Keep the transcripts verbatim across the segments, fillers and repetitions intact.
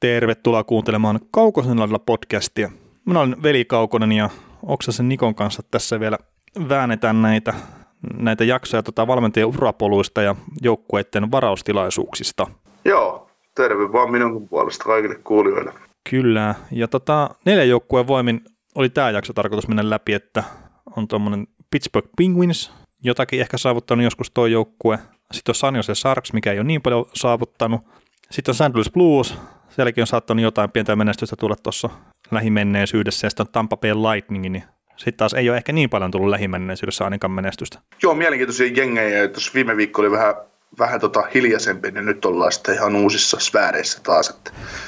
Tervetuloa kuuntelemaan Kaukosen laidalla podcastia. Minä olen Veli Kaukonen ja Oksasen Nikon kanssa tässä vielä väännetään näitä, näitä jaksoja tota valmentajien urapoluista ja joukkueiden varaustilaisuuksista. Joo, terve vaan minun puolesta kaikille kuulijoille. Kyllä, ja tota, neljän joukkueen voimin oli tämä jakso tarkoitus mennä läpi, että on tuommoinen Pittsburgh Penguins, jotakin ehkä saavuttanut joskus tuo joukkue. Sitten on San Jose Sharks, mikä ei ole niin paljon saavuttanut. Sitten on Saint Louis Blues, sielläkin on saattanut jotain pientä menestystä tulla tuossa lähimenneisyydessä, ja sitten on Tampa Bay Lightning, niin sitten taas ei ole ehkä niin paljon tullut lähimenneisyydessä ainakaan menestystä. Joo, mielenkiintoisia jengejä, tuossa viime viikko oli vähän, vähän tota hiljaisempi, niin nyt ollaan sitten ihan uusissa sfääreissä taas. Että.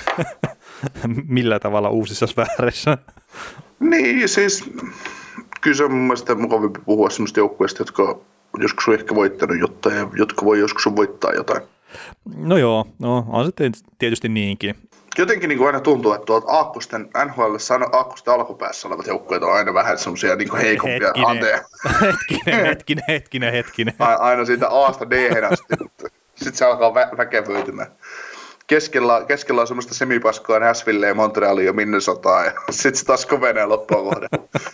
Millä tavalla uusissa sfääreissä? Niin, siis kyllä se on mun mielestä mukavampi puhua sellaista joukkueista, jotka joskus on ehkä voittanut jotain ja jotka voi joskus voittaa jotain. No joo, no on se tietysti niinkin. Jotenkin niin kuin aina tuntuu, että tuolta aakkosten, N H L:ssä aakkosten alkupäässä olevat joukkueet on aina vähän semmoisia niin heikompia. Hetkinen, hetkinen, hetkinen, hetkinen, hetkinen. Aina siitä A:sta D:hen asti, sitten se alkaa vä- väkevöitymään. Keskellä, keskellä on semmoista semipaskaa Nashvillea, Montrealia ja Minnesotaa, ja sitten se taas kovenee loppua kohden.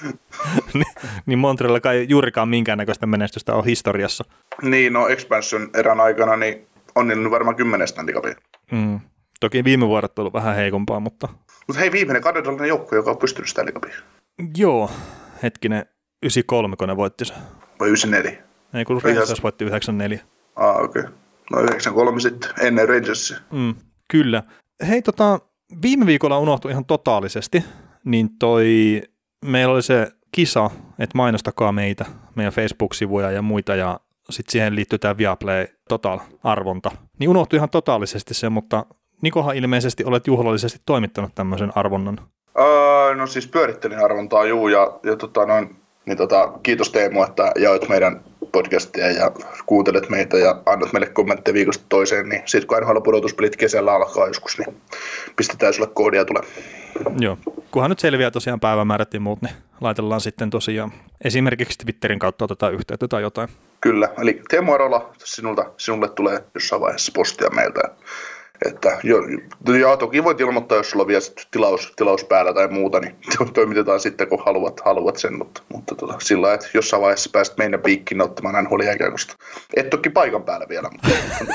Niin Montrealilla kai juurikaan minkäännäköistä menestystä on historiassa. Niin, no expansion erän aikana niin on niillä varmaan kymmenen Stanley Cupia. Mm. Toki viime vuodet on ollut vähän heikompaa, mutta... Mutta hei, viimeinen kanadalainen joukkue, joka on pystynyt Stanley Cupia. Joo, hetkinen, yhdeksänkymmentäkolme, kun ne voitti se. Vai yhdeksänkymmentäneljä? Ei, kun Rangers voitti yhdeksänkymmentäneljä. Ah, okei. Okay. No yhdeksänkymmentäkolme sitten, ennen Rangersia. Mm, kyllä. Hei, tota, viime viikolla unohtui ihan totaalisesti, niin toi, meillä oli se kisa, että mainostakaa meitä, meidän Facebook-sivuja ja muita, ja sitten siihen liittyy tämä Viaplay Total-arvonta. Niin unohtui ihan totaalisesti se, mutta Nikohan ilmeisesti olet juhlallisesti toimittanut tämmöisen arvonnan. Öö, no siis pyörittelin arvontaa, juu, ja, ja tota, noin, niin tota, kiitos Teemu, että jaoit meidän podcastia ja kuuntelet meitä ja annat meille kommentteja viikosta toiseen, niin sitten kun N H L-pudotuspelit kesällä alkaa joskus, niin pistetään sulle koodia tulee. Joo, kunhan nyt selviää tosiaan päivämäärät ja muut, niin laitellaan sitten tosiaan esimerkiksi Twitterin kautta otetaan yhteyttä tai jotain. Kyllä, eli Teemu Arola, sinulta, sinulle tulee jossain vaiheessa postia meiltä. Että, jo, ja toki voit ilmoittaa, jos sulla on vielä tilaus, tilaus päällä tai muuta, niin toimitetaan sitten, kun haluat, haluat sen. Mutta, mutta tota, sillä lailla, että jossain vaiheessa pääset meidän piikkiin ottamaan N H L-jääkiekosta. Et toki paikan päällä vielä. Mutta.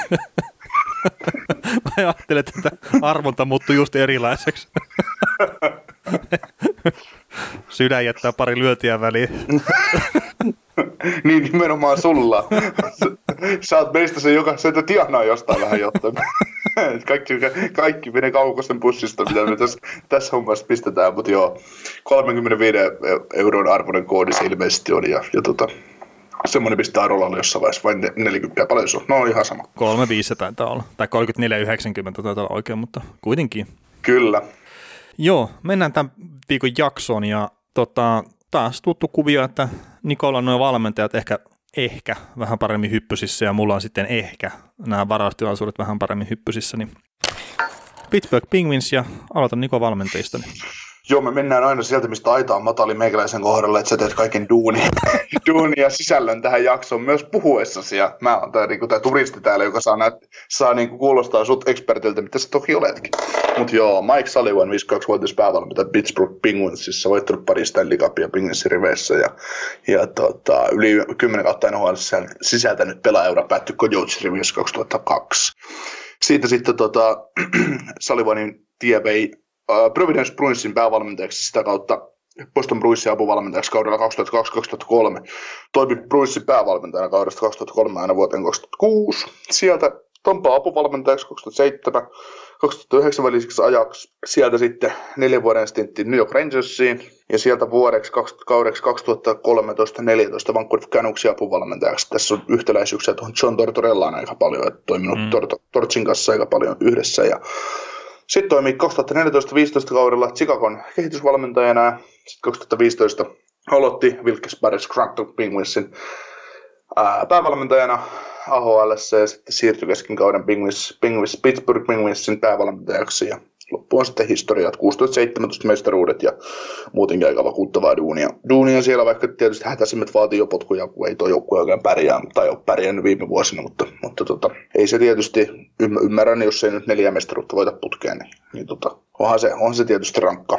Mä ajattelen, että arvonta muuttui just erilaiseksi. Sydän jättää pari lyötiä väliin. Niin nimenomaan sulla. Sä oot meistä se, joka sieltä tienaa jostain vähän jotain. Kaikki, kaikki menee Kaukosen pussista, mitä me tässä, tässä hommassa pistetään. Mutta joo, kolmekymmentäviisi euron arvoinen koodi se ilmeisesti on. Ja, ja tota, semmoinen pistää Arolalle jossain vaiheessa vain neljäkymmentä paljon se on. No ihan sama. kolmekymmentäviisi taitaa olla. Tai kolmekymmentäneljä yhdeksänkymmentä taitaa olla oikein, mutta kuitenkin. Kyllä. Joo, mennään tämän viikon jaksoon ja tota, taas tuttu kuvio, että Nikolla on nuo valmentajat ehkä, ehkä vähän paremmin hyppysissä ja mulla on sitten ehkä nämä varaustilaisuudet vähän paremmin hyppysissä. Niin Pittsburgh Penguins ja aloitan Niko valmentajista. Joo, me mennään aina sieltä, mistä aita on matali meikäläisen kohdalla, että sä teet kaiken duuni, duuni ja sisällön tähän jaksoon myös puhuessasi. Ja mä oon tää, niin tää turisti täällä, joka saa, näet, saa niin kuin kuulostaa sut expertiltä, mitä sä toki oletkin. Mut joo, Mike Sullivan, viisikymmentäkaksivuotias päävalmentaja Pittsburgh Penguinsissa, voittanut pari Stanley Cupia Penguinsin riveissä. Ja, ja tota, yli kymmenen kautta N H L sisältänyt pelaajaura päättyi Coyotes-rivissä kaksituhattakaksi. Siitä sitten tota, Sullivanin tie vei Uh, Providence Bruinsin päävalmentajaksi sitä kautta Boston Bruinsin apuvalmentajaksi kaudella kaksituhattakaksi kaksituhattakolme. Toimi Bruinsin päävalmentajana kaudesta kaksituhattakolme aina vuoteen kaksituhattakuusi. Sieltä Tampa apuvalmentajaksi kaksituhattaseitsemän kaksituhattayhdeksän väliseksi ajaksi. Sieltä sitten neljän vuoden stintti New York Rangersiin. Ja sieltä vuodeksi kaudeksi kaksituhattakolmetoista neljätoista Vancouver Canucksin apuvalmentajaksi. Tässä on yhtäläisyyksiä tuohon John Tortorellaan aika paljon. Että toiminut mm. Tor- Tortsin kanssa aika paljon yhdessä. Ja sitten toimi kaksituhattaneljätoista viisitoista kaudella Chicagon kehitysvalmentajana. Sitten kaksituhattaviisitoista aloitti Wilkes-Barre Scranton Penguinsin ää, päävalmentajana A H L:ssä ja sitten siirtyi kesken kauden Penguins, Penguins, Pittsburgh Penguinsin päävalmentajaksi. Ja loppu on sitten historia, kuusitoista seitsemäntoista mestaruudet ja muutenkin aika vakuuttavaa duunia. Duunia siellä, vaikka tietysti hätäisimmät vaatii jo potkuja, kun ei tuo joukkue oikein pärjää, tai ole pärjännyt viime vuosina, mutta, mutta tota, ei se tietysti ymmärrän, jos ei nyt neljä mestaruutta voita putkeen, niin niin tota, onhan, se, onhan se tietysti rankkaa.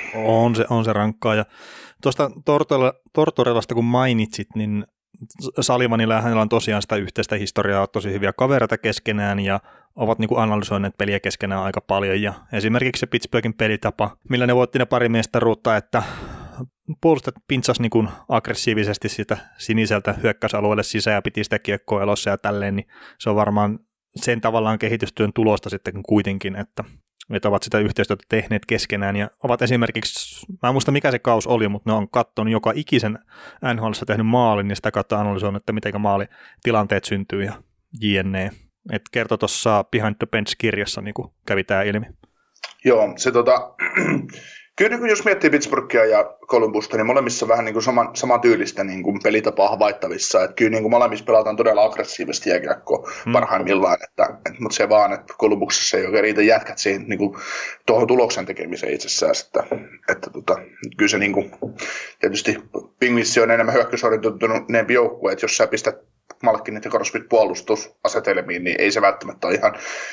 On se, on se rankkaa, ja tuosta Tortorellasta kun mainitsit, niin Sullivanilla ja hänellä on tosiaan sitä yhteistä historiaa, tosi hyviä kavereita keskenään ja ovat niin kuin analysoineet peliä keskenään aika paljon ja esimerkiksi se Pittsburghin pelitapa, millä ne voitti ne pari mestaruutta, että puolustajat pintsas niin kuin aggressiivisesti sitä siniseltä hyökkäysalueelle sisään ja piti sitä kiekkoa elossa ja tälleen, niin se on varmaan sen tavallaan kehitystyön tulosta sitten kuitenkin, että että ovat sitä yhteistyötä tehneet keskenään ja ovat esimerkiksi, mä en muista mikä se kaus oli, mutta ne on katsonut joka ikisen N H L:ssä tehnyt maalin, niin sitä kautta analysoinut, että miten maalitilanteet syntyy ja jne. Että kertoi tuossa Behind the Bench-kirjassa niin kuin kävi tämä ilmi. Joo, se tota, kyllä niin jos miettii Pittsburghia ja Columbusta, niin molemmissa vähän niin kuin saman, saman tyylistä niin kuin pelitapaa havaittavissa. Että kyllä niin kuin molemmissa pelataan todella aggressiivisesti jääkiekkoa hmm. parhaimmillaan, että, että, mutta se vaan, että Columbuksessa ei oikein riitä jätkät siihen niin kuin, tuohon tuloksen tekemiseen itsessään. Että, että tota, kyllä se niin kuin, tietysti Penguins on enemmän hyökkäysorientoituneempi joukkue, että jos sä pistät Malkinit ja CrossFit puolustusasetelmiin, niin ei se välttämättä ole ihan.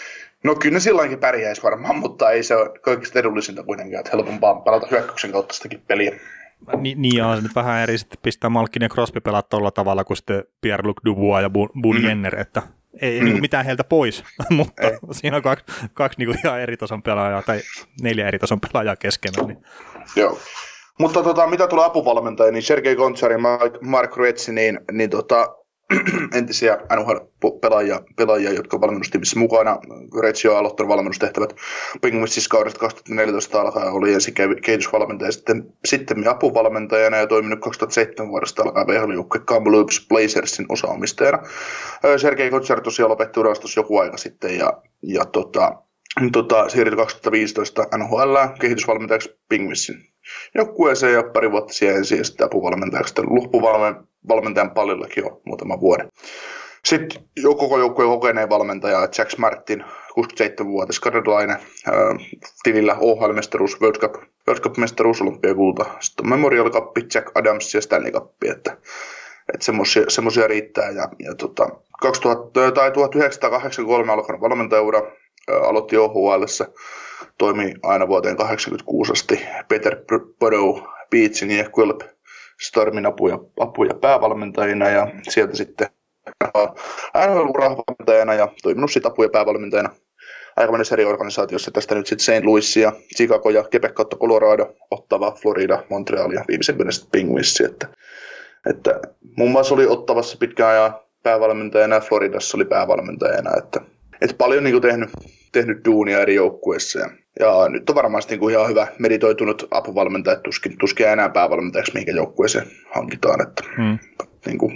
No kyllä ne silloinkin pärjäisi varmaan, mutta ei se ole kaikista edullisinta kuitenkaan, että helpompaa pelata hyökkäyksen kautta sitäkin peliä. Ni, niin ja on se nyt vähän eri sitten pistää Malkin ja Crosby pelata tuolla tavalla kuin sitten Pierre-Luc Dubois ja Boone mm. Jenner, että ei mm. niin mitään heiltä pois, mutta ei. Siinä on kaksi, kaksi niin ihan eri tason pelaajaa tai neljä eri tason pelaajaa keskenään. Niin. Joo. Mutta tota, mitä tulee apuvalmentajia, niin Sergei Gonchar ja Mark Retsi, niin, niin tota, entisiä N H L-pelaajia, pelaajia, jotka on valmennustiimissä mukana. Retsi on aloittanut valmennustehtävät Penguinsissa kaudesta kaksituhattaneljätoista alkaen, oli ensin kehitysvalmentaja, sitten, sitten apuvalmentajana ja toiminut kaksituhattaseitsemän vuodesta alkaen V H L-joukkue Kamloops Blazersin osaomistajana. Sergei Gonchar tosiaan lopetti urastus joku aika sitten ja, ja tota, tota, siirtyi kaksituhattaviisitoista N H L kehitysvalmentajaksi Penguinsin joukkueeseen ja pari vuotta siihen ensin ja sitten apuvalmentajaksi. Loppuvalmentajan pallillakin jo muutama vuoden. Sitten koko joukkueen kokeneen valmentaja Jack Martin, kuusikymmentäseitsemänvuotias kanadalainen, tilillä O H L-mestaruus, World Cup, World Cup-mestaruus, olympiakulta, sitten on Memorial Cup, Jack Adams ja Stanley Cup, että, että semmoisia riittää. Ja, ja tota, kaksituhatta, tai tuhatyhdeksänsataakahdeksankymmentäkolme alkanut valmentajaura, aloitti O H L:ssä, toimi aina vuoteen kahdeksankymmentäkuusi asti Peter Bodeau, Beatsin ja Quilp Stormin apuja, apuja päävalmentajina ja sieltä sitten N H L-uravalmentajana ja toiminut sitten apuja päävalmentajana aika monessa eri organisaatiossa. Tästä nyt sitten Saint Louis ja Chicago ja Quebec kautta Colorado, Ottawa, Florida, Montreal ja viimeisempänä sitten Penguins. Että, että muun muassa oli Ottawassa pitkään ajan päävalmentajana ja Floridassa oli päävalmentajana. Että, että paljon niin kuin tehnyt, tehnyt duunia eri joukkueissa. Ja, ja nyt on varmasti niin kuin ihan hyvä meditoitunut apuvalmentaja, tuskin, tuskin enää päävalmentajaksi mihinkä joukkueeseen hankitaan. Että, hmm. niin kuin,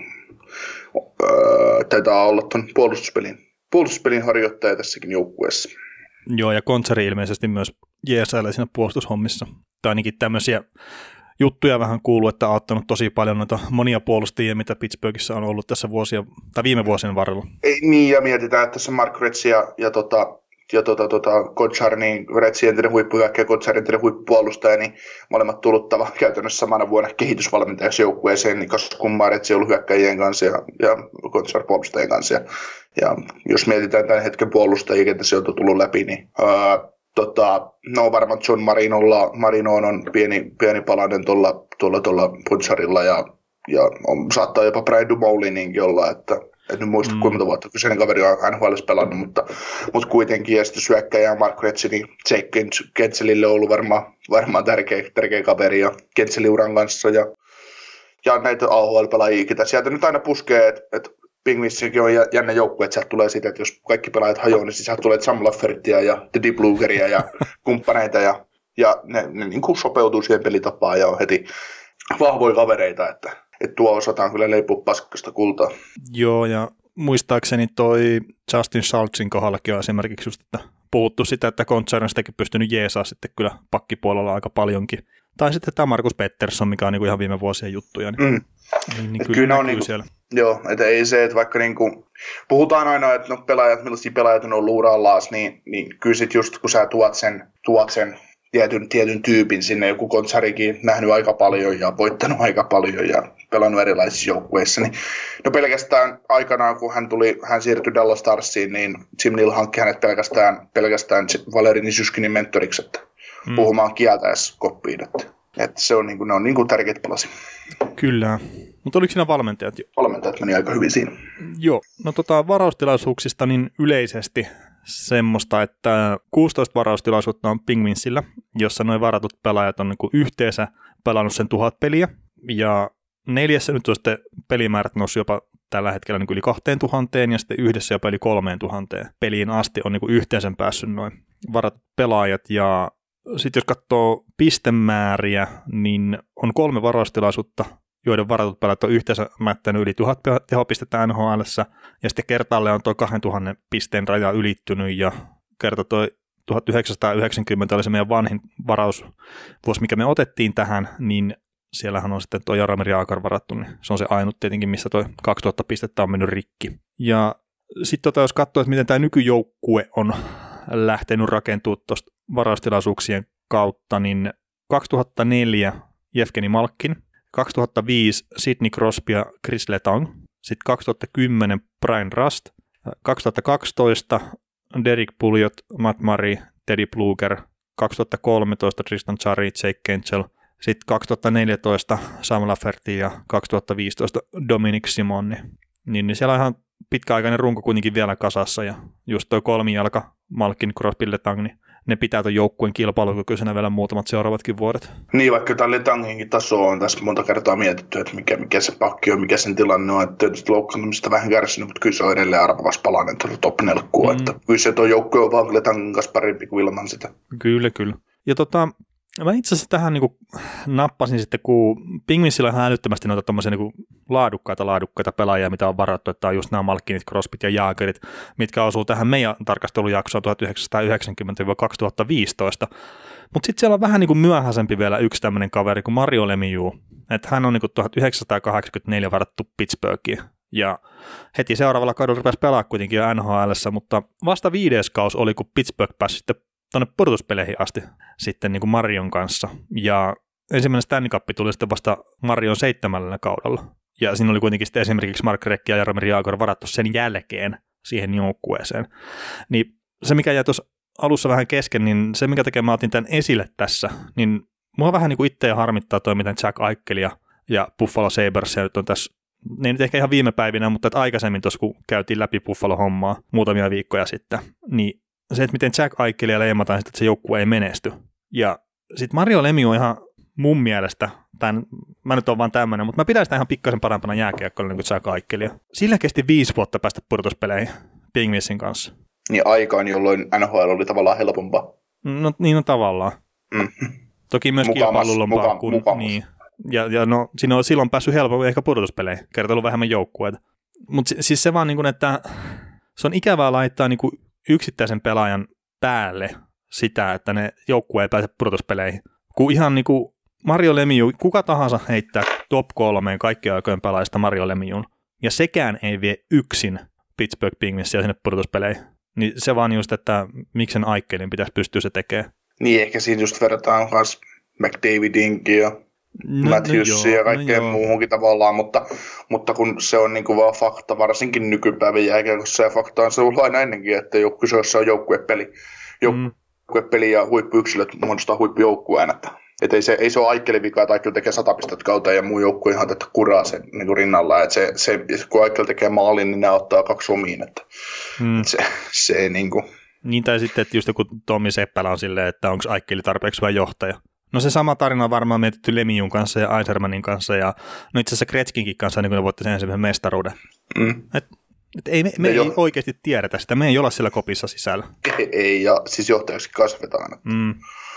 öö, taitaa olla tuon puolustuspelin, puolustuspelin harjoittaja tässäkin joukkueessa. Joo, ja Gonchari ilmeisesti myös jeesailee siinä puolustushommissa. Tai ainakin tämmöisiä juttuja vähän kuuluu, että on auttanut tosi paljon noita monia puolustajia, mitä Pittsburghissa on ollut tässä vuosia, tai viime vuosien varrella. Ei, niin, ja mietitään, että tässä Mark Retsi ja, ja, tota, ja tota, tota, Gonchar, niin Retsi entinen huippuhyökkäjä ja Gonchar entinen huippupuolustaja, niin molemmat tuluttava käytännössä samana vuonna kehitysvalmentajaksi joukkueeseen, niin kas kummaa Retsi on ollut hyökkäjien kanssa ja, ja Gonchar puolustajien kanssa. Ja, ja jos mietitään tämän hetken puolustajia, ketä sieltä on tullut läpi, niin ää, Tota, no varmaan John Marinolla, Marinoon on pieni, pieni palanen tuolla, tuolla, tuolla Poncharilla ja, ja on, saattaa jopa Brian Dumoulininkin olla, että en nyt muista mm. kuinka monta vuotta kyseinen kaveri on N H L:ssä pelannut, mutta, mutta kuitenkin ja sitten syökkäjä Mark Retsi, niin Jake Kentselille on ollut varmaan, varmaan tärkeä, tärkeä kaveri ja Kentselin uran kanssa ja, ja näitä A H L-pelaajia, ketä sieltä nyt aina puskee, että et, Penguinsikin on jännä joukkue, että sieltä tulee siitä, että jos kaikki pelaajat hajoaa, niin sieltä tulee Sam Laffertia ja Teddy Bluegeria ja kumppaneita ja, ja ne, ne niin kuin sopeutuu siihen pelitapaan ja on heti vahvoja kavereita, että, että tuo osataan kyllä leipua paskasta kultaa. Joo, ja muistaakseni toi Justin Schultzin kohdallakin on esimerkiksi just, että puhuttu sitä, että Gonchar on sitäkin pystynyt jeesaa sitten kyllä pakkipuolella aika paljonkin. Tai sitten tämä Marcus Pettersson, mikä on niin kuin ihan viime vuosien juttuja, niin, mm. niin, niin kyllä, kyllä on niin siellä. Joo, että ei se, että vaikka niin kuin, puhutaan aina, että no pelaajat, millaisia pelaajat on ollut urallaan, niin, niin kyllä sit just kun sä tuot sen, tuot sen tietyn, tietyn tyypin sinne, joku Goncharikin nähnyt aika paljon ja voittanut aika paljon ja pelannut erilaisissa joukkueissa. Niin, no pelkästään aikanaan, kun hän, tuli, hän siirtyi Dallas Starsiin, niin Jim Neal hankki hänet pelkästään, pelkästään Valeri Nichushkinin mentoriksi, että mm. puhumaan kieltä edes koppiin. Että, että se on, niin kuin, ne on niin kuin tärkeitä palasia. Kyllä. Mutta oliko siinä valmentajat jo? Valmentajat meni aika hyvin siinä. Joo. No tota, varaustilaisuuksista niin yleisesti semmoista, että kuusitoista varaustilaisuutta on Penguinsillä, jossa noin varatut pelaajat on niin kuin yhteensä pelannut sen tuhat peliä. Ja neljässä nyt on sitten pelimäärät noussut jopa tällä hetkellä niin kuin yli kahteen tuhanteen ja sitten yhdessä jopa yli kolmeen tuhanteen peliin asti on niin kuin yhteensä päässyt noin varatut pelaajat. Ja sitten jos katsoo pistemääriä, niin on kolme varaustilaisuutta, joiden varatut pelaajat on yhteensä mättänyt yli tuhat tehopistettä N H L:ssä, ja sitten kertaalle on tuo kahdentuhannen pisteen raja ylittynyt, ja kerta tuo tuhatyhdeksänsataayhdeksänkymmentä oli se meidän vanhin varausvuosi, mikä me otettiin tähän, niin siellähän on sitten tuo Jaromir Jagr varattu, niin se on se ainut tietenkin, missä tuo kaksituhatta pistettä on mennyt rikki. Ja sitten tota, jos katsoo, että miten tämä nykyjoukkue on lähtenyt rakentumaan tuosta varaustilaisuuksien kautta, niin kaksituhattaneljä Jevgeni Malkin, kaksituhattaviisi Sidney Crosby ja Chris Letang, sitten kaksituhattakymmenen Brian Rust, kaksituhattakaksitoista Derek Pouliot, Matt Murray, Teddy Blueger, kaksituhattakolmetoista Tristan Jarry, Jake Gensel, sitten kaksituhattaneljätoista Sam Lafferty ja kaksituhattaviisitoista Dominic Simoni. Niin, niin siellä on ihan pitkäaikainen runko kuitenkin vielä kasassa, ja just toi kolmijalka Malkin, Crosby, Letang, niin ne pitää tuon joukkueen kilpailukykyisenä vielä muutamat seuraavatkin vuodet. Niin, vaikka tämä Letanginkin taso on tässä monta kertaa mietitty, että mikä, mikä se pakki on, mikä sen tilanne on, että tietysti loukkaantumista vähän kärsinyt, mutta kyllä se on edelleen arvovas palanen tuolla top nelkkuu, mm. että kyllä se tuo joukkue on vaan Letangin kanssa parempi kuin ilman sitä. Kyllä, kyllä. Ja tota, mä itse asiassa tähän niin kuin nappasin sitten, kun Penguinsilla on ihan älyttömästi noita tommosia niin kuin laadukkaita, laadukkaita pelaajia, mitä on varattu, että on just nämä Malkinit, Crosbyt ja Jagrit, mitkä osuu tähän meidän tarkastelujaksoon tuhatyhdeksänsataayhdeksänkymmentä kaksituhattaviisitoista. Mutta sitten siellä on vähän niin kuin myöhäisempi vielä yksi tämmöinen kaveri kuin Mario Lemieux, että hän on niin kuin tuhatyhdeksänsataakahdeksankymmentäneljä varattu Pittsburghiin. Ja heti seuraavalla kaudella rupesi pelaa kuitenkin jo N H L:ssä, mutta vasta viides kaus oli, kun Pittsburgh pääsi sitten tuonne pudotuspeleihin asti sitten niin kuin Marion kanssa. Ja ensimmäinen Stanley Cup tuli sitten vasta Marion seitsemällä kaudella. Ja siinä oli kuitenkin sitten esimerkiksi Mark Recchi ja Jaromir Jagr varattu sen jälkeen siihen joukkueeseen. Niin se, mikä jäi tuossa alussa vähän kesken, niin se, mikä tekee mä otin tämän esille tässä, niin mua vähän niin kuin itseä harmittaa toi, miten Jack Eichel ja, ja Buffalo Sabres nyt on tässä, ne nyt ehkä ihan viime päivinä, mutta että aikaisemmin tuossa, kun käytiin läpi Buffalo-hommaa muutamia viikkoja sitten, niin se, että miten Jack Eichelia leimataan sitten, että se joukkue ei menesty. Ja sitten Mario Lemieux on ihan mun mielestä, tämän, mä nyt oon vaan tämmöinen, mutta mä pidän sitä ihan pikkasen parempana jääkiekkoilla niin kuin Jack Eichelia. Sillä kesti viisi vuotta päästä pudotuspeleihin Penguinsin kanssa. Niin aikaan, jolloin N H L oli tavallaan helpompaa. No niin on tavallaan. Mm. Toki myös kilpailulompaa kuin niin. Ja, ja no, siinä on silloin päässyt helpommin ehkä pudotuspeleihin, kertoo vähemmän joukkueita. Mutta siis se vaan niin kuin, että se on ikävää laittaa niin kuin yksittäisen pelaajan päälle sitä, että ne joukkue ei pääse pudotuspeleihin. Kun ihan niin kuin Mario Lemieux, kuka tahansa heittää top kolmeen kaikkien aikojen pelaajista Mario Lemieux'n, ja sekään ei vie yksin Pittsburgh Penguinsia sinne pudotuspeleihin. Niin se vaan just, että miksen Eichelin pitäisi pystyä se tekemään. Niin, ehkä siinä just verrataan myös McDavidinkin ja no, Matthewsia no ja kaikkeen no muuhunkin tavallaan, mutta, mutta kun se on niin kuin vaan fakta, varsinkin nykypäivän jälkeenkossa, ja fakta on se ollut aina ennenkin, että kyseessä on joukkuepeli. Joukkuepeli ja huippuyksilöt muodostaa huippujoukkueen, että et ei, se, ei se ole Eichelin vika, että Eichel tekee sata pistettä kautta ja muu joukkue ihan tätä kuraa sen niin kuin rinnalla, että se, se, kun Eichel tekee maalin, niin ne ottaa kaksi omiin, että mm. et se, se ei niin kuin. Niin tai sitten, että just joku Tommi Seppälä on silleen, että onko Eichel tarpeeksi hyvä johtaja. No se sama tarina on varmaan mietitty Lemieux'n kanssa ja Eisermanin kanssa ja no itse asiassa Gretzkinkin kanssa, niin kun ne voitti sen ensimmäisen mestaruuden. Mm. Et, et ei, me me ei jo oikeasti tiedetä sitä, me ei olla siellä kopissa sisällä. Ei, ei ja siis johtajaksi kasvetaan. Mm.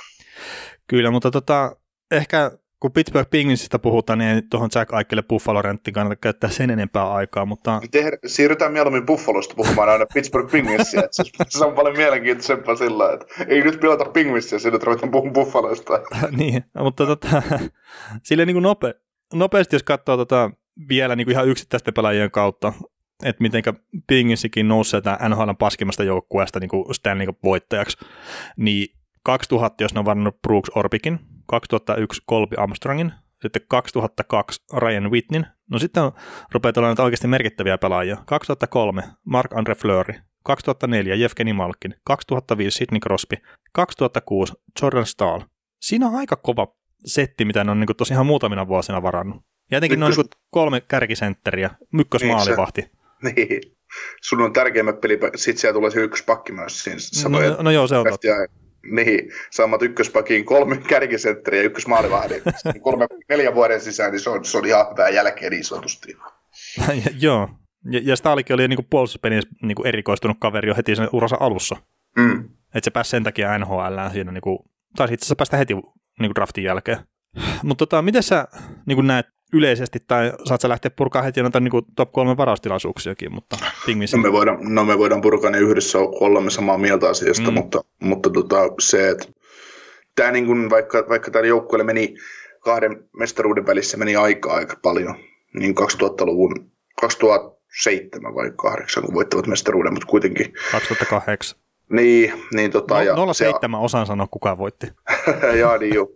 Kyllä, mutta tota, ehkä kun Pittsburgh Penguinsista puhutaan, niin ei tuohon Jack Eichelille Buffalo-renttiin kannata käyttää sen enempää aikaa, mutta Tehdä, siirrytään mieluummin Buffalosta puhumaan aina Pittsburgh Penguinsia, että se on paljon mielenkiintoisempaa sillä, että ei nyt pilata Penguinsia, siinä ruvetaan puhumaan Buffalosta. Niin, mutta tota, silleen niin kuin nope, nopeasti, jos katsoo tota, vielä niin kuin ihan yksittäisten pelaajien kautta, että mitenkä Penguinsikin nousee tämän N H L:n paskimmasta joukkueesta niin kuin Stanley Cup-voittajaksi, niin kaksituhatta, jos ne on varannut Brooks Orpikin, kaksituhattayksi Colby Armstrongin, sitten kaksituhattakaksi Ryan Whitneyn, no sitten on, rupeaa olemaan oikeasti merkittäviä pelaajia, kaksituhattakolme Marc-Andre Fleury, kaksituhattaneljä Jevgeni Malkin, kaksituhattaviisi Sidney Crosby, kaksituhattakuusi Jordan Staal. Siinä on aika kova setti, mitä ne on niin tosiaan muutamina vuosina varannut. Ja jotenkin Ykkös... ne on niin kolme kärkisentteriä, ykkösmaalivahti. Niin, niin. Sun on tärkeimmät peli, sit siellä tulee se ykköspakki myös siinä. No, no, no joo, se on totta. Niin, saamat ykköspakin kolme kärkisentteriä ja ykkösmaalivahdin. Kolme, neljän vuoden sisään, niin se on, se on ihan hyvää jälkeen niin sanotusti. Joo, ja, ja Staalikin oli niin puolustuspelissä niin erikoistunut kaveri jo heti sen uransa alussa. Mm. Että se pääsi sen takia N H L:ään siinä, niin kuin, taisi itse asiassa päästä heti niin draftin jälkeen. Mutta tota, miten sä niin näet yleisesti, tai saat sä lähteä purkaa heti noita niin top kolme varaustilaisuuksiakin, mutta no me, voidaan, no me voidaan purkaa ne yhdessä, olemme samaa mieltä asiasta, mm. mutta, mutta tota, se, että tämä niin kuin, vaikka, vaikka tällä joukkueelle meni kahden mestaruuden välissä meni aikaa aika paljon, niin kaksituhattaluvun, kaksituhattaseitsemän vai kahdeksan, kun voittavat mestaruuden, mutta kuitenkin. kaksituhattakahdeksan. Niin, niin tota. No, nolla seitsemän osaan sanoa, kuka voitti. Jaa, niin joo.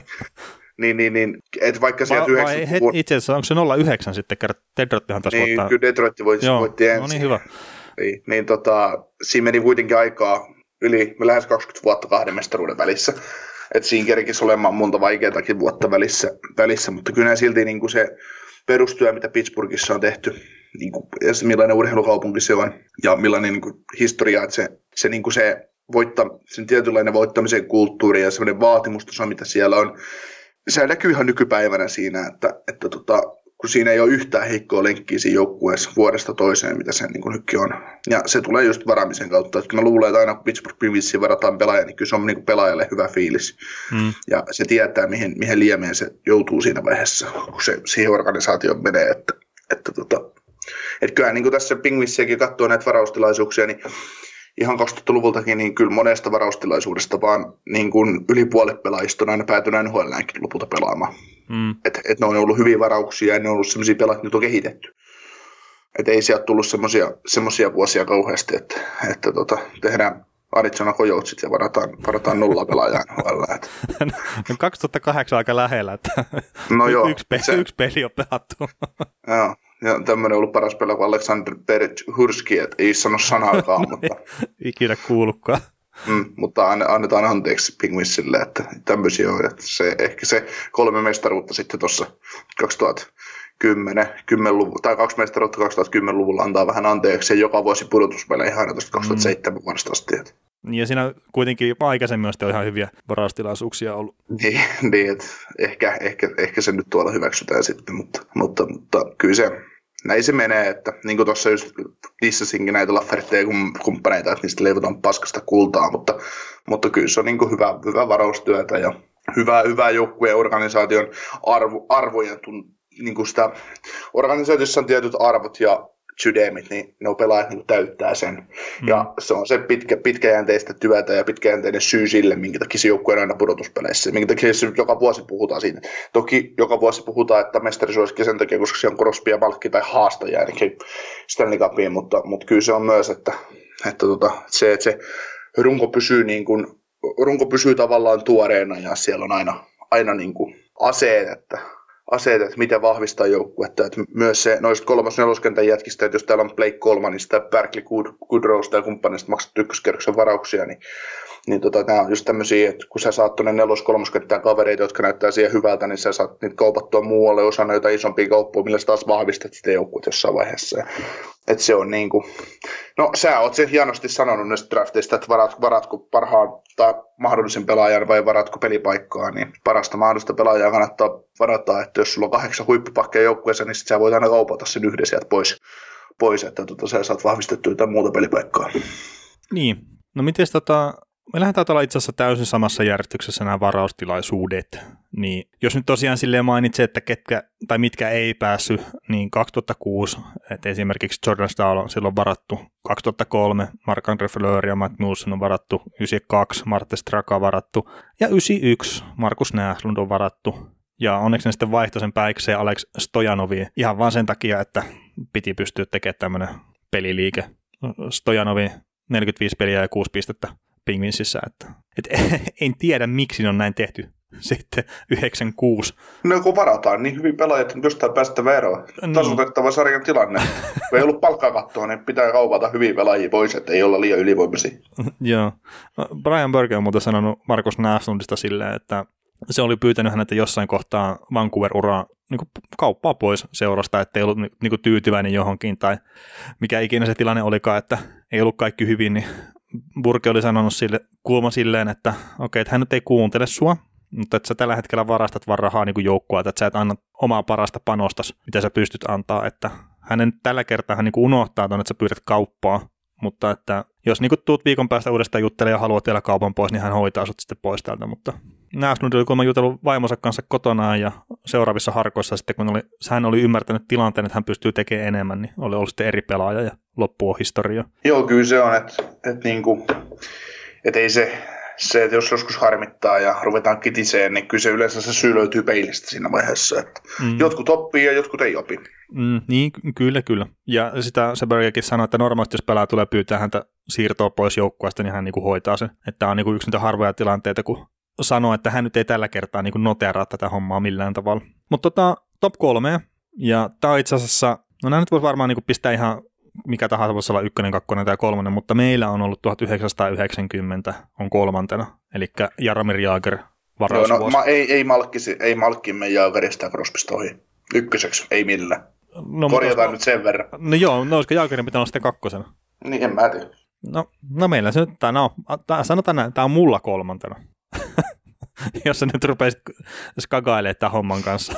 Niin, niin, niin, että vaikka sieltä yhdeksänkymmentä... Itse asiassa onko se nolla yhdeksän sitten, kerran Detroittihan taas niin, voittaa. Niin, kyllä Detroit voitti, voitti ensin. No niin, hyvä. Niin, niin tota, siinä meni kuitenkin aikaa yli lähes kaksikymmentä vuotta kahden mestaruuden välissä. Että siinä kerkisi olemaan monta vaikeatakin vuotta välissä, välissä mutta kyllä silti niin kuin se perustyö, mitä Pittsburghissa on tehty, niin kuin, ja se, millainen urheilukaupunki se on, ja millainen niin kuin, historia, että se, se, niin kuin se voitta, sen tietynlainen voittamisen kulttuuri ja semmoinen vaatimustaso, mitä siellä on, se näkyy ihan nykypäivänä siinä, että, että tota, kun siinä ei ole yhtään heikkoa lenkkiä siinä joukkueessa vuodesta toiseen, mitä se niin nytkin on. Ja se tulee just varaamisen kautta. Että mä luulen, että aina kun Pittsburgh Penguinsiin varataan pelaaja, niin kyllä se on niin pelaajalle hyvä fiilis. Mm. Ja se tietää, mihin, mihin liemeen se joutuu siinä vaiheessa, kun se siihen organisaatioon menee. Että, että, tota, että kyllähän niin kuin tässä Penguinsiakin katsoo näitä varaustilaisuuksia, niin ihan kaksituhattaluvultakin niin kyllä monesta varaustilaisuudesta vaan niin kuin yli puolet pelaajista on aina päätynyt N H L:äänkin lopulta pelaamaan. Mm. Että et ne on ollut hyviä varauksia ja ne on ollut sellaisia pelaajia, että nyt on kehitetty. Että ei sieltä tullut semmoisia vuosia kauheasti, että, että tota, tehdään Arizona Coyotsit ja varataan, varataan nolla pelaajaa N H L:ään. No kaksituhattakahdeksan aika lähellä, että no joo, yksi, peli, se, yksi peli on pelattu. Joo. Ja tämmöinen on ollut paras pelaa kuin Alexander Hurski, että ei sano sanaakaan, mutta... Ikinä kuulukaan. Mm, mutta annetaan anteeksi Penguinsille, että tämmöisiä on. Että se, ehkä se kolme mestaruutta sitten tuossa kaksituhattakymmenen kymmenluvun, tai kaksi mestaruutta kaksituhattakymmenluvulla antaa vähän anteeksi, ja joka vuosi pudotuspeleihin aina tuosta kaksituhattaseitsemän vuodesta asti. Niin ja siinä kuitenkin aikaisemmin on ihan hyviä varaustilaisuuksia ollut. Niin, niin että ehkä, ehkä, ehkä se nyt tuolla hyväksytään sitten, mutta, mutta, mutta kyllä se... Näin se menee, että niin kuin tuossa just dissasinkin näitä Laffertteja kumppaneita, että niistä leivotaan paskasta kultaa, mutta, mutta kyllä se on niin kuin hyvä, hyvä varaustyötä ja hyvä, hyvä joukkueen organisaation arvo, arvojen, niin kuin sitä, organisaatiossa on tietyt arvot ja sydämit, niin ne pelaajat niin täyttää sen. Mm. Ja se on se pitkä, pitkäjänteistä työtä ja pitkäjänteinen syy sille, minkä takia se joukkue on aina pudotuspeleissä. Minkä takia se joka vuosi puhutaan siitä. Toki joka vuosi puhutaan, että mestari suosikin sen takia, koska se on Crosby ja Malkki tai haastaja ainakin Stanley Cupiin, mutta, mutta kyllä se on myös, että, että tota, se, että se runko pysyy, niin kuin, runko pysyy tavallaan tuoreena ja siellä on aina, aina niin kuin aseet, että aseet, että miten vahvistaa joukkuetta. Että myös se noista kolmas neloskentän jätkistä, että jos täällä on Blake Colemanista, Berkeley Goodrowsta ja kumppanista maksat ykköskerroksen varauksia, niin, niin tota, nämä on just tämmöisiä, että kun sä saat tuonne nelos-kolmoskenttään kavereita, jotka näyttää siihen hyvältä, niin sä saat niitä kaupattua muualle osana jotain isompia kauppoja, millä sä taas vahvistat sitä joukkuetta jossain vaiheessa. Että se on niin kuin, no sä oot sen hienosti sanonut näistä drafteista, että varat, varatko parhaan tai mahdollisen pelaajan vai varatko pelipaikkaa, niin parasta mahdollista pelaajaa kannattaa varata, että jos sulla on kahdeksan huippupakkeja joukkueessa, niin sit sä voit aina kaupata sen yhden sieltä pois, pois että tota, sä saat vahvistettua jotain muuta pelipaikkaa. Niin, no mites tota, meillähän taitaa olla itse asiassa täysin samassa järjestyksessä nämä varaustilaisuudet, niin jos nyt tosiaan silleen mainitset, että ketkä tai mitkä ei päässyt, niin kaksituhattakuusi, että esimerkiksi Jordan Staal on silloin varattu, kaksituhattakolme Marc-Andre Fleury ja Matt Moulson on varattu, yhdeksänkymmentäkaksi Martin Straka varattu ja yhdeksänkymmentäyksi Markus Näslund on varattu. Ja onneksi ne sitten vaihtoi sen päikseen Alex Stojanoviin ihan vaan sen takia, että piti pystyä tekemään tämmöinen peliliike. Stojanovi neljäkymmentäviisi peliä ja kuusi pistettä Penguinsissä. Että, et, en tiedä, miksi ne on näin tehty sitten yhdeksänkymmentäkuusi. No kun varataan niin hyvin pelaajat, että jostain päästä veroa. Niin. Tasoitettava sarjan tilanne. Kun ei ollut palkkaa katsoa, niin pitää kaupata hyviä pelaajia pois, että ei olla liian ylivoimaisia. Joo. Brian Burke on muuten sanonut Markus Näslundista silleen, että se oli pyytänyt häneltä jossain kohtaa Vancouver-uraa niin kauppaa pois seurasta, että ei ollut niin tyytyväinen johonkin tai mikä ikinä se tilanne olikaan, että ei ollut kaikki hyvin, niin Burke oli sanonut sille, kuulma silleen, että okei, että hän nyt ei kuuntele sua, mutta että sä tällä hetkellä varastat vaan rahaa niin joukkoa, että sä et anna omaa parasta panostas, mitä sä pystyt antaa, että hänen tällä kertaa hän niin unohtaa ton, että sä pyydät kauppaa, mutta että jos niin tuut viikon päästä uudestaan juttelemaan ja haluat vielä kaupan pois, niin hän hoitaa sut sitten pois täältä, mutta Näslund oli kuulemma jutellut vaimonsa kanssa kotonaan ja seuraavissa harkoissa sitten, kun oli, hän oli ymmärtänyt tilanteen, että hän pystyy tekemään enemmän, niin oli ollut sitten eri pelaaja ja loppu on historia. Joo, kyllä se on, että, että, niinku, että ei se, se, että jos joskus harmittaa ja ruvetaan kitiseen, niin kyllä se yleensä se syy löytyy peilistä siinä vaiheessa, että mm. jotkut oppii ja jotkut ei opi. Mm, niin, kyllä, kyllä. Ja sitä Sebergakin sanoi, että normaalisti jos pelaa tulee pyytää häntä siirtoa pois joukkueesta, niin hän niinku hoitaa sen. Että tämä on niinku yksi niitä harvoja tilanteita, kun sanoo, että hän nyt ei tällä kertaa niinku noteraa tätä hommaa millään tavalla. Mutta tota, top kolme, ja tämä on itse asiassa, no nämä nyt voisi varmaan niinku pistää ihan mikä tahansa, voisi olla ykkönen, kakkonen tai kolmonen, mutta meillä on ollut tuhatyhdeksänsataayhdeksänkymmentä on kolmantena, eli Jaromir Jagr varausvuosi. Joo, no ma, ei, ei, malkkisi, ei malkkimme Jagrista ja Crosbysta ohi. Ykköseksi, ei millään. No, korjataan olisiko, nyt sen verran. No joo, no olisiko Jagrin pitää olla sitten kakkosena? Niin, en mä tiedä. No, no meillä se nyt, tai no, sanotaan näin, tämä on mulla kolmantena. Jos sä nyt rupeisit skagailemaan tämän homman kanssa.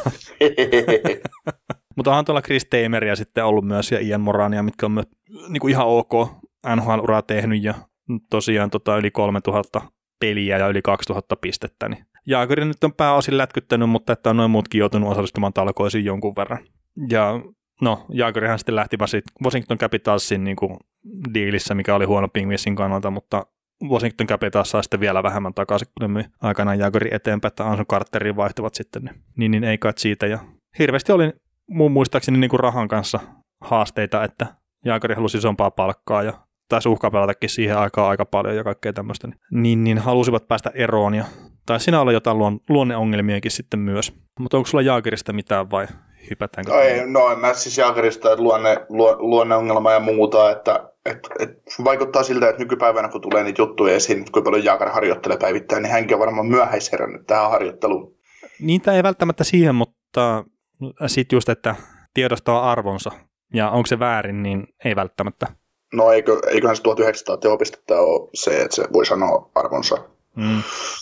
Mutta onhan tuolla Chris Tameria sitten ollut myös ja Ian Morania, mitkä on myös niin kuin ihan ok N H L-uraa tehnyt ja tosiaan tota, yli kolmetuhatta peliä ja yli kaksituhatta pistettä. Niin Jagr nyt on pääosin lätkyttänyt, mutta että on noin muutkin joutunut osallistumaan talkoisiin jonkun verran. Ja no, Jagrihan sitten lähti Washington Capitalsin niin kuin diilissä, mikä oli huono Penguinsin kannalta, mutta Washington Capitals saa sitten vielä vähemmän takaisin, kun ne myi aikanaan Jagrin eteenpäin, että Anson Carterin vaihtuvat sitten. Niin, niin ei kai siitä. Ja hirveästi oli mun muistaakseni niin kuin rahan kanssa haasteita, että Jagr halusi isompaa palkkaa ja taisi uhkapelatakin siihen aikaan aika paljon ja kaikkea tämmöistä. Niin, niin halusivat päästä eroon ja taisi siinä olla jotain luon, luonneongelmiakin sitten myös. Mutta onko sulla Jagrista mitään vai hypätäänkö? No, ei, no en mä siis Jagrista, että luonne, luonneongelma ja muuta, että et, et, vaikuttaa siltä, että nykypäivänä kun tulee niitä juttuja esiin, että kuinka paljon Jagr harjoittelee päivittäin, niin hänkin on varmaan myöhäisherännyt tähän harjoitteluun. Niitä ei välttämättä siihen, mutta sitten just, että tiedostaa arvonsa ja onko se väärin, niin ei välttämättä. No eikö, eiköhän se tuhatyhdeksänsataa tehopistettä ole se, että se voi sanoa arvonsa. Mm.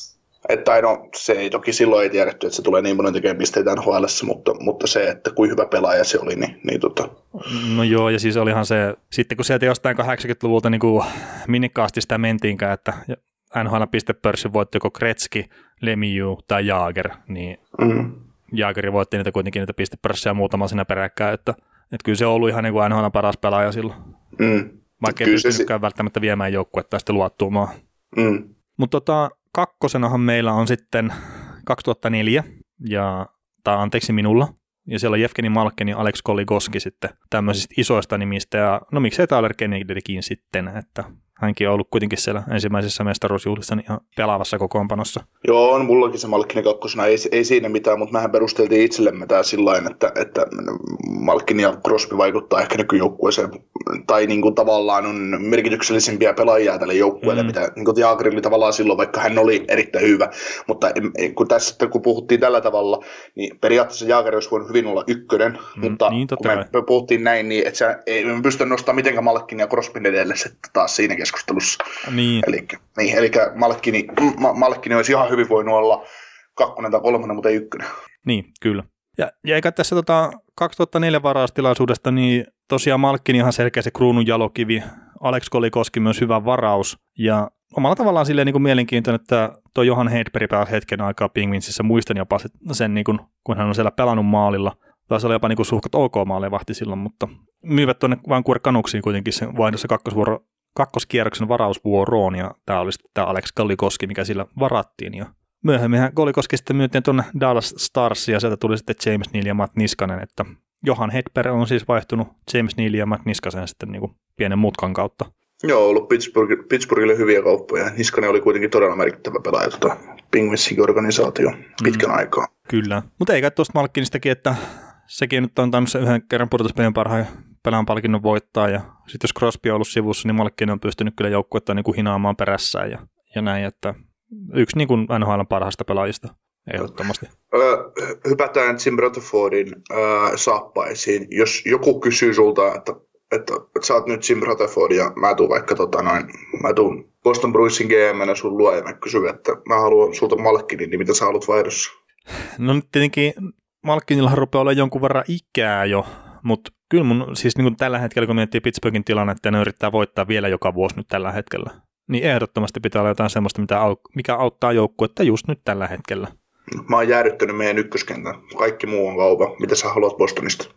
Että no, se ei toki silloin ei tiedetty, että se tulee niin paljon tekemään pisteitä N H L:ssä, mutta, mutta se, että kuinka hyvä pelaaja se oli, niin, niin tota. No joo, ja siis olihan se, sitten kun sieltä jostain kahdeksankymmentäluvulta niin kuin minnikkaasti sitä mentiinkään, että N H L-pistepörssin voitti joko Gretzky, Lemieux tai Jagr, niin mm. Jagr voitti niitä kuitenkin niitä pistepörssiä muutama siinä peräkkäin, että, että kyllä se on ollut ihan niin kuin N H L paras pelaaja silloin. Mm. Vaikka ei pystynytkään se välttämättä viemään joukkuetta sitten luottuumaan. Mm. Mutta tota, kakkosenahan meillä on sitten kaksituhattaneljä, ja tämä on anteeksi minulla, ja siellä on Jevgeni Malkin ja Alex Goligoski sitten tämmöisistä isoista nimistä, ja no miksei Tyler Kennedykin sitten, että hänkin on ollut kuitenkin siellä ensimmäisessä mestaruusjuhlissa ihan pelaavassa kokoonpanossa. Joo, on mullakin se Malkin kakkosena, ei, ei siinä mitään, mutta mehän perusteltiin itsellemme tämä sillain, että, että Malkin ja Crosby vaikuttaa ehkä nykyjoukkueeseen, tai niin kuin tavallaan on merkityksellisimpiä pelaajia tälle joukkueelle, mm. mitä niin kuin Jagr oli tavallaan silloin, vaikka hän oli erittäin hyvä, mutta kun tässä kun puhuttiin tällä tavalla, niin periaatteessa Jagr olisi voinut hyvin olla ykkönen, mm, mutta niin, kun me kai puhuttiin näin, niin että sä, ei me pysty nostamaan mitenkään Malkin ja Crosbyn edelle sitten taas siinä keskustelussa. Niin. Eli, niin, eli Malkkini, Ma, Malkkini olisi ihan hyvin voinut olla kakkonen tai kolmonen, mutta ei ykkönen. Niin, kyllä. Ja, ja eikä tässä tota, kaksituhattaneljä varaustilaisuudesta, niin tosiaan Malkkini ihan selkeä se kruunun jalokivi, Alex Goligoski myös hyvä varaus, ja omalla tavallaan silleen niin kuin mielenkiintoinen, että tuo Johan Hedberg pääsi hetken aikaa Penguinsissä, muistan jopa sen, niin kuin, kun hän on siellä pelannut maalilla. Taisi olla jopa niin kuin suhkat OK maalevahti silloin, mutta myivät tuonne Vancouver Canucksiin kuitenkin sen vaihdossa kakkosvuoro, kakkoskierroksen varausvuoroon, ja tämä oli sitten tämä Alex Goligoski, mikä sillä varattiin. Ja myöhemmin Goligoski sitten myytiin tuonne Dallas Starsiin, ja sieltä tuli sitten James Neal ja Matt Niskanen, että Johan Hedberg on siis vaihtunut James Neal ja Matt Niskasen sitten niin kuin pienen mutkan kautta. Joo, ollut Pittsburgh, Pittsburghille hyviä kauppoja. Niskanen oli kuitenkin todella merkittävä pelaaja tuota, Penguinsinkin organisaatio pitkän mm. aikaa. Kyllä, mutta eikä tuosta Malkkinistakin, että sekin nyt on tainnut sen yhden kerran pudotuspelien parhaan pelaajan palkinnon voittaa, ja sitten jos Crosby on ollut sivussa, niin Malkkinen on pystynyt kyllä joukkuetta niin kuin hinaamaan perässään ja, ja näin, että yksi niin kuin N H L:n parhaista pelaajista ehdottomasti. Öö, hypätään Jim Rutherfordin öö, saappaisiin. Jos joku kysyy sulta, että, että, että sä oot nyt Jim Rutherford ja mä tuun vaikka tota noin, mä tuun Boston Bruinsin G M:nä sun luo ja mä kysyn, että mä haluan sulta Malkkinin, niin mitä sä haluat vaihdossa? No nyt tietenkin Malkkinillahan rupeaa olla jonkun verran ikää jo, mutta kyllä mun siis niin kuin tällä hetkellä, kun miettii Pittsburghin tilannetta ja ne yrittää voittaa vielä joka vuosi nyt tällä hetkellä, niin ehdottomasti pitää olla jotain semmoista, mitä, mikä auttaa joukkuetta just nyt tällä hetkellä. Mä oon jäädyttänyt meidän ykköskentän. Kaikki muu on kaupa. Mitä sä haluat Bostonista?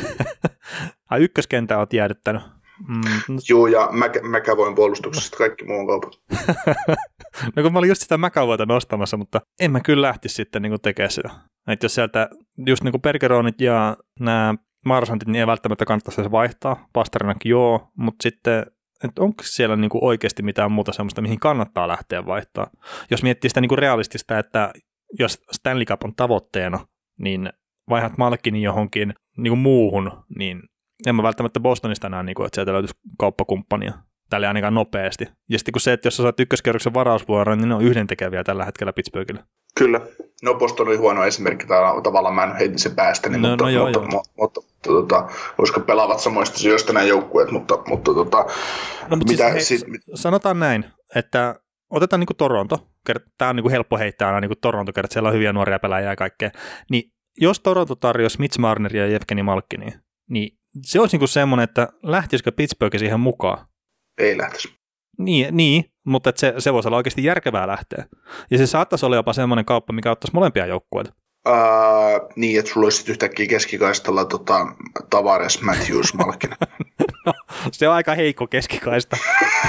Ai ykköskentää oot jäädyttänyt? Mm. Joo, ja mä, McAvoyn puolustuksesta kaikki muu on kaupa. No kun mä olin just sitä McAvoyta nostamassa, mutta en mä kyllä lähtisi sitten niin tekemään sitä. Että jos sieltä just niin kuin Bergeronit ja nämä Marsantit, niin ei välttämättä kannattaisi se vaihtaa. Pasternak joo, mutta sitten että onko siellä niin kuin oikeasti mitään muuta semmoista, mihin kannattaa lähteä vaihtaa. Jos miettii sitä niin kuin realistista, että jos Stanley Cup on tavoitteena, niin vaihdat Malkkinin johonkin niin kuin muuhun, niin en mä välttämättä Bostonista näe, niin kuin, että sieltä löytyisi kauppakumppania tälle ainakaan nopeasti. Ja sitten kun se, että jos sä saat ykköskierroksen varausvuoron, niin ne on yhdentekeviä tällä hetkellä Pittsburghille. Kyllä. No Boston oli huono esimerkki, täällä tavallaan mä en heitin sen päästäni, no, mutta, no joo, mutta, joo. mutta, mutta tota, koska pelaavat samoista syöstä nämä joukkueet, mutta, mutta tota, no, mutta mitä, siis, hei, sit, sanotaan näin, että otetaan niin kuin Toronto, tämä on niin kuin helppo heittää aina niin kuin Toronto, kertaa siellä on hyviä nuoria pelaajia ja kaikkea, niin jos Toronto tarjosi Mitch Marneria ja Evgeni Malkkinia, niin se olisi niin kuin semmoinen, että lähtisikö Pittsburgh siihen mukaan? Ei lähtisi. Niin, niin mutta se, se voisi olla oikeasti järkevää lähteä. Ja se saattaisi olla jopa semmoinen kauppa, mikä ottaisi molempia joukkueita. Uh, niin, että sulla olisi yhtäkkiä keskikaistalla tota, Tavares, Matthews, Malkkinen. No, se on aika heikko keskikaista.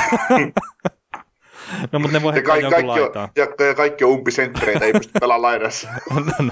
No, mutta ne voi heittää jonkun laitaa. Ja, ja kaikki on umpisenttereitä, ei pysty pelaamaan laidassa. no, no.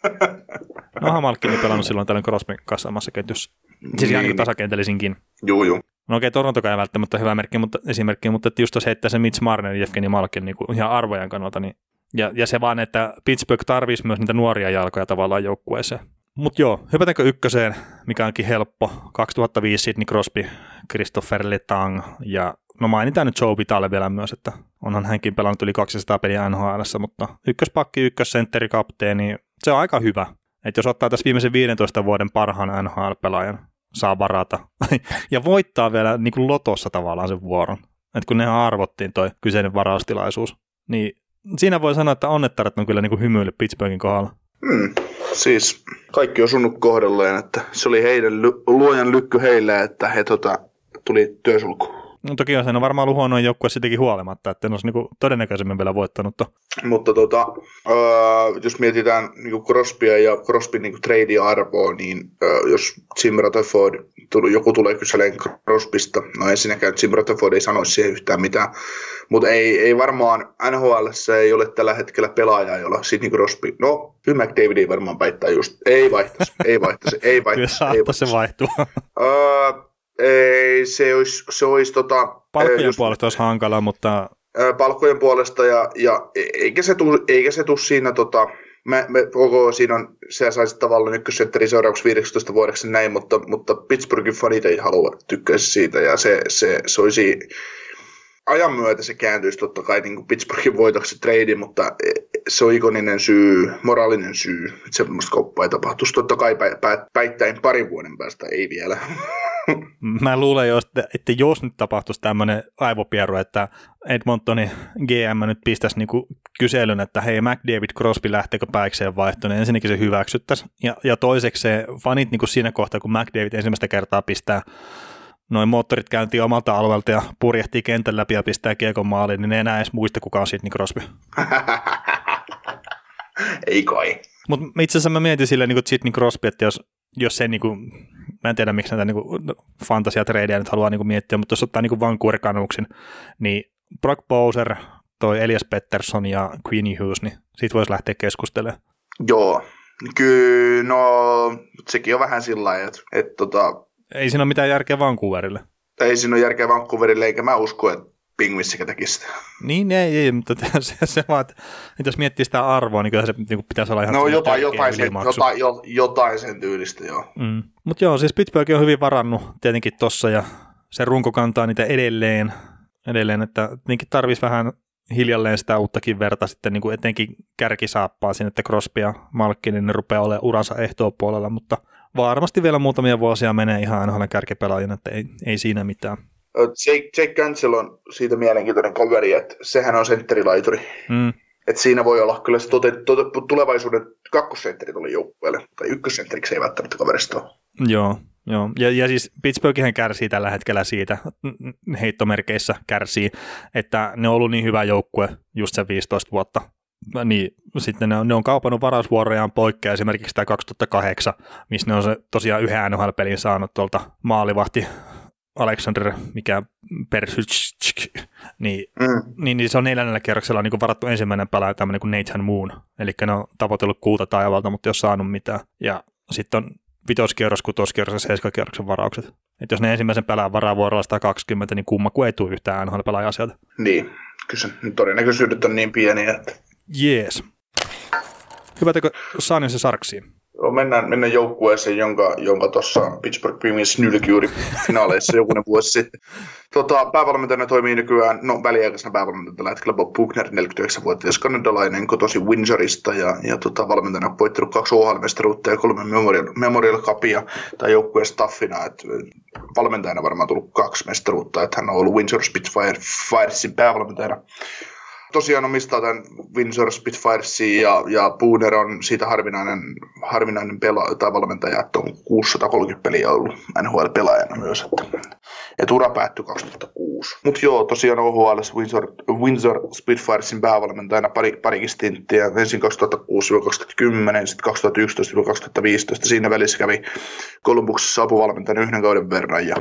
No onhan Malkkinen pelannut silloin tällöin Crosbyn kanssa samassa ketjussa. Siis niin, ihan niin tasakentelisinkin. Juu, juu. No okei, Torontokaan ei välttämättä hyvä merkki, mutta, esimerkki, mutta että just jos heittää se Mitch Marner ja Evgeni Malkin niin kuin ihan arvojen kannalta, niin, ja, ja se vaan, että Pittsburgh tarvitsisi myös niitä nuoria jalkoja tavallaan joukkueeseen. Mutta joo, hypätäänkö ykköseen, mikä onkin helppo. kaksituhattaviisi Sidney Crosby, Christopher Letang ja no mainitaan nyt Joe Vitale vielä myös, että onhan hänkin pelannut yli kaksisataa peliä N H L:ssä, mutta ykköspakki, ykkössentteri, kapteeni, se on aika hyvä. Että jos ottaa tässä viimeisen viidentoista vuoden parhaan N H L-pelaajan, saa varata ja voittaa vielä niin kuin lotossa tavallaan sen vuoron. Että kun nehän arvottiin toi kyseinen varaustilaisuus, niin siinä voi sanoa, että onnettaret on kyllä niin kuin hymyillyt Pittsburghin kohdalla. Hmm. Siis kaikki on osunut kohdalleen, että se oli heidän ly- luojan lykky heille, että he tota, tuli työsulkuun. No toki on, se on varmaan ollut huonoin joukkue sitäkin huolimatta, että en olisi niinku todennäköisemmin vielä voittanut. To. Mutta tota, äh, jos mietitään niinku Crosbya ja Crosbyn niinku trade-arvoa, niin äh, jos Jim Rutherford, joku tulee kyselemään Crosbysta, no ensinnäkään Jim Rutherford ei sanoisi siihen yhtään mitään, mutta ei, ei varmaan N H L:ssä ei ole tällä hetkellä pelaajaa, jolla Sidney Crosby, no Phil McDavid ei varmaan väittää just, ei vaihtaisi, ei vaihtaisi, ei vaihtaisi. Kyllä saattaa se vaihtua. Uh, ei, se olisi, se olisi tota... Palkkojen just, puolesta olisi hankala, mutta... Palkkojen puolesta, ja, ja eikä se tule eikä se tule siinä tota... Me, me, ok, siinä on, sä saisit tavallaan ykkössentteri seuraavaksi viideksitoista vuodeksi näin, mutta, mutta Pittsburghin fanit ei halua tykkäisi siitä, ja se, se, se olisi... Ajan myötä se kääntyisi totta kai niin kuin Pittsburghin voitoksi trade, mutta se on ikoninen syy, moraalinen syy, että semmoista kauppaa ei tapahtuisi. Totta kai pä, pä, päittäin parin vuoden päästä, ei vielä. Mä luulen, että jos nyt tapahtuisi tämmöinen aivopieru, että Edmontonin G M nyt pistäisi niinku kyselyn, että hei McDavid Crosby lähteekö päikseen vaihtoon, niin ensinnäkin se hyväksyttäisiin. Ja, ja toiseksi se fanit niinku siinä kohtaa, kun McDavid ensimmäistä kertaa pistää noin moottorit käyntiin omalta alueelta ja purjehtii kentän läpi ja pistää kiekon maaliin, niin ne enää edes muista, kuka on Sidney Crosby. Ei kai. Mutta itse asiassa mä mietin silleen niin Sidney Crosby, että jos, jos se, niin kuin, mä en tiedä miksi näitä niin fantasiatreidejä nyt haluaa niin kuin miettiä, mutta jos ottaa niin Vancouver-Canucksin, niin Brock Bowser, toi Elias Pettersson ja Queenie Hughes, niin siitä voisi lähteä keskustelemaan. Joo, kyllä, no sekin on vähän sillä lailla, että, että tota, ei siinä ole mitään järkeä Vancouverille. Ei siinä ole järkeä Vancouverille, eikä mä usko, että Penguinsikä tekisi sitä. Niin, ei, ei, mutta se, se vaan, että jos miettii sitä arvoa, niin kyllä se niin pitäisi olla ihan no, jotain, jotain, sen, jotain, jotain sen tyylistä, joo. Mm. Mutta joo, siis Pittsburgh on hyvin varannut tietenkin tossa, ja se runko kantaa niitä edelleen, edelleen että niinkin tarvitsisi vähän hiljalleen sitä uuttakin verta sitten niin kuin etenkin kärkisaappaa siinä, että Crosby ja Malkin, ne rupeaa olemaan uransa ehtoopuolella, mutta varmasti vielä muutamia vuosia menee ihan N H L kärkipelaajina, että ei, ei siinä mitään. Jake, Jake Cancel on siitä mielenkiintoinen kaveri, että sehän on sentterilaituri. Mm. Että siinä voi olla kyllä se tote, tote, tulevaisuuden kakkosentteri tuolle joukkueelle, tai ykkössentteriksi ei välttämättä kaverista ole. Joo, joo. Ja, ja siis Pittsburghihän kärsii tällä hetkellä siitä, heittomerkeissä kärsii, että ne on ollut niin hyvä joukkue just sen viisitoista vuotta. Niin sitten ne on, ne on kaupannut varausvuorojaan poikkeaa esimerkiksi tämä kaksituhattakahdeksan, missä ne on se tosiaan yhden N H L-pelin saanut tuolta maalivahti Alexander, mikä Persytsk, niin, mm. niin, niin se on neljännellä kierroksella niin varattu ensimmäinen pelaaja tämmöinen kuin Nathan Moon, eli ne on tavoitellut kuuta taivalta, mutta ei ole saanut mitään. Ja sitten on vitoskierros, kutoskierros ja seiskakierroksen varaukset. Että jos ne ensimmäisen pelaajan varavuorolla sata kaksikymmentä, niin kumma kun ei tule yhtään N H L-pelaajaa sieltä. Niin, kyllä todennäköisyydet on niin pieniä, että... Jees. Hypätäkö Saanius ja Sarksiin? Joo, mennään, mennään joukkueeseen, jonka, jonka tuossa Pittsburgh Penguins nylki juuri finaaleissa jokunen vuosi sitten. Tota, päävalmentajana toimii nykyään, no väliaikaisena päävalmentajana tällä hetkellä Bob Buchner, neljäkymmentäyhdeksänvuotias kanadalainen, kotoisin Windsorista ja, ja tota, valmentajana voittanut kaksi O H L-mestaruutta ja kolme Memorial, Memorial Cupia tai joukkueen staffina. Et valmentajana varmaan tullut kaksi mestaruutta, että hän on ollut Windsor Spitfiresin päävalmentajana. Tosiaan omistaa tämän Windsor Spitfiresin ja, ja Buhner on siitä harvinainen, harvinainen pela, tai valmentaja, että on kuusisataakolmekymmentä peliä ollut N H L-pelaajana myös. Että, että ura päättyi kaksituhattakuusi. Mutta joo, tosiaan O H L Windsor, Windsor Spitfiresin päävalmentajana pari, parikin stinttiä. Ensin kaksituhattakuusi kaksituhattakymmenen, sitten kaksituhattayksitoista kaksituhattaviisitoista. Siinä välissä kävi Columbuksessa apuvalmentajana yhden kauden verran. Ja,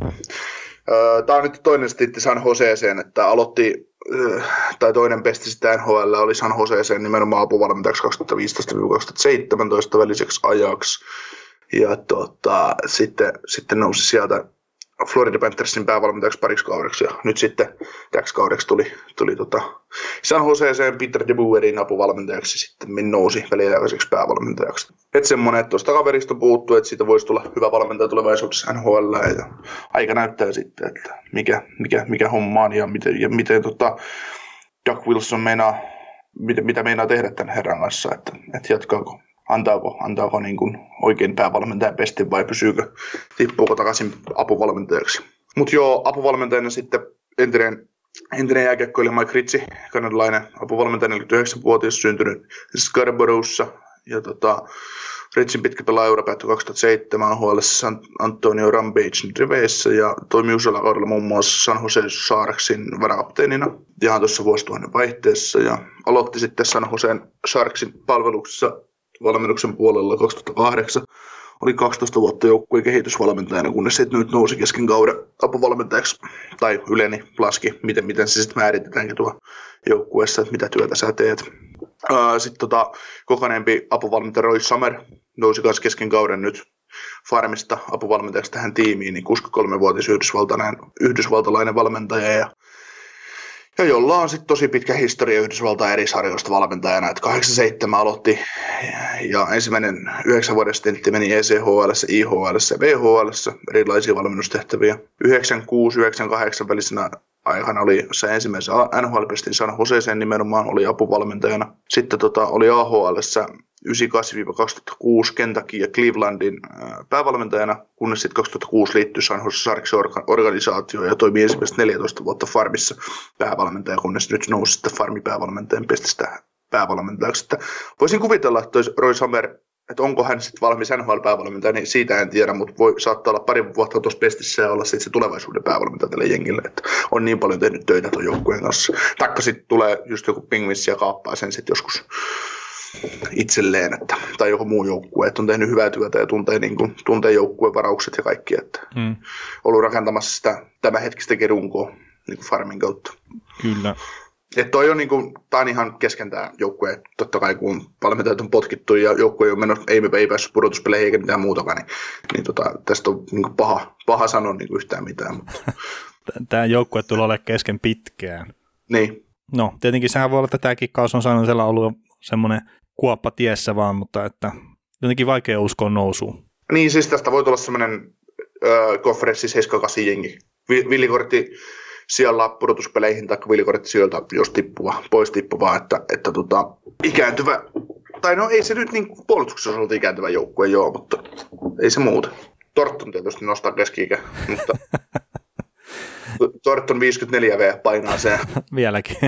äh, tämä on nyt toinen stintti San Joseeseen, että aloitti tai toinen pesti sitä N H L oli San Joseeseen nimenomaan apuvalmentajaksi kaksituhattaviisitoista kaksituhattaseitsemäntoista väliseksi ajaksi. Ja tota, sitten, sitten nousi sieltä Florida Panthersin päävalmentajaksi pariksi kaudeksi. Ja nyt sitten täksi kaudeksi tuli, tuli tota San Joseeseen Peter DeBuerin apuvalmentajaksi. Sitten nousi väliaikaiseksi päävalmentajaksi. Että semmoinen, että tuosta kaverista puuttuu, että siitä voisi tulla hyvä valmentaja tulevaisuudessa N H L. Ja aika näyttää sitten, että mikä, mikä, mikä homma on ja miten, ja miten tota Doug Wilson meinaa, mitä, mitä meinaa tehdä tämän herran kanssa. Että, että jatkaako, antaako, antaako niin kuin oikein päävalmentajan pestin vai pysyykö, tippuuko takaisin apuvalmentajaksi. Mutta joo, apuvalmentajana sitten entinen Entinen jääkiekkoilija Mike Ritchie, kanadalainen apuvalmentaja, neljäkymmentäyhdeksänvuotias, syntynyt Scarboroughssa. Ja tota, Ritchien pitkä pelaajaura päättyi kaksituhattaseitsemän H L San Antonio Rampagen riveissä ja toimi usealla kaudella muun muassa San Jose Sharksin varakapteenina ihan tuossa vuosituhannen vaihteessa. Ja aloitti sitten San Jose Sharksin palveluksessa valmennuksen puolella kaksituhattakahdeksan. Oli kaksitoista vuotta joukkueen kehitysvalmentajana, kunnes sitten nyt nousi kesken kauden apuvalmentajaksi, tai yleni, laski, miten, miten se sitten määritetäänkin tuo joukkueessa, että mitä työtä sä teet. Sitten tota, kokeneempi apuvalmentaja Roy Summer nousi myös kesken kauden nyt Farmista apuvalmentajaksi tähän tiimiin, niin kuusikymmentäkolmevuotias yhdysvaltalainen, yhdysvaltalainen valmentaja, ja Ja jolla on sitten tosi pitkä historia Yhdysvaltain eri sarjoista valmentajana, että kahdeksankymmentäseitsemän aloitti ja ensimmäinen yhdeksän vuoden stentti meni E C H L:ssä, I H L:ssä ja V H L:ssä erilaisia valmennustehtäviä. yhdeksänkymmentäkuusi yhdeksänkymmentäkahdeksan välisenä aikana oli se ensimmäisen N H L-pestin San Joseeseen nimenomaan, oli apuvalmentajana. Sitten tota, oli A H L:ssä yhdeksänkymmentäkahdeksan kaksituhattakuusi Kentucky ja Clevelandin päävalmentajana, kunnes sitten kaksituhattakuusi liittyi San Jose Sharksin organisaatioon ja toimi ensimmäistä neljätoista vuotta Farmissa päävalmentaja, kunnes nyt nousi sitten Farmin päävalmentajan pestistä päävalmentajaksi. Että voisin kuvitella, että Roy Summer, että onko hän sitten valmis N H L-päävalmentaja, niin siitä en tiedä, mutta voi saattaa olla pari vuotta tuossa pestissä ja olla sitten se tulevaisuuden päävalmentaja tälle jengille, että on niin paljon tehnyt töitä tuon joukkueen kanssa. Taikka sitten tulee just joku Penguins ja kaappaa sen sitten joskus itselleen, että, tai joku muu joukkue, että on tehnyt hyvää työtä ja tuntee, niin kuin, tuntee joukkueen varaukset ja kaikki, että mm. ollut rakentamassa sitä tämänhetkistäkin runkoa niin kuin Farmin kautta. Kyllä. Että toi on, niin kuin, tää on ihan kesken tämä joukkue, totta kai kun valmentajat on potkittu ja joukkue on mennyt, ei, ei päässyt pudotuspeleihin eikä mitään muutakaan, niin, niin tota, tästä on niin kuin paha, paha sanoa niin kuin yhtään mitään, mutta Tämä joukkue tulee olemaan kesken pitkään. Niin. No, tietenkin sehän voi olla, että tämäkin kausi on saanut siellä ollut semmoinen kuoppa tiessä vaan, mutta että jotenkin vaikea uskoa nousuun. Niin, siis tästä voi tulla semmoinen äh, konferenssi seitsemän kahdeksan jengi. Villikortti siellä pudotuspeleihin tai villikortti sieltä, jos tippua, pois tippuvaa, että, että tota, ikääntyvä, tai no ei se nyt niin puolustuksessa ollut ikääntyvä joukkue, joo, mutta ei se muuta. Tortton tietysti nostaa keski-ikä, mutta Tortton viisikymmentäneljä vuotta painaa sen. Vieläkin.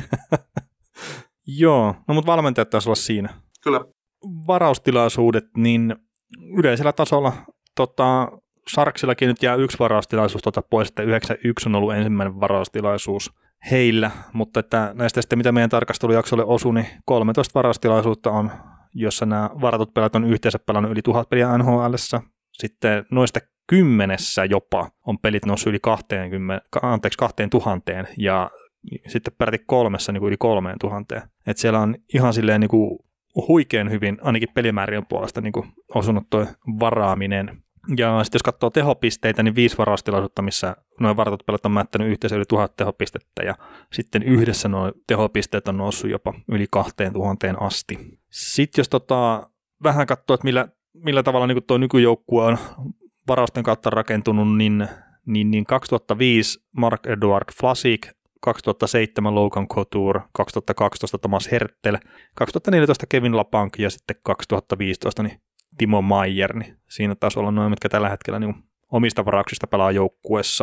Joo, no mutta valmentajat taisi olla siinä. Kyllä. Varaustilaisuudet, niin yleisellä tasolla tota, Sarksillakin nyt jää yksi varaustilaisuus tota pois, että yhdeksänkymmentäyksi on ollut ensimmäinen varaustilaisuus heillä, mutta että näistä sitten, mitä meidän tarkastelujaksolle osui, niin kolmetoista varaustilaisuutta on, jossa nämä varatut pelat on yhteensä pelannut yli tuhat peliä N H L:ssä. Sitten noista kymmenessä jopa on pelit noussut yli kaksikymmentä, anteeksi, kahteen tuhanteen ja sitten peräti kolmessa niin kuin yli kolmeen tuhanteen. Että siellä on ihan silleen niin kuin huikean hyvin, ainakin pelimäärien puolesta niin kuin osunut tuo varaaminen. Ja sitten jos katsoo tehopisteitä, niin viisi varaustilaisuutta, missä noin varatut pelat on mättänyt yhteensä yli tuhat tehopistettä, ja sitten yhdessä nuo tehopisteet on noussut jopa yli kahteen tuhanteen asti. Sitten jos tota, vähän katsoo, että millä, millä tavalla niin tuo nykyjoukkue on varausten kautta rakentunut, niin, niin, niin kaksituhattaviisi Marc-Edouard Vlasic, kaksituhattaseitsemän Logan Couture, kaksituhattakaksitoista Thomas Hertel, kaksituhattaneljätoista Kevin Labanc ja sitten kaksituhattaviisitoista niin Timo Maier, niin siinä taisi olla noin, mitkä tällä hetkellä niin omista varauksista pelaa joukkueessa.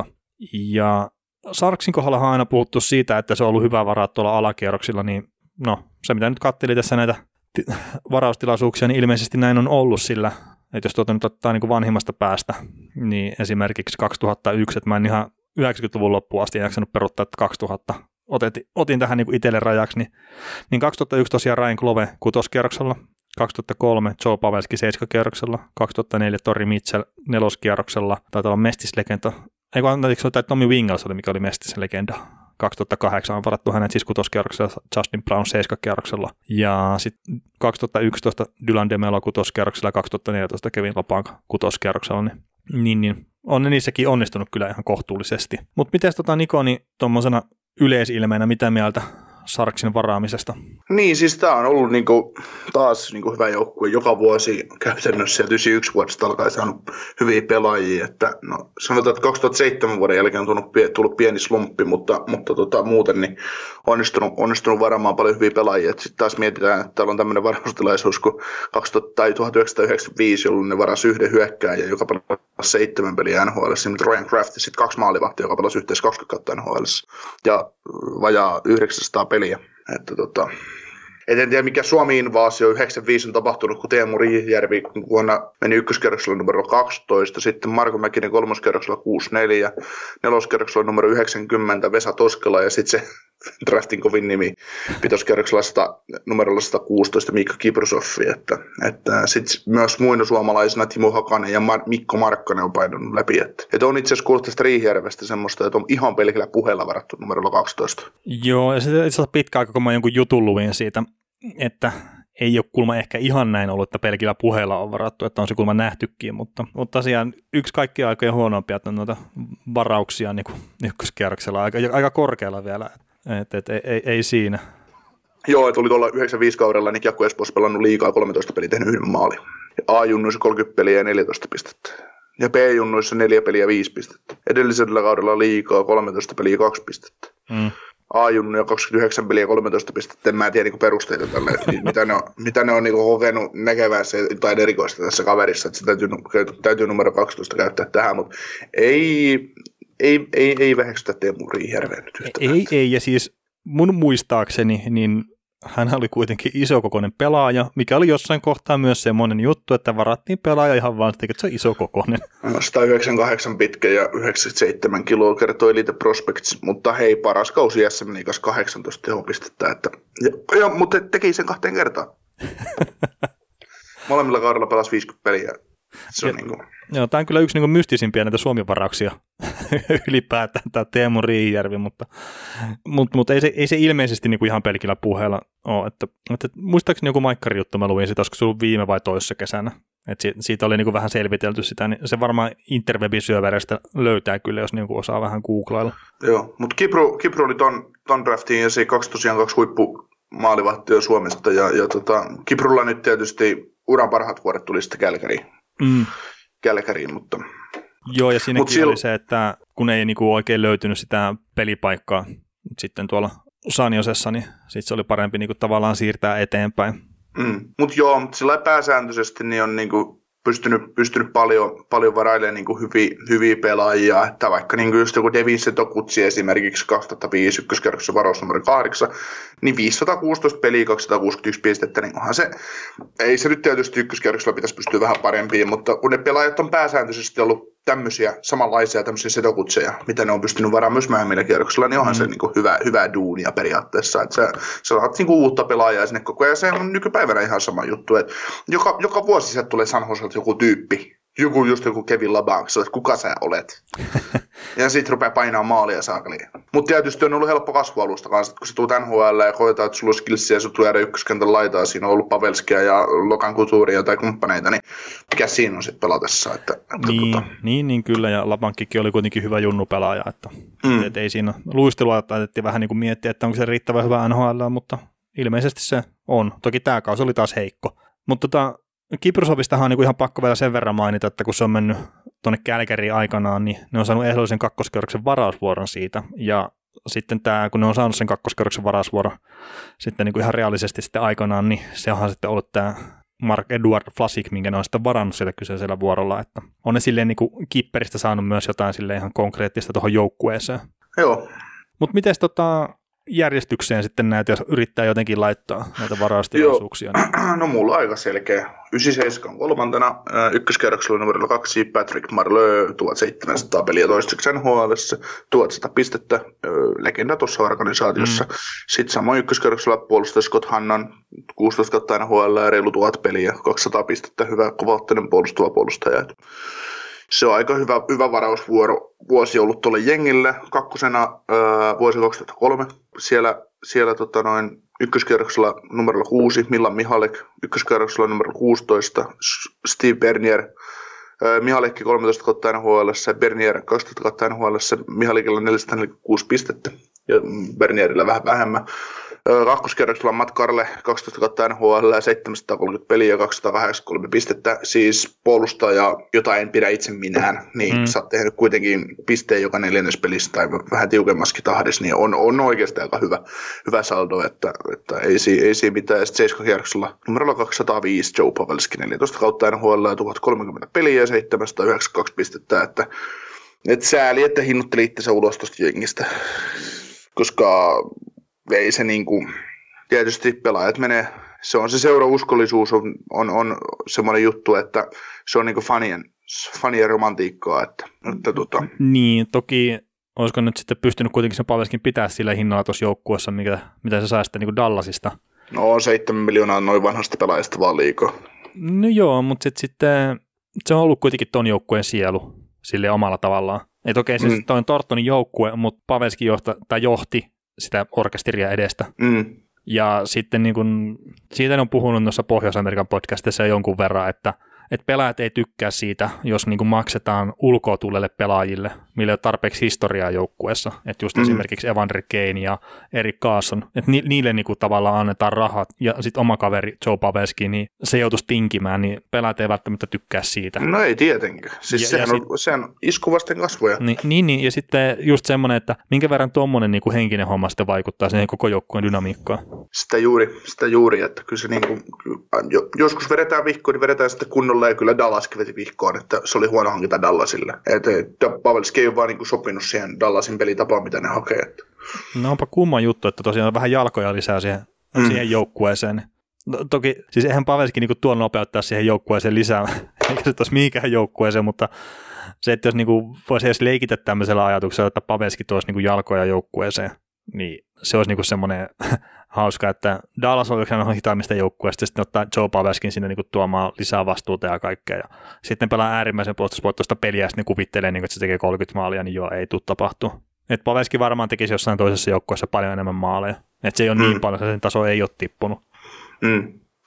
Ja Sarksin kohdalla on aina puhuttu siitä, että se on ollut hyvä varaa tuolla alakierroksilla, niin no, se mitä nyt katseli tässä näitä t- varaustilaisuuksia, niin ilmeisesti näin on ollut sillä, että jos tuota nyt ottaa niin kuin vanhimmasta päästä, niin esimerkiksi kaksituhattayksi, että mä en ihan yhdeksänkymmentäluvun loppuun asti en jaksanut peruttaa, että kaksituhatta otin, otin tähän niin kuin itselle rajaksi, niin, niin kaksituhattayksi tosiaan Ryan Clove kutoskierroksella, kaksituhattakolme Joe Pavelski seiskakierroksella, kaksituhattaneljä Tori Mitchell neloskierroksella, taitaa olla Mestis-legenda, ei kun anteeksi, tai Tommy Wingels oli, mikä oli Mestis-legenda, kaksituhattakahdeksan on varattu hänet siis kutoskierroksella, Justin Brown seiskakierroksella, ja sitten kaksituhattayksitoista Dylan DeMelo kutoskierroksella, kaksituhattaneljätoista Kevin Labanc kutoskierroksella, niin, niin, niin on ne niissäkin onnistunut kyllä ihan kohtuullisesti. Mutta miten tota Nikoni tuommoisena yleisilmeenä, mitä mieltä Sarksin varaamisesta? Niin, siis tämä on ollut niinku, taas niinku hyvä joukkue joka vuosi käytännössä, ja yhdeksänkymmentäyksi vuodesta alkaen saanut hyviä pelaajia, että no, sanotaan, että kaksituhattaseitsemän vuoden jälkeen on tullut, tullut pieni slumppi, mutta, mutta tota, muuten niin onnistunut, onnistunut varaamaan paljon hyviä pelaajia. Sitten taas mietitään, että täällä on tämmöinen varaustilaisuus, kun kaksituhatta, tai tuhatyhdeksänsataayhdeksänkymmentäviisi, jolloin ne varasi yhden hyökkääjän, joka pelasi seitsemän peliä N H L:ssä, mutta Ryan Kraft, ja sitten kaksi maalivahtia, joka pelasi yhteensä kaksikymmentä kautta N H L:ssä, ja vajaa yhdeksänsataa peliä. Että tota, et en tiedä mikä Suomi-invaasio yhdeksänkymmentäviisi on tapahtunut, kun Teemu Riihijärvi vuonna meni ykköskerroksella numero kaksitoista, sitten Marko Mäkinen kolmoskerroksella kuusikymmentäneljä, neloskerroksella numero yhdeksänkymmentä Vesa Toskela ja sitten se draftin kovin nimi vitoskerroksella numerolla sata kuusitoista Miikka Kiprusoffi, että, että sitten myös muinosuomalaisena Timo Hakanen ja Mar- Mikko Markkanen on painunut läpi, että, että on itse asiassa kuullut tästä Riihijärvestä semmoista, että on ihan pelkillä puheella varattu numerolla kaksitoista. Joo, ja sitten itse asiassa pitkä aika, kun mä jonkun jutun luin siitä, että ei ole kulma ehkä ihan näin ollut, että pelkillä puheilla on varattu, että on se kulma nähtykin, mutta, mutta tosiaan yksi kaikkien aikojen huonompia noita varauksia niin kuin ykköskierroksella, aika, aika korkealla vielä, että et, ei, ei, ei siinä. Joo, että oli tuolla yhdeksänkymmentäviisi kaudella, niin Kiekko Espoossa pelannut liigaa kolmetoista peliä, tehnyt yhden maalin. A-junnuissa kolmekymmentä peliä ja neljätoista pistettä. Ja B-junnuissa neljä peliä ja viisi pistettä. Edellisellä kaudella liigaa kolmetoista peliä ja kaksi pistettä. Mm. A-junnuja kaksikymmentäyhdeksän peliä ja kolmetoista pistettä, en mä tiedä niin perusteita tälle, että mitä ne on, mitä ne on niin kokenut näkevänsä jotain erikoista tässä kaverissa, että se täytyy, täytyy numero kaksitoista käyttää tähän, mutta ei, ei, ei, ei väheksytä Teemu Riihijärveä nyt yhtään. Ei, ei, ja siis mun muistaakseni, niin hän oli kuitenkin isokokoinen pelaaja, mikä oli jossain kohtaa myös semmoinen juttu, että varattiin pelaaja ihan vaan, että se on isokokoinen. sata yhdeksänkymmentäkahdeksan pitkä ja yhdeksänkymmentäseitsemän kiloa kertoi Elite Prospects, mutta hei, paras kausi S M Liigassa kahdeksantoista tehopistettä, että, ja, ja, mutta teki sen kahteen kertaan. Molemmilla kaudella pelasi viisikymmentä peliä. Se on ja, niin kuin... Joo, tämä on kyllä yksi niin kuin mystisimpiä näitä Suomi-varauksia ylipäätään, tämä Teemu Riihijärvi, mutta, mutta, mutta ei, se, ei se ilmeisesti niin kuin ihan pelkillä puheella ole. Että, että muistaakseni joku Maikkari juttu mä luin, että olisiko se ollut viime vai toisessa kesänä, Et siitä oli niinku vähän selvitelty sitä, niin se varmaan interwebisyövereistä löytää kyllä, jos niinku osaa vähän googlailla. Joo, mutta Kipru, Kipru oli ton, ton draftiin ja se kaksi tosiaan kaksi huippumaalivahtia Suomesta ja, ja tota, Kiprulla nyt tietysti uran parhaat vuodet tuli sitten Kälkäriin, mm. Kälkäriin mutta... Joo, ja siinäkin sil... oli se, että kun ei niinku oikein löytynyt sitä pelipaikkaa sitten tuolla San Josessa, niin sitten se oli parempi niinku tavallaan siirtää eteenpäin. Mm. Mutta joo, mutta sillä pääsääntöisesti niin on niinku pystynyt, pystynyt paljon, paljon varailemaan niinku hyviä, hyviä pelaajia, että vaikka niinku just joku Devin Setokutsi esimerkiksi kaksituhattaviisi ykköskerroksessa varausnumero kahdeksan, niin viisisataakuusitoista peliä, kaksisataakuusikymmentäyksi pistettä, niin onhan se, ei se nyt tietysti ykköskerroksella pitäisi pystyä vähän parempiin, mutta kun ne pelaajat on pääsääntöisesti ollut tämmöisiä samanlaisia tämmöisiä Setokutseja, mitä ne on pystynyt varaamaan myös myöhemmillä kierroksilla, niin onhan mm. se niinku hyvä, hyvä duunia periaatteessa, että sä, sä saat niinku uutta pelaajaa sinne koko ajan, ja se on nykypäivänä ihan sama juttu, että joka, joka vuosi sieltä tulee San Joselta joku tyyppi, joku just joku Kevin Labanc, että kuka sä olet. Ja sitten rupeaa painaa maalia saakeliin. Mutta tietysti on ollut helppo kasvualusta kanssa, että kun sä tuut N H L ja koetaan, että sulla on skillsiä ja sä tulee ykköskentän laitaa, siinä on ollut Pavelskia ja Lokan Couturea tai kumppaneita, niin mikä siinä on sitten pelatessa? Että, että niin, tota... niin, niin, kyllä, ja Labanckikin oli kuitenkin hyvä junnupelaaja, että mm. et ei siinä luistelua, että vähän niin kuin miettiä, että onko se riittävän hyvä N H L, mutta ilmeisesti se on. Toki tämä kausi oli taas heikko. Mutta tota, Kiprusovistahan on niin kuin ihan pakko vielä sen verran mainita, että kun se on mennyt tuonne Kälkäriin aikanaan, niin ne on saanut ehdollisen kakkoskerroksen varausvuoron siitä, ja sitten tämä, kun ne on saanut sen kakkoskerroksen varausvuoron sitten niin kuin ihan reaalisesti sitten aikanaan, niin se onhan sitten ollut tämä Marc-Edouard Vlasic, minkä ne on sitten varannut sillä kyseisellä vuorolla, että on ne silleen niin kuin kipperistä saanut myös jotain silleen ihan konkreettista tuohon joukkueeseen. Joo. Mutta miten tota järjestykseen sitten näitä, jos yrittää jotenkin laittaa näitä varaustilaisuuksia? Niin... No mulla on aika selkeä. yhdeksänkymmentäseitsemän kolmantena, ykköskerroksella numerolla kaksi, Patrick Marleau, tuhatseitsemänsataa peliä toiseksi N H L:ssä, tuhatsata pistettä, legenda tuossa organisaatiossa. Mm. Sitten samoin ykköskerroksella puolustaja Scott Hannan, kuusitoista kautta N H L ja reilu tuhat peliä, kaksisataa pistettä, hyvä kovaotteinen puolustava puolustaja. Se on aika hyvä, hyvä varausvuoro vuosi ollut tuolle jengille. Kakkosena ää, vuosi kaksituhattakolme. Siellä, siellä tota noin, ykköskierroksella numerolla kuusi, Milan Mihalek. Ykköskierroksella numerolla kuusitoista, Steve Bernier. Ää, Mihalekki kolmetoista kautta N H L:ssä, Bernier kaksitoista kautta N H L:ssä. Mihalekilla neljäsataaneljäkymmentäkuusi pistettä ja Bernierillä vähän vähemmän. Kakkoskierroksella Matt Carle, kaksitoista kautta N H L, seitsemänsataakolmekymmentä peliä ja kaksisataakahdeksankymmentäkolme pistettä, siis puolustaja, jota en pidä itse minään, niin mm. sä oot tehnyt kuitenkin pisteen joka neljännes pelissä tai vähän tiukemmaskin tahdissa, niin on, on oikeasti aika hyvä, hyvä saldo, että, että ei, ei siinä mitään. Ja sitten seiskakierroksella numerolla kaksisataaviisi Joe Pavelski, neljätoista kautta N H L, tuhatkolmekymmentä peliä ja seitsemänsataayhdeksänkymmentäkaksi pistettä, että, että sääli, että hinnutteli itsensä ulos tuosta jengistä, koska ei se niinku, tietysti pelaajat menee, se on se seurauskollisuus on, on, on semmoinen juttu, että se on niinku fanien, fanien romantiikkaa. Että, että tota. Niin, toki olisiko nyt sitten pystynyt kuitenkin sen Pavelskin pitää sillä hinnalla tuossa joukkueessa, mitä, mitä se saa sitten niinku Dallasista? No seitsemän miljoonaa noin vanhasta pelaajasta vaan liikaa. No joo, mutta sit, sitten se on ollut kuitenkin ton joukkueen sielu sille omalla tavallaan. Että okei, se mm. on Tortonin joukkue, mutta Pavelski johta, tai johti sitä orkesteria edestä. Mm. Ja sitten niin kun, siitä ne on puhunut noissa Pohjois-Amerikan podcastissa jonkun verran, että, että pelaajat ei tykkää siitä, jos niin kun maksetaan ulkoa tulleille pelaajille, millä ei ole tarpeeksi historiaa joukkueessa. Että just mm. esimerkiksi Evander Kane ja Erik Karlsson, että ni, niille niin kun tavallaan annetaan rahat, ja sitten oma kaveri Joe Pavelski, niin se joutuisi tinkimään, niin pelaajat ei välttämättä tykkää siitä. No ei tietenkään. Siis ja, sehän, ja on, sit, sehän on isku vasten kasvoja. Niin, niin, niin, ja sitten just semmoinen, että minkä verran tuommoinen niin kuin henkinen homma sitten vaikuttaa siihen koko joukkueen dynamiikkaan. Sitä juuri, sitä juuri, että kyllä se niin kuin, joskus vedetään vihkoon, niin vedetään sitten kunnolla, ja kyllä Dallaskin veti vihkoon, että se oli huono hankinta Dallasille. Että Pavelski ei ole vaan niin kuin sopinut siihen Dallasin pelitapaan, mitä ne hakee. Että. No onpa kumma juttu, että tosiaan vähän jalkoja lisää siihen, mm. siihen joukkueeseen. No, toki, siis eihän Pavelski niin kuin tuon nopeuttaa siihen joukkueeseen lisää, eikä se tuossa mihinkään joukkueeseen, mutta se, että jos niin kuin voisi edes leikitä tämmöisellä ajatuksella, että Pavelski tuoisi niin kuin jalkoja joukkueeseen, niin se olisi niin kuin semmoinen hauska, että Dallas on yksi hitaimmista joukkueesta, ja sitten ottaa Joe Pavelskin sinne niin kuin tuomaan lisää vastuuta ja kaikkea, ja sitten pelaa äärimmäisen puolustusvoittoista peliä, ja sitten ne kuvittelee, niin kuin, että se tekee kolmekymmentä maalia, niin joo, ei tule tapahtua. Että Pavelski varmaan tekisi jossain toisessa joukkueessa paljon enemmän maaleja, että se ei ole mm. niin paljon, sen taso ei ole tippunut. Mm.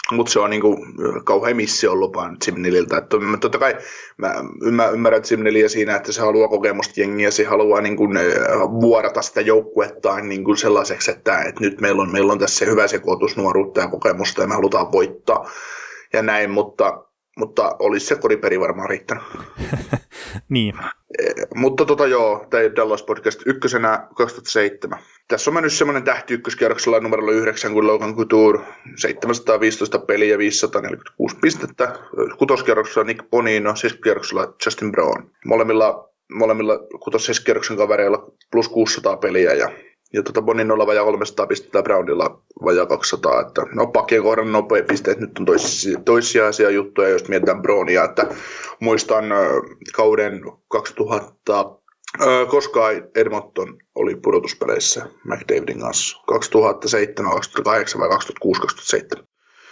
Mutta se on niinku kauhean mission lupa Zimnililtä. Että totta kai mä ymmärrän Zimniliä siinä, että se haluaa kokemusta jengiä, se haluaa niinku vuodata sitä joukkuettaan niinku sellaiseksi, että, että nyt meillä on, meillä on tässä hyvä sekoitus nuoruutta ja kokemusta ja me halutaan voittaa ja näin, mutta, mutta olisi se koriperi varmaan riittänyt. Niin. Mutta tota joo, tämä Dallas Podcast ykkösenä kaksituhattaseitsemän. Tässä on mennyt semmoinen tähti ykköskierroksella numerolla yhdeksän kuin Logan Couture, seitsemänsataaviisitoista peliä, viisisataaneljäkymmentäkuusi pistettä. Kutoskierroksella Nick Bonino, seiskokierroksella Justin Braun. Molemmilla, molemmilla kutos-seiskokierroksen kavereilla plus kuusisataa peliä ja Ja tuota Boninolla vajaa kolmesataa pistettä, Brownilla vajaa kaksisataa. Että, no pakkien kohdan nopea pisteet nyt on toisia, toissijaisia juttuja, jos mietitään Brownia. Että muistan äh, kauden kaksituhatta, äh, koska Edmonton oli pudotuspeleissä McDavidin kanssa. kaksituhattaseitsemän, kaksituhattakahdeksan vai kaksituhattakuusi kaksituhattaseitsemän.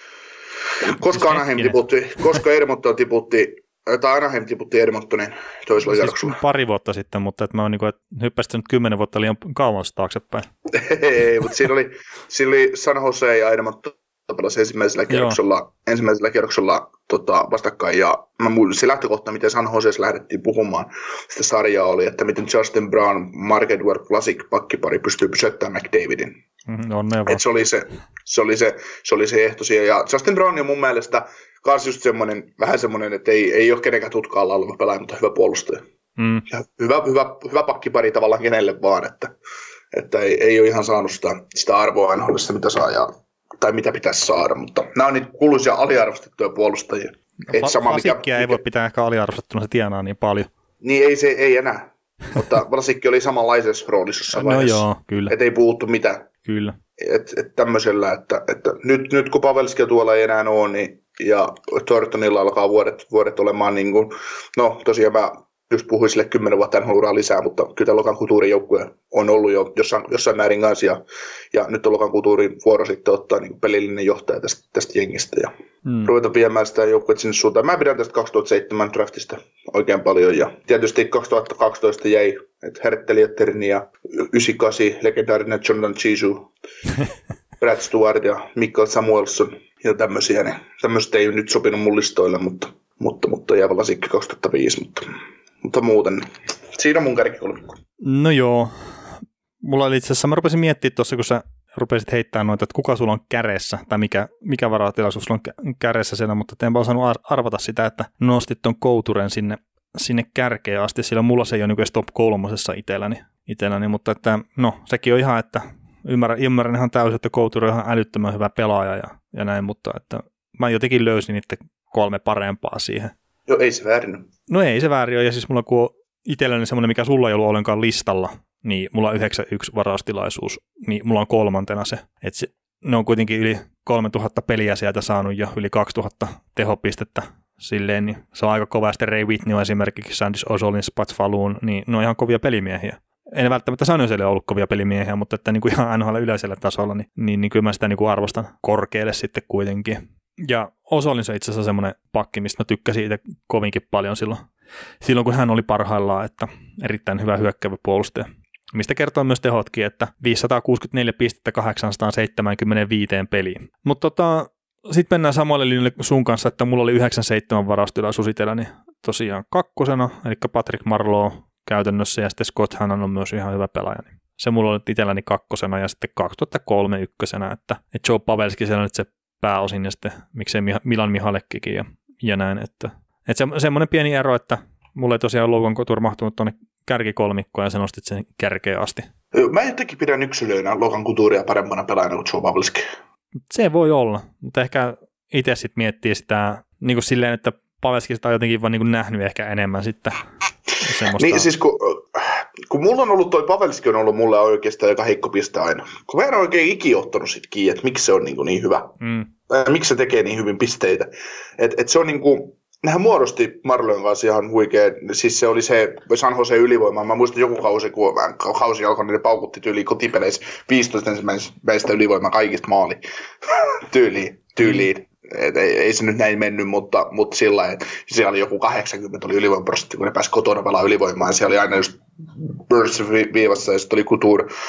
Koska Anaheim tiputti, koska Edmonton tiputti, tai Anaheim tiputti Edmontonin toisella siis jarruksella. Pari vuotta sitten, mutta että mä oon niin kuin, että hyppäsit nyt kymmenen vuotta liian kauan taaksepäin. Ei, mutta siinä oli, siinä oli San Jose ja Edmonton pelasi ensimmäisellä kierroksella, ensimmäisellä kierroksella tota, vastakkain. Ja mä muistin se lähtökohta, miten San Josessa lähdettiin puhumaan sitä sarjaa oli, että miten Justin Brown, Mark Edward Vlasic pakkipari pystyy pysäyttämään McDavidin. Mm, on Et se, oli se, se, oli se, se oli se ehto siihen. Ja Justin Brown on mun mielestä kans just semmoinen, vähän semmoinen, että ei, ei ole kenenkään tutkaalla oleva pelaaja, mutta hyvä puolustaja. Mm. Ja hyvä, hyvä, hyvä pakkipari tavallaan kenelle vaan, että, että ei, ei ole ihan saanut sitä, sitä arvoa aina olla sitä, mitä saa ja, tai mitä pitäisi saada, mutta nämä on niitä kuuluisia aliarvostettuja puolustajia. No, sama, Vlasikkia mikä, ei voi pitää ehkä aliarvostettuna, se tienaa niin paljon. Niin ei se ei enää, mutta Vlasikki oli samanlaisessa roolissa jossain no vaiheessa. Joo, kyllä. Että ei puhuttu mitään. Kyllä. Että et tämmöisellä, että, että nyt, nyt kun Pavelskia tuolla ei enää ole, niin ja Thorntonilla alkaa vuodet, vuodet olemaan niin kuin, no tosiaan mä just puhuin sille kymmenen vuotta N H L lisää, mutta kyllä Logan Couturen joukkue on ollut jo jossain, jossain määrin kanssa ja, ja nyt on Logan Couturen vuoro sitten ottaa niin kuin pelillinen johtaja tästä, tästä jengistä ja hmm. ruveta viemään sitä joukkuetta sinne suuntaan. Mä pidän tästä kaksituhattaseitsemän draftista oikein paljon ja tietysti kaksituhattakaksitoista jäi, että Hertteli ja Terni ja yhdeksänkymmentäkahdeksan legendaarinen Jonathan Chisu, Brad Stewart ja Michael Samuelson ja tämmöisiä, niin tämmöiset ei nyt sopinut mun listoille, mutta, mutta, mutta jää Vlasikki kaksituhattaviisi, mutta, mutta muuten siinä on mun kärkikolmikko. No joo, mulla oli itse asiassa, mä rupesin miettimään tuossa, kun sä rupesit heittämään noita, että kuka sulla on kädessä, tai mikä, mikä varatilaisuus sulla on kädessä siellä, mutta enpä osannut arvata sitä, että nostit ton Couturen sinne, sinne kärkeen asti, sillä mulla se ei ole nykyään top kolmosessa itselläni, itselläni, mutta että, no sekin on ihan, että Ymmärrän, ymmärrän ihan täysin, että Couture on ihan älyttömän hyvä pelaaja ja, ja näin, mutta että mä jotenkin löysin niitä kolme parempaa siihen. Joo, ei se väärin. No ei se väärin ole, ja siis mulla kun on itselläni semmoinen, mikä sulla ei ollut ollenkaan listalla, niin mulla on yhdeksän yksi varaustilaisuus, niin mulla on kolmantena se. Että se, ne on kuitenkin yli kolmetuhatta peliä sieltä saanut ja yli kaksituhatta tehopistettä silleen, niin se on aika kova. Sitten Ray Whitney on esimerkiksi Sandis Ozolin, Spats Falloon, niin ne on ihan kovia pelimiehiä. En välttämättä San Joselle ollut kovia pelimiehiä, mutta että niin kuin ihan N H L yleisellä tasolla, niin, niin, niin kyllä mä sitä niin kuin arvostan korkealle sitten kuitenkin. Ja Ozolin se itse asiassa semmoinen pakki, mistä mä tykkäsin itse kovinkin paljon silloin, silloin, kun hän oli parhaillaan, että erittäin hyvä hyökkäävä puolustaja. Mistä kertoo myös tehotkin, että viisisataakuusikymmentäneljä pistettä kahdeksansataaseitsemänkymmentäviisi peliin. Mutta tota, sitten mennään samalle linjalle sun kanssa, että mulla oli yhdeksänkymmentäseitsemän varaustilaisuus itselläni tosiaan kakkosena, eli Patrick Marleau käytännössä, ja sitten Scott Hannan on myös ihan hyvä pelaaja. Se mulla oli itselläni kakkosena, ja sitten kaksituhattakolme ykkösenä, että, että Joe Pavelski siellä nyt se pääosin, ja sitten miksei Milan Mihalekkikin, ja, ja näin. Että, että se, semmoinen pieni ero, että mulla ei tosiaan Logan Couture mahtunut tuonne kärkikolmikkoon, ja sä nostit sen kärkeen asti. Mä jotenkin pidän yksilöinä Logan Couturea parempana pelaajana kuin Joe Pavelski. Se voi olla, mutta ehkä itse sitten miettii sitä niin kuin silleen, että Pavelski sitä on jotenkin vaan niin kuin nähnyt ehkä enemmän sitten. Semmosta. Niin siis kun, kun mulla on ollut toi Pavelski on ollut mulle oikeastaan aika heikko piste aina. Kun mä en oikein ikinä ottanut sit kiinni, että miksi se on niin, niin hyvä. Mm. Äh, miksi se tekee niin hyvin pisteitä. Et, et se on niin kuin, nehän muodosti Marleon kanssa ihan huikea. Siis se oli se San Jose ylivoima. Mä muistan joku kausi, kun kausi alkoi, niin ne paukutti tyyliin kotipeleissä viisitoista ensimmäistä ylivoimaa kaikista maali. tyyliin, tyyliin. Et ei, ei se nyt näin mennyt, mutta, mutta sillä lailla, että siellä oli joku kahdeksankymmentä oli ylivoimaprosentti, kun ne pääsi kotona pelaa ylivoimaan. Siellä oli aina just Burns viivassa ja sitten oli Couture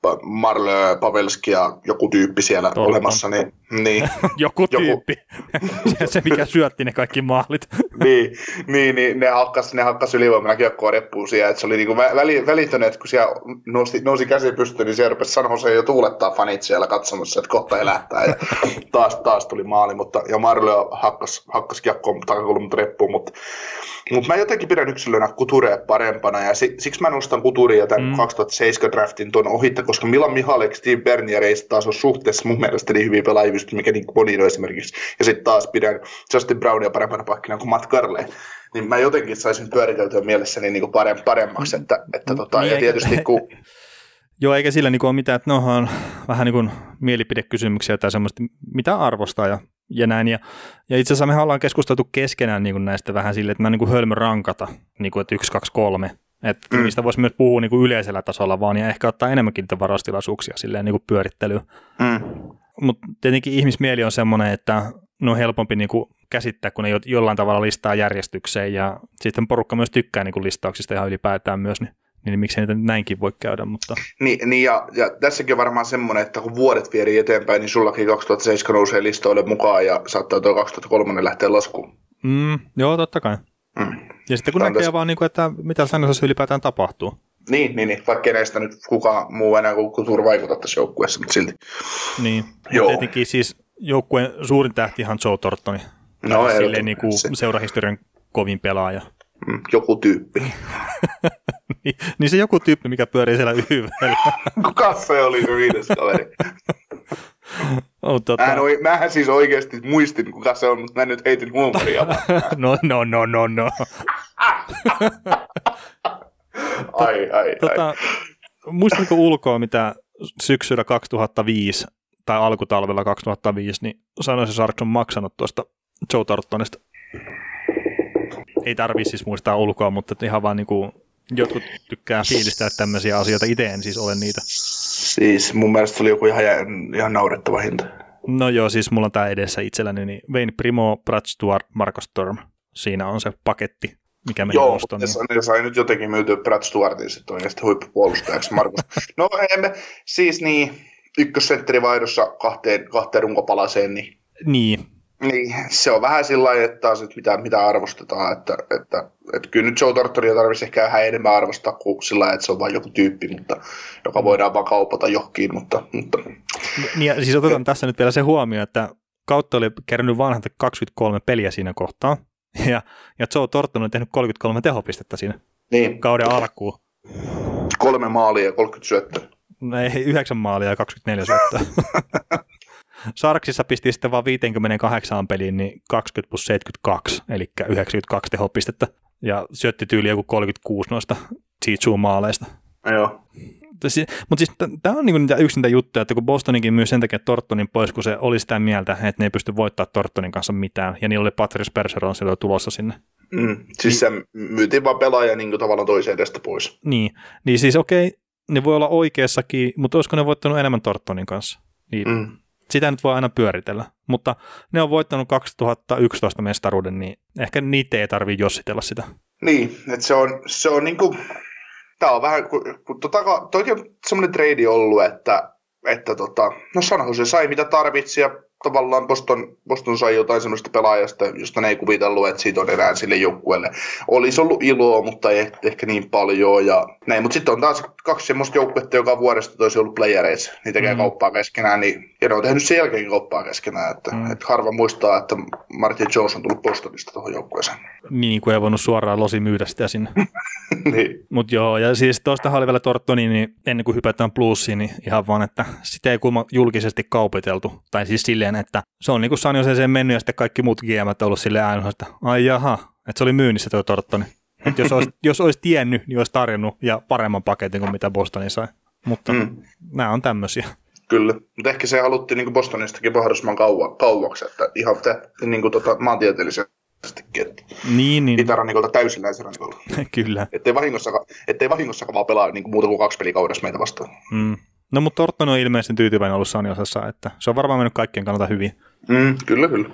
Marlö, Pavelski ja joku tyyppi siellä Torpon. Olemassa. Niin, niin, joku tyyppi. Joku. Se, mikä syötti ne kaikki maalit. niin, niin, niin, ne hakkas, ne hakkas ylivoimalla kiekkoa reppuun siellä. Että se oli niinku väli, välitön, että kun siellä nousi, nousi käsi pystyyn, niin siellä rupesi San Jose jo tuulettaa fanit siellä katsomassa, että kohta elähtää. Ja taas, taas tuli maali, mutta, ja Marlö hakkas, hakkas kiekkoa takakulmat reppuun, mutta Mutta mä jotenkin pidän yksilönä Couturea parempana, ja siksi mä nostan Couturea tämän mm. kaksituhattaseitsemän draftin tuon ohitte, koska Milan Mihalek, Steve Bernier ei taas ole suhteessa mun mielestä niin hyviä pelaajia, mikä niin Bonino esimerkiksi, ja sitten taas pidän Justin Brownia parempana pakkina kuin Matt Carley. Niin mä jotenkin saisin pyöriteltyä mielessäni niin paremmaksi, että, että tota, niin ja tietysti eikä, kun... Joo, eikä sillä niin ole mitään, että no on vähän niin kuin mielipidekysymyksiä tai semmoista, mitä arvostaa ja ja näin. Ja, ja itse asiassa me ollaan keskusteltu keskenään niin kuin näistä vähän silleen, että mä niin kuin hölmö rankata, niin kuin, että yksi, kaksi, kolme. Että mm. niistä voisi myös puhua niin kuin yleisellä tasolla vaan ja ehkä ottaa enemmänkin niitä varaustilaisuuksia silleen niin kuin pyörittelyyn. Mm. Mutta tietenkin ihmismieli on semmoinen, että ne on helpompi niin kuin käsittää, kun ne jollain tavalla listaa järjestykseen ja sitten porukka myös tykkää niin kuin listauksista ihan ylipäätään myös, niin niin miksei niitä näinkin voi käydä, mutta... Niin, niin ja, ja tässäkin on varmaan semmoinen, että kun vuodet vieri eteenpäin, niin sullakin kaksituhattaseitsemän nousee listoille mukaan ja saattaa tuo kaksituhattakolme lähteä laskuun. Mm, joo, totta kai. Mm. Ja sitten kun Tämä näkee tässä... vaan, niin kuin, että mitä sanoisessa ylipäätään tapahtuu. Niin, niin, niin, vaikka näistä nyt kukaan muu enää kuin Couture vaikuttaa tässä joukkueessa, mutta silti. Niin, joo. Tietenkin siis joukkueen suurin tähtihan Joe Thorntoni. No, silleen niin kuin se... seurahistorian kovin pelaaja. Mm, joku tyyppi. niin, niin se joku tyyppi, mikä pyörii siellä yhdellä. Kuka se oli se viides kaveri? Oh, tota... mähän, mähän siis oikeasti muistin, kuka se on, mutta mä nyt heitin huumoria. no, no, no, no, no. ai, ai, tota, ai. Muistatko ulkoa, mitä syksyllä kaksituhattaviisi tai alkutalvella kaksituhattaviisi, niin San Jose Sharks on maksanut tuosta Joe Thorntonista? Ei tarvitse siis muistaa ulkoa, mutta ihan vaan niin kuin jotkut tykkää fiilistää tämmöisiä asioita. Itse en siis ole niitä. Siis mun mielestä se oli joku ihan, ihan naurettava hinta. No joo, siis mulla on tää edessä itselläni, niin Wayne Primo, Brad Stuart, Marco Storm. Siinä on se paketti, mikä meni joo, ostoon. Joo, niin... sai nyt jotenkin myytyä Brad Stuartin sitten oikeasti huippupuolustajaksi Marcos. no emme, siis niin, ykkössentterivaihdossa kahteen, kahteen runkopalaseen. Niin. Niin. Niin, se on vähän sillä lailla, että taas, mitä, mitä arvostetaan, että, että, että kyllä nyt Joe Thorntonia tarvitsisi ehkä vähän enemmän arvostaa kuin sillä lailla, että se on vain joku tyyppi, mutta, joka voidaan vaan kaupata johonkin, mutta... mutta. Niin, ja siis otetaan tässä nyt vielä se huomio, että kautta oli kerännyt vanhat kaksikymmentäkolme peliä siinä kohtaa, ja, ja Joe Thornton on tehnyt kolmekymmentäkolme tehopistettä siinä niin. Kauden alkuun. Kolme maalia ja kolmekymmentä syöttöä. No ei, yhdeksän maalia ja kaksikymmentäneljä syöttöä. Sarksissa pisti sitten vaan viisikymmentäkahdeksan peliin, niin kaksikymmentä plus seitsemänkymmentäkaksi, eli yhdeksänkymmentäkaksi tehopistettä, ja syötti tyyli joku kolmekymmentäkuusi noista G-maaleista. Joo. Mutta siis tämä on niinku niitä yksi niitä juttuja, että kun Bostoninkin myy sen takia Thorntonin pois, kun se oli sitä mieltä, että ne ei pysty voittamaan Thorntonin kanssa mitään, ja niillä oli Patrice Bergeron siellä tulossa sinne. Mm, siis niin, se myytiin vaan pelaaja niin tavallaan toiseen edestä pois. Niin, niin siis okei, ne voi olla oikeassakin, mutta olisiko ne voittanut enemmän Thorntonin kanssa? Niin. Mm. Sitä nyt voi aina pyöritellä, mutta ne on voittanut kaksituhattayksitoista mestaruuden, niin ehkä niitä ei tarvitse jossitella sitä. Niin, että se on, se on niinku, tää on vähän, kun, kun tota, toki on semmoinen trade ollut, että, että tota, no San Jose sai mitä tarvitsi ja tavallaan Boston, Boston sai jotain semmoista pelaajasta, josta ne ei kuvitellut, että siitä on enää sille joukkueelle. Olisi ollut iloa, mutta ei ehkä niin paljon ja näin. Mutta sitten on taas kaksi semmoista joukkuetta, joka vuodesta toisi ollut playereissa. Niitä tekee mm. kauppaa keskenään, niin, ja ne on tehnyt sen jälkeenkin kauppaa keskenään. Että, mm. että harva muistaa, että Martin Jones on tullut Bostonista tuohon joukkueeseen. Niin, kun ei voinut suoraan losi myydä sitä sinne. niin. Mutta joo, ja siis tuostahan oli vielä Thorntoni, niin ennen kuin hypätään plussiin, niin ihan vaan, että sitä ei kuulemma julkisesti kaupiteltu. Tai siis silleen, että se on niin kuin San Joseeseen mennyt ja sitten kaikki muut G M:t ollut silleen ainoa, että ai jaha, että se oli myynnissä tuo Thorntoni. Että jos olisi, jos olisi tiennyt, niin olisi tarjonnut ja paremman paketin kuin mitä Bostonin sai. Mutta mm. nämä on tämmöisiä. Kyllä, mutta ehkä se haluttiin niin Bostonistakin mahdollisimman kauan, kauaksi, että ihan niin kuin tota, maantieteellisestikin, että niin, niin. itärannikolta täysin länsirannikolla. Kyllä. Ettei vahingossakaan, ettei vahingossakaan vaan pelaa niin kuin muuta kuin kaksi pelikaudessa meitä vastaan. Mm. No mutta Thornton on ilmeisesti tyytyväinen ollut San Josessa, että se on varmaan mennyt kaikkien kannalta hyvin. Mm, kyllä, kyllä.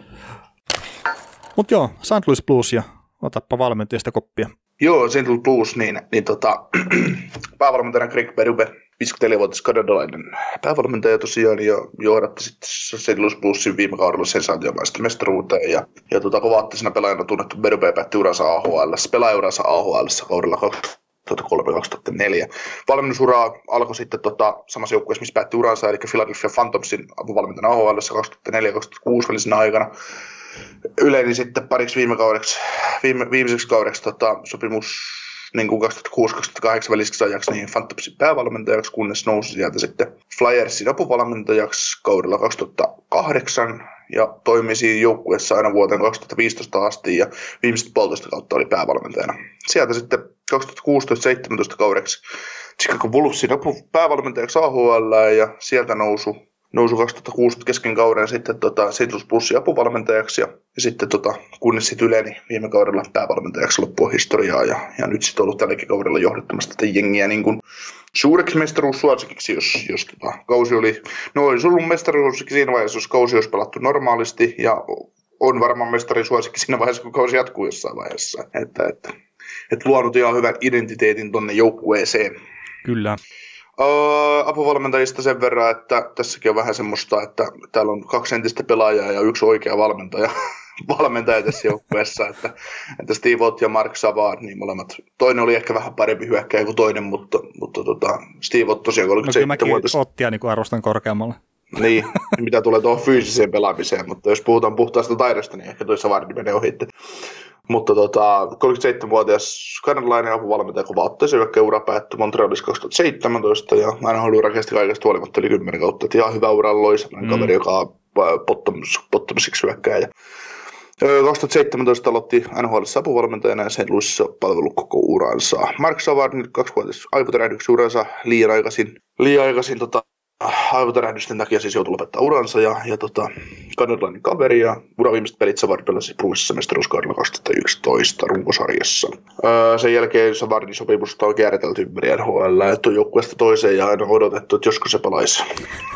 Mutta joo, Saint Louis Blues ja otappa valmentajista koppia. Joo, Saint Louis Blues, niin, niin tota, päävalmentajana Greg Berube, viisikymmentäneljävuotias kanadalainen päävalmentaja tosiaan, ja johdatti sitten Saint Louis Bluesin viime kaudella sensaatiomaisesti mestaruuteen, ja, ja tota, kovaattisena pelaajana tunnettu Berube päätti uransa A H L:ssä, pelaajauransa A H L:ssä kaudella kaksituhattakolme kaksituhattaneljä. Valmennusura alkoi sitten tota, samassa joukkueessa, missä päätti uransa, eli Philadelphia Phantomsin apuvalmentajana A H L:ssä kaksituhattaneljä kaksituhattakuusi välisenä aikana. Yleni sitten pariksi viime kaudeksi, viime, viimeiseksi kaudeksi tota, sopimus niin kuin kaksituhattakuusi kaksituhattakahdeksan väliseksi ajaksi niin Phantomsin päävalmentajaksi, kunnes nousi sieltä sitten Flyersin apuvalmentajaksi kaudella kaksituhattakahdeksan ja toimi siinä joukkueessa aina vuoteen kaksituhattaviisitoista asti ja viimeiset puolitoista kautta oli päävalmentajana. Sieltä sitten kaksituhattakuusitoista seitsemäntoista kaudeksi Chicago Wolvesin päävalmentajaksi A H L ja sieltä nousu nousu kaksituhattakuusitoista kesken kauden sitten tota, Saint Louis Bluesin apuvalmentajaksi ja, ja sitten tota, kunnes sitten yleni viime kaudella päävalmentajaksi loppua historiaa ja, ja nyt sitten ollut tälläkin kaudella johdottamassa tätä jengiä niin kuin suureksi mestaruussuosikiksi, jos, jos tota, kausi oli, no olisi ollut mestaruussuosikki siinä vaiheessa, jos kausi olisi pelattu normaalisti ja on varmaan mestarisuosikki siinä vaiheessa, kun kausi jatkuu jossain vaiheessa, että, että, että luonut ihan hyvän identiteetin tonne joukkueeseen. Kyllä. Uh, apuvalmentajista sen verran, että tässäkin on vähän semmoista, että täällä on kaksi entistä pelaajaa ja yksi oikea valmentaja, valmentaja tässä joukkueessa, että, että Steve Ott ja Mark Savard, niin molemmat. Toinen oli ehkä vähän parempi hyökkäjä kuin toinen, mutta, mutta tota, Steve Ott tosiaan kolmekymmentäseitsemän-vuotias. No kyllä mäkin Ottia niin arvostan korkeammalle. Niin, mitä tulee tuohon fyysiseen pelaamiseen, mutta jos puhutaan puhtaasta taidosta, niin ehkä toi Savardi menee ohi. Mutta tota, kolmekymmentäseitsemän-vuotias kanadalainen apuvalmentaja kova otteeseen hyökkäjä ura päättyi Montrealissa kaksituhattaseitsemäntoista ja N H L rakensi kaikesta huolimatta yli kymmenen kautta. Et ihan hyvä ura loi sellainen mm. kaveri, joka on pottomisiksi hyökkäjä. kaksituhattaseitsemäntoista aloitti N H L:ssä apuvalmentajana ja Saint Louisissa palvellut koko uransa. Mark Savard nyt kaksivuotias aivotärähdyksi uransa liian aikaisin, liian aikaisin tota, aivotärähdysten takia siis joutui lopettaa uransa ja, ja tota, kanadalainen kaveri ja ura viimeiset pelit Savard pelasi Bluesissa mestaruuskaudella kaksituhattayksitoista runkosarjassa. Öö, sen jälkeen Savardin sopimusta on kierrätelty ympäri N H L, että on joukkueesta toiseen ja aina odotettu, että josko se palaisi.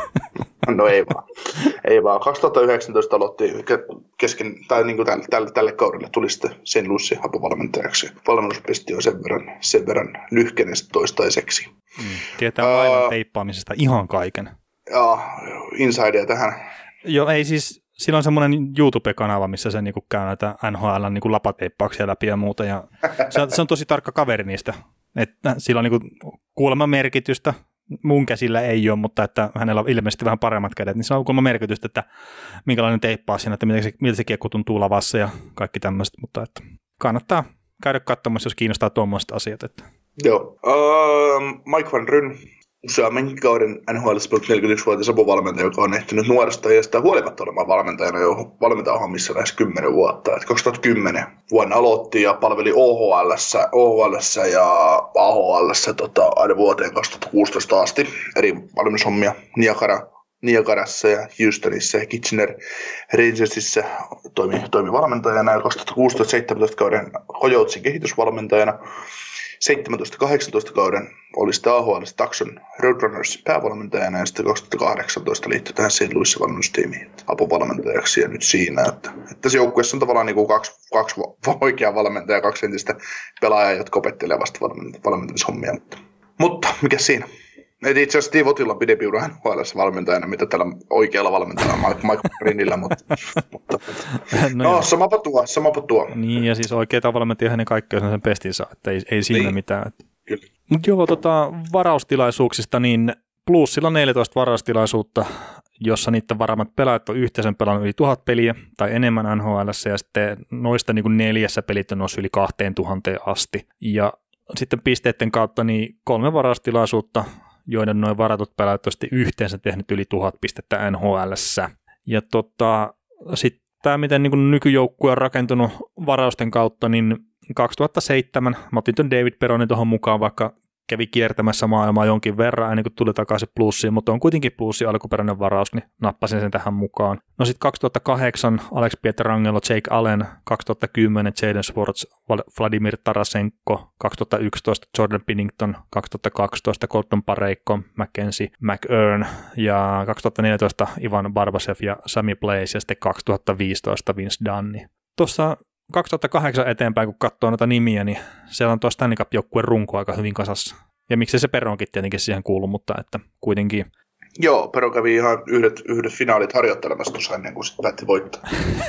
No ei vaan. Ei vaan. kaksituhattayhdeksäntoista aloitti kesken, tai niin kuin tälle, tälle, tälle kaudelle tuli sitten Saint Louisin apuvalmentajaksi. Valmennuspesti on sen verran, sen verran lyhkenestä toistaiseksi. Mm, tietää laivan uh, teippaamisesta ihan kaiken. Joo, insidea tähän. Joo, ei siis, sillä on semmoinen YouTube-kanava, missä se niinku käy näitä N H L:n niinku lapateippauksia läpi ja muuta. Ja se, on, se on tosi tarkka kaveri niistä. Että sillä on niinku kuulemma merkitystä. Mun käsillä ei ole, mutta että hänellä on ilmeisesti vähän paremmat kädet, niin se on kuulemma merkitystä, että minkälainen teippaa siinä, että miltä se, miltä se kiekko tuntuu lavassa ja kaikki tämmöiset, mutta että kannattaa käydä katsomassa, jos kiinnostaa tuommoiset asiat. Että. Joo. Uh, Mike Van Ryn, useammankin kauden N H L:ssä neljäkymmentäyksivuotias apuvalmentaja, joka on ehtinyt nuoresta iästä huolimatta olemaan valmentajana jo valmentajahommissa lähes kymmenen vuotta. Et kaksituhattakymmenen vuonna aloitti ja palveli O H L:ssä, O H L:ssä ja A H L:ssä tota, aina vuoteen kaksituhattakuusitoista asti eri valmennushommia Niagara, Niagarassa ja Houstonissa ja Kitchener Rangersissa toimi, toimi valmentajana ja kaksituhattakuusitoista seitsemäntoista kauden Coyotesin kehitysvalmentajana. seitsemäntoista kahdeksantoista kauden oli sitten A H L:ssä Tucson Roadrunnersin päävalmentajana ja sitten kaksituhattakahdeksantoista liittyi tähän Saint Louisin valmennustiimiin apuvalmentajaksi ja nyt siinä, että, että tässä joukkueessa on tavallaan niin kuin kaksi, kaksi oikeaa valmentajaa ja kaksi entistä pelaajaa, jotka opettelee vasta valmentamishommia. Mutta, mutta mikä siinä? Et itse asiassa Steve Otilla on pidempi ura N H L:ssä valmentajana, mitä tällä oikealla valmentajalla Mike Brinillä, mutta, mutta no, no samapa tuo, samapa tuo. Niin, ja siis oikeita valmentajia ne kaikki on sen pestinsä, että ei, ei siinä niin. mitään. Kyllä. Mutta joo, tota, varaustilaisuuksista, niin Bluesilla on neljätoista varaustilaisuutta, jossa niiden varaamat pelaajat on yhteensä pelannut yli tuhat peliä tai enemmän N H L:ssä, ja sitten noista niin kuin neljässä pelit on noussut yli kahteen tuhanteen asti. Ja sitten pisteiden kautta niin kolme varaustilaisuutta, joiden noin varatut pelaajat on sitten yhteensä tehnyt yli tuhat pistettä N H L:ssä. Ja tota, sitten tämä, miten niin nykyjoukkue on rakentunut varausten kautta, niin kaksituhattaseitsemän mä otin tuon David Peronin tuohon mukaan, vaikka kävi kiertämässä maailmaa jonkin verran ennen kuin tuli takaisin Bluesiin, mutta on kuitenkin Bluesin alkuperäinen varaus, niin nappasin sen tähän mukaan. No sitten kaksituhattakahdeksan Alex Pietrangelo, Jake Allen, kaksituhattakymmenen Jaden Schwartz, Vladimir Tarasenko, kaksituhattayksitoista Jordan Binnington, kaksituhattakaksitoista Colton Parayko, Mackenzie McEwen ja kaksituhattaneljätoista Ivan Barbasev ja Sammy Blaze ja sitten kaksituhattaviisitoista Vince Dunn. Tuossa kaksituhattakahdeksan eteenpäin, kun katsoo noita nimiä, niin siellä on tuo Stanley Cup-joukkueen runko aika hyvin kasassa. Ja miksi se Peronkin tietenkin siihen kuuluu, mutta että kuitenkin. Joo, Pero kävi ihan yhdet, yhdet finaalit harjoittelemassa tuossa ennen kuin sitten päätti voittaa.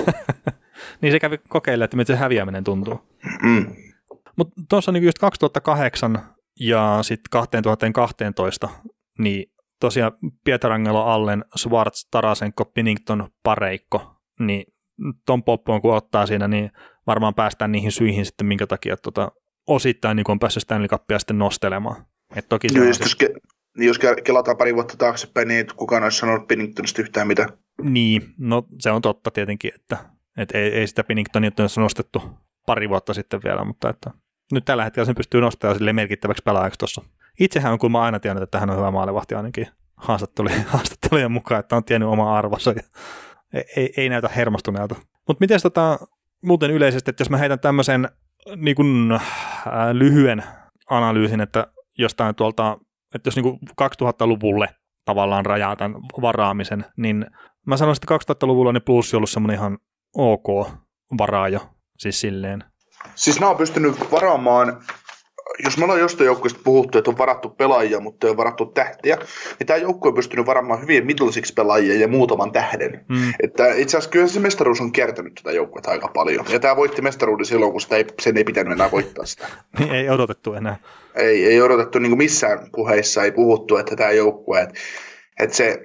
Niin se kävi kokeilemaan, että miten se häviäminen tuntuu. Mm. Mutta tuossa niin just kaksituhattakahdeksan ja sitten kaksituhattakaksitoista, niin tosiaan Pietrangelo, Allen, Schwartz, Tarasenko, Binnington, Pareikko, niin ton poppoon kun ottaa siinä, niin varmaan päästään niihin syihin sitten, minkä takia tota, osittain niin on päässyt Stanley Cupia sitten nostelemaan. Et toki se no, on jos, sit... ke, jos kelataan pari vuotta taaksepäin, niin kukaan olisi sanonut Binningtonista yhtään mitään. Niin, no se on totta tietenkin, että et ei, ei sitä Binningtonia ole nostettu pari vuotta sitten vielä, mutta että nyt tällä hetkellä sen pystyy nostamaan sille merkittäväksi pelaajaksi tuossa. Itsehän on, kun mä aina tiennyt, että hän on hyvä maalivahti ainakin haastattelujen, haastattelujen mukaan, että on tiennyt oma arvonsa ja ei, ei, ei näytä hermostuneelta. Mutta miten tota, muuten yleisesti, että jos mä heitän tämmöisen niin kuin, äh, lyhyen analyysin, että jostain tuolta, että jos niin kuin kaksituhattaluvulle tavallaan rajaa tämän varaamisen, niin mä sanoisin, että kaksituhattaluvulla niin plussi on ollut semmoinen ihan ok varaajo, siis silleen. Siis nämä on pystynyt varaamaan, jos me ollaan jostain joukkueesta puhuttu, että on varattu pelaajia, mutta ei ole varattu tähtiä, niin tämä joukkue on pystynyt varaamaan hyvin middlesiksi pelaajia ja muutaman tähden. Mm. Että itse asiassa kyllä se mestaruus on kiertänyt tätä joukkuetta aika paljon. Ja tämä voitti mestaruuden silloin, kun sitä ei, sen ei pitänyt enää voittaa sitä. Niin ei odotettu enää. Ei, ei odotettu niin kuin missään puheissa, ei puhuttu, että tämä joukkue, että, että se...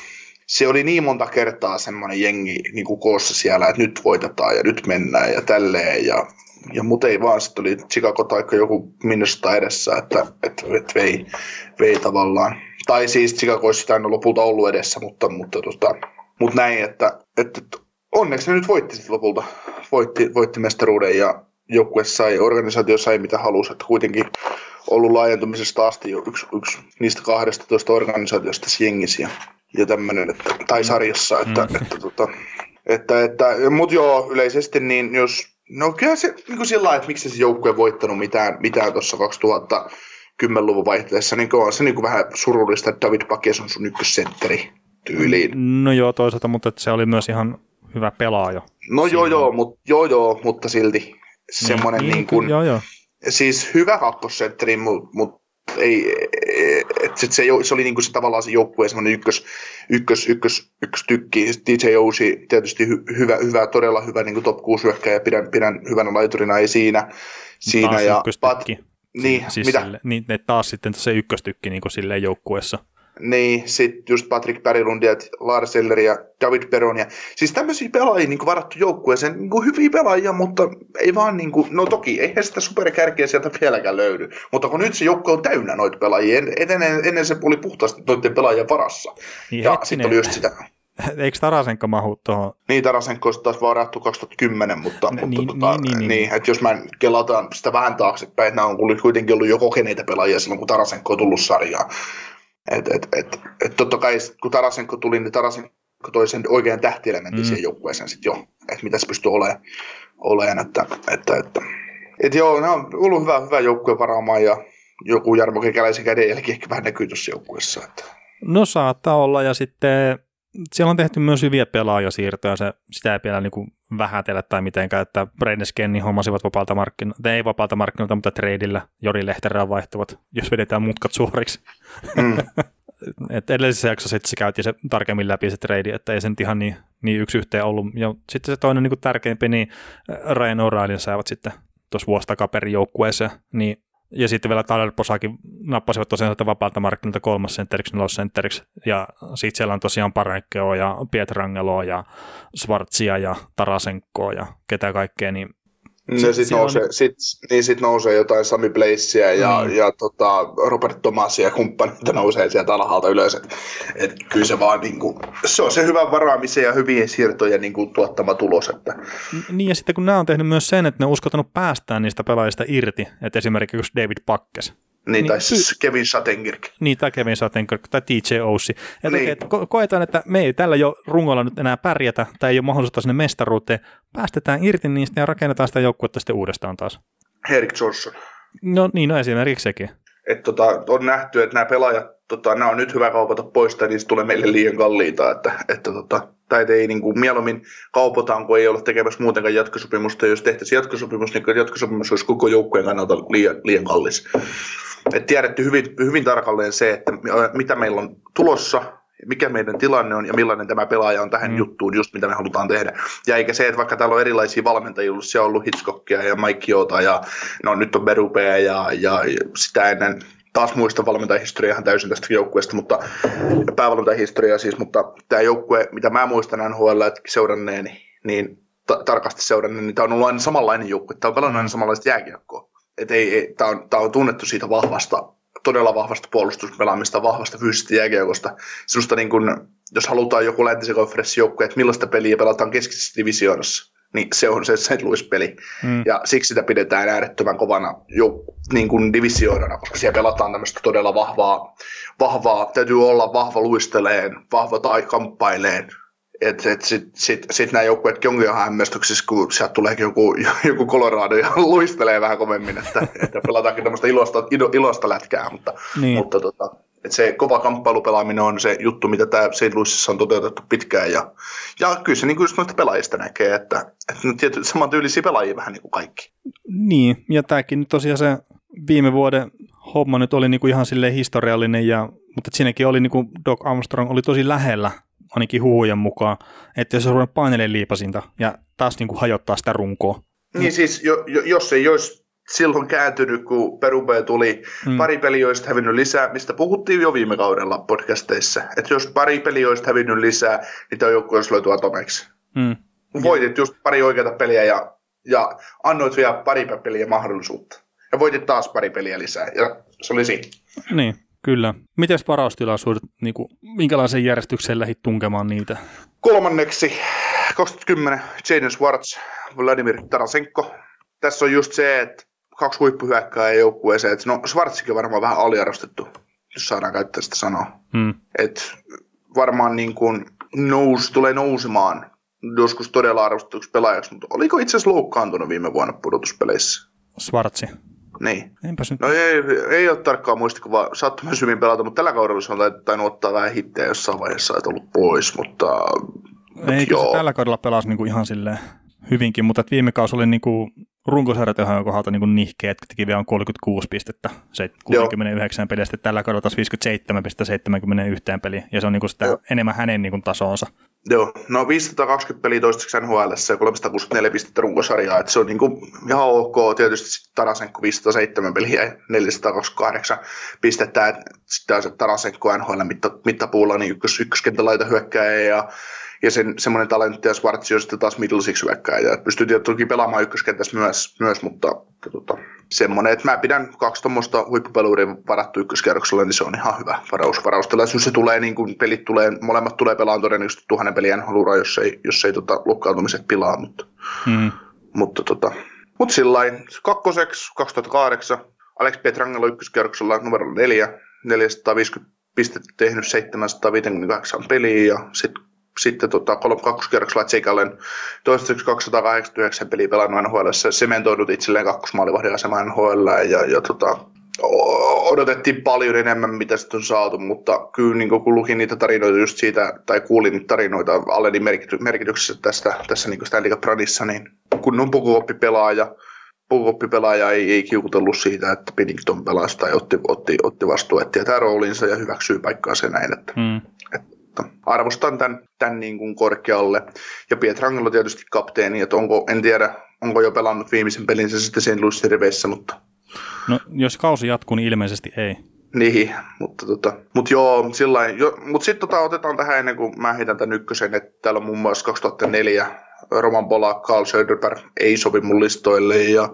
Se oli niin monta kertaa semmoinen jengi niin kuin koossa siellä, että nyt voitetaan ja nyt mennään ja tälleen. Ja, ja mut ei vaan, sitten oli Chicago tai joku Minnesota edessä, että, että, että vei, vei tavallaan. Tai siis Chicago olisi sitä lopulta ollut edessä, mutta, mutta, tota, mutta näin, että, että onneksi ne nyt voitti sitten lopulta. Voitti, voitti mestaruuden ja joukkue sai, organisaatio sai mitä halusi, että kuitenkin ollut laajentumisesta asti jo yksi, yksi niistä kahdestatoista organisaatiosta jengissä. Ja tämmöinen, että, tai sarjassa, että, mm. että, että, että, että mutta joo, yleisesti niin jos, no kyllä se niin kuin sillä lailla, että miksi se joukkue ei voittanut mitään, mitään tuossa kaksituhattakymmenluvun vaihteessa, niin on se niin kuin vähän surullista, että David Backes on sun ykkössentteri tyyliin. No joo, toisaalta, mutta se oli myös ihan hyvä pelaaja. No joo joo, mut, joo joo, mutta silti semmoinen niin, niin kuin, joo, joo. Siis hyvä kakkosentteri, mutta mut, ei, et se, se, se oli niinku se tavallaan se joukkue semmoinen ykkös, ykkös, ykkös, ykkös tykki. D J Ousi tietysti hy, hyvä, hyvä, todella hyvä niinku top kuusi hyökkääjä, pidän, pidän hyvänä laiturina, ei siinä. siinä taas ja ykköstykki. Pat, niin, siis mitä? Sille, niin, taas sitten se ykköstykki niinku silleen joukkueessa. Niin, sitten just Patrick Berglund ja Lars Eller ja David Perron. Ja, siis tämmöisiä pelaajia niin varattu joukkueeseen, niin hyviä pelaajia, mutta ei vaan niin kuin, no toki, eihän sitä superkärkeä sieltä vieläkään löydy. Mutta kun nyt se joukkue on täynnä noita pelaajia, ennen, ennen se oli puhtaasti noiden pelaajien varassa. Niin ja sitten oli just sitä. Eikö Tarasenko mahu tuohon? Niin, Tarasenko on taas varattu kaksituhattakymmenen, mutta, N- mutta niin, tota, niin, niin, niin, niin. että jos mä kelataan sitä vähän taaksepäin, että nämä on kuitenkin ollut jo kokeneita pelaajia silloin, kun Tarasenko on tullut sarjaan. Että et, et, et totta kai, kun Tarasenko tuli, niin Tarasenko toi sen oikean tähtielementin mm. siihen joukkueeseen sitten jo, että mitä se pystyy olemaan, oleen, että, että, että. Et joo, ne on ollut hyvä, hyvä joukkue varaamaan ja joku Jarmo Kekäläisen kädenjälki ehkä vähän näkyy tuossa joukkueessa. Että. No saattaa olla ja sitten siellä on tehty myös hyviä pelaajasiirtoja, se, sitä ei vielä niin kuin vähätellä tai mitenkään, että Brady Skenni hommasivat vapaalta markkinoilta, ei vapaalta markkinoilta, mutta treidillä Jori Lehterää vaihtuvat, jos vedetään mutkat suoriksi. Mm. Et edellisessä jaksossa se käytiin se tarkemmin läpi se treidi, että ei se nyt ihan niin, niin yksi yhteen ollut. Ja sitten se toinen niin kuin tärkeimpi, niin Ryan O'Reillyn saavat sitten tuossa vuosi takaperin joukkueeseen, niin ja sitten vielä Tyler Posakin nappasivat tosiaan vapaalta markkinoilta kolmas sentteriksi, nelos sentteriksi. Ja sitten siellä on tosiaan Pareikkoa ja Pietrangeloa ja Schwartzia ja Tarasenkoa ja ketä kaikkea. Niin no, sitten nousee, on... sit, niin sit nousee jotain Sami Blazea ja, niin. ja tota, Robert Thomasia ja kumppanita nousee sieltä alhaalta ylös. Et, et kyllä se vaan niinku, se on se hyvän varaamisen ja hyvien siirtojen niinku tuottama tulos. Että. Niin ja sitten kun nämä on tehnyt myös sen, että ne on uskaltanut päästää niistä pelaajista irti, että esimerkiksi David Backes. Niin, niin, tai ty- Kevin Shattenkirk. Niin, tai Kevin Shattenkirk, tai T J Ousi. Että niin. okay, ko- koetaan, että me ei tällä jo rungolla nyt enää pärjätä, tai ei ole mahdollisuutta sinne mestaruuteen. Päästetään irti niistä ja rakennetaan sitä joukkuetta sitten uudestaan taas. Henrik Johnson. No niin, no esimerkiksi sekin. Et tota, on nähty, että nämä pelaajat, tota, nämä on nyt hyvä kaupata pois, tai niistä tulee meille liian kalliita, että, että tota, tai ei niin kuin, mieluummin kaupataan, kun ei ole tekemässä muutenkaan jatkosopimusta. Jos tehtäisiin jatkosopimus, niin jatkosopimus olisi koko joukkueen kannalta liian, liian kallis. Et tiedetty hyvin, hyvin tarkalleen se, että mitä meillä on tulossa, mikä meidän tilanne on ja millainen tämä pelaaja on tähän mm. juttuun, just mitä me halutaan tehdä. Ja eikä se, että vaikka täällä on erilaisia valmentajia, siellä on ollut Hitchcockia ja Mike Jota ja no, nyt on Berubea ja, ja sitä ennen taas muista valmentajahistoriaa täysin tästä joukkueesta, mutta päävalmentajahistoriaa siis, mutta tämä joukkue, mitä mä muistan N H L seuranneeni, niin ta- tarkasti seuranneeni, niin tämä on ollut aina samanlainen joukkue, tämä on pelannut aina samanlaista jääkiekkoa. Että ei, ei, tämä, on, tämä on tunnettu siitä vahvasta, todella vahvasta puolustuspelaamista, vahvasta fyysisestä jääkiekosta. Sellaista niin kuin, jos halutaan joku läntisen konferenssijoukkue, että millaista peliä pelataan keskisessä divisioonassa, niin se on se Saint Louis-peli. Mm. Ja siksi sitä pidetään äärettömän kovana jo niin kuin divisioonana, koska siellä pelataan tämmöistä todella vahvaa, vahvaa, täytyy olla vahva luisteleen, vahva tai kamppaileen. Että et sitten sit, sit nämä joukkueetkin onkin ihan hämmästyksissä, kun sieltä tuleekin joku, joku Colorado ja luistelee vähän kovemmin, että, että pelataankin tämmöistä ilosta, ilosta lätkää, mutta, niin. mutta tota, että se kova kamppailupelaaminen on se juttu, mitä tämä Saint Louisissa on toteutettu pitkään, ja, ja kyllä se niin kuin just noista pelaajista näkee, että, että ne tietysti samantyylisiä pelaajia vähän niin kuin kaikki. Niin, ja tämäkin nyt tosiaan se viime vuoden homma nyt oli niin kuin ihan silleen historiallinen, ja, mutta siinäkin oli niin kuin Doc Armstrong oli tosi lähellä, ainakin huhujen mukaan, että jos on ruvennut painelemaan liipasinta ja taas niin kuin hajottaa sitä runkoa. Niin siis, jo, jo, jos ei olisi silloin kääntynyt, kun Berube tuli, hmm. pari peliä olisi hävinnyt lisää, mistä puhuttiin jo viime kaudella podcasteissa, että jos pari peliä olisi hävinnyt lisää, niin tämä joukkue olisi löytyy atomeksi. Hmm. Voitit just pari oikeata peliä ja, ja annoit vielä pari peliä mahdollisuutta. Ja voitit taas pari peliä lisää, ja se oli siinä. Niin. Kyllä. Mites varaustilaisuudet, niin kuin, minkälaisen järjestykseen lähdit tunkemaan niitä? Kolmanneksi kaksituhattakymmenen Jaden Schwartz, Vladimir Tarasenko. Tässä on just se, että kaksi huippuhyökkääjää joukkueeseen. No Schwartzikin on varmaan vähän aliarvostettu, jos saadaan käyttää sitä sanoa. Hmm. Että varmaan niin kuin nous, tulee nousemaan joskus todella arvostetuksi pelaajaksi, mutta oliko itse asiassa loukkaantunut viime vuonna pudotuspeleissä? Schwartzi. Niin. No ei, ei ole tarkkaa muistikuvaa, saattoi myös hyvin pelata, mutta tällä kaudella se on tainnut ottaa vähän hittejä jossain vaiheessa, että ollut pois, mutta eikö se tällä kaudella pelasi niinku ihan silleen hyvinkin, mutta viime kausi oli niinku runkosarjatehojen kohdalta niinku nihkeä, että teki vielä kolmekymmentäkuusi pistettä kuusikymmentäyhdeksän peliä, sitten tällä kaudella taas viisikymmentäseitsemän pistettä seitsemänkymmentäyksi peliä, ja se on niinku sitä Joo. enemmän hänen niinku tasonsa. Joo, no viisisataakaksikymmentä peliä toistaiseksi N H L:ssä ja kolmesataakuusikymmentäneljä pistettä runkosarjaa, että se on niinku ihan ok, tietysti Tarasenko viisisataaseitsemän peliä ja neljäsataakaksikymmentäkahdeksan pistettä, että sitten se Tarasenko N H L mitta, mittapuulla niin ykkös, ykköskentälaita hyökkääjä ja, ja sen, semmoinen talentti ja Schwartz on sitten taas middle six hyökkääjä, että pystyy tietysti pelaamaan ykköskentässä myös, myös mutta tota, semmoinen, että mä pidän kaksi tuommoista huippupeluuria varattu ykköskierroksella, niin se on ihan hyvä varaus. Varaustilaisuus se tulee, niin kuin pelit tulee, molemmat tulee pelaamaan todennäköisesti tuhannen peliä N H L-ura, jos ei, jos ei tota, loukkaantumiset pilaa, mutta, hmm. mutta, tota, mutta sillain kakkoseksi kaksituhattakahdeksan Alex Pietrangelo ykköskierroksella numero neljä, neljäsataaviisikymmentä pistettä tehnyt seitsemänsataaviisikymmentäkahdeksan peliä ja sitten Sitten tota, kakkoskierroksella Jake Allen toistaiseksi kaksisataakahdeksankymmentäyhdeksän peliä pelannut N H L:ssä, sementoidut itselleen kakkosmaalivahdin asemaan N H L:ään ja, ja tota, odotettiin paljon enemmän, mitä sitten on saatu, mutta kyllä niin kun lukin niitä tarinoita just siitä, tai kuulin niitä tarinoita Allenin merkity- merkityksestä tästä, tässä niin Stanley Cup Runissa, niin kun on pukuoppipelaaja, pukuoppipelaaja ei, ei kiukutellut siitä, että Binnington pelasi tai otti, otti, otti vastuun, että tietää roolinsa ja hyväksyy paikkaansa näin, että mm. arvostan tämän, tämän niin kuin korkealle. Ja Pietrangelo tietysti kapteeni, että onko, en tiedä, onko jo pelannut viimeisen pelinsä sitten Saint Louis riveissä, mutta... No, jos kausi jatkuu, niin ilmeisesti ei. Niin, mutta, tota, mutta joo, sillain, jo, mutta sitten tota, otetaan tähän ennen kuin mä heitän tämän ykkösen, että täällä on muun muassa kaksituhattaneljä Roman Polak, Carl Söderberg ei sovi mun listoille, ja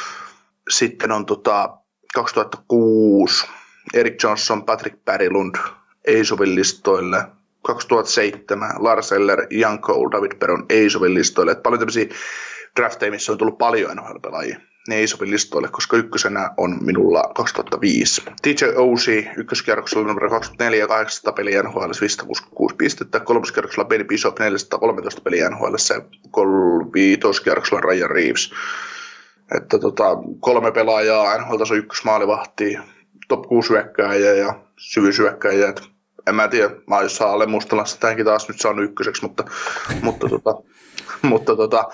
sitten on tota, kaksituhattakuusi Erik Johnson, Patrick Berglund ei sovi listoille. kaksituhattaseitsemän Lars Eller, Jan Cole, David Perron ei sovi listoille. Että paljon tämmöisiä drafteja, missä on tullut paljon N H L-pelaajia. Ne ei sovi listoille, koska ykkösenä on minulla kaksituhattaviisi. T J Oshie ykköskierroksella numero kaksikymmentäneljä, kahdeksansataa peliä N H L, viisisataakuusikymmentäkuusi pistettä. Kolmoskierroksella Benny Bishop, neljäsataakolmetoista peliä N H L, viitoskierroksella Ryan Reeves. Että tota, kolme pelaajaa N H L-tason ykkösmaalivahtia, top kuusi hyökkääjä ja syvyysyökkääjä. en mä tiedä, mä oon jossain alle Mustalassa tähänkin taas nyt saanut ykköseksi, mutta, mutta, tota, mutta tota,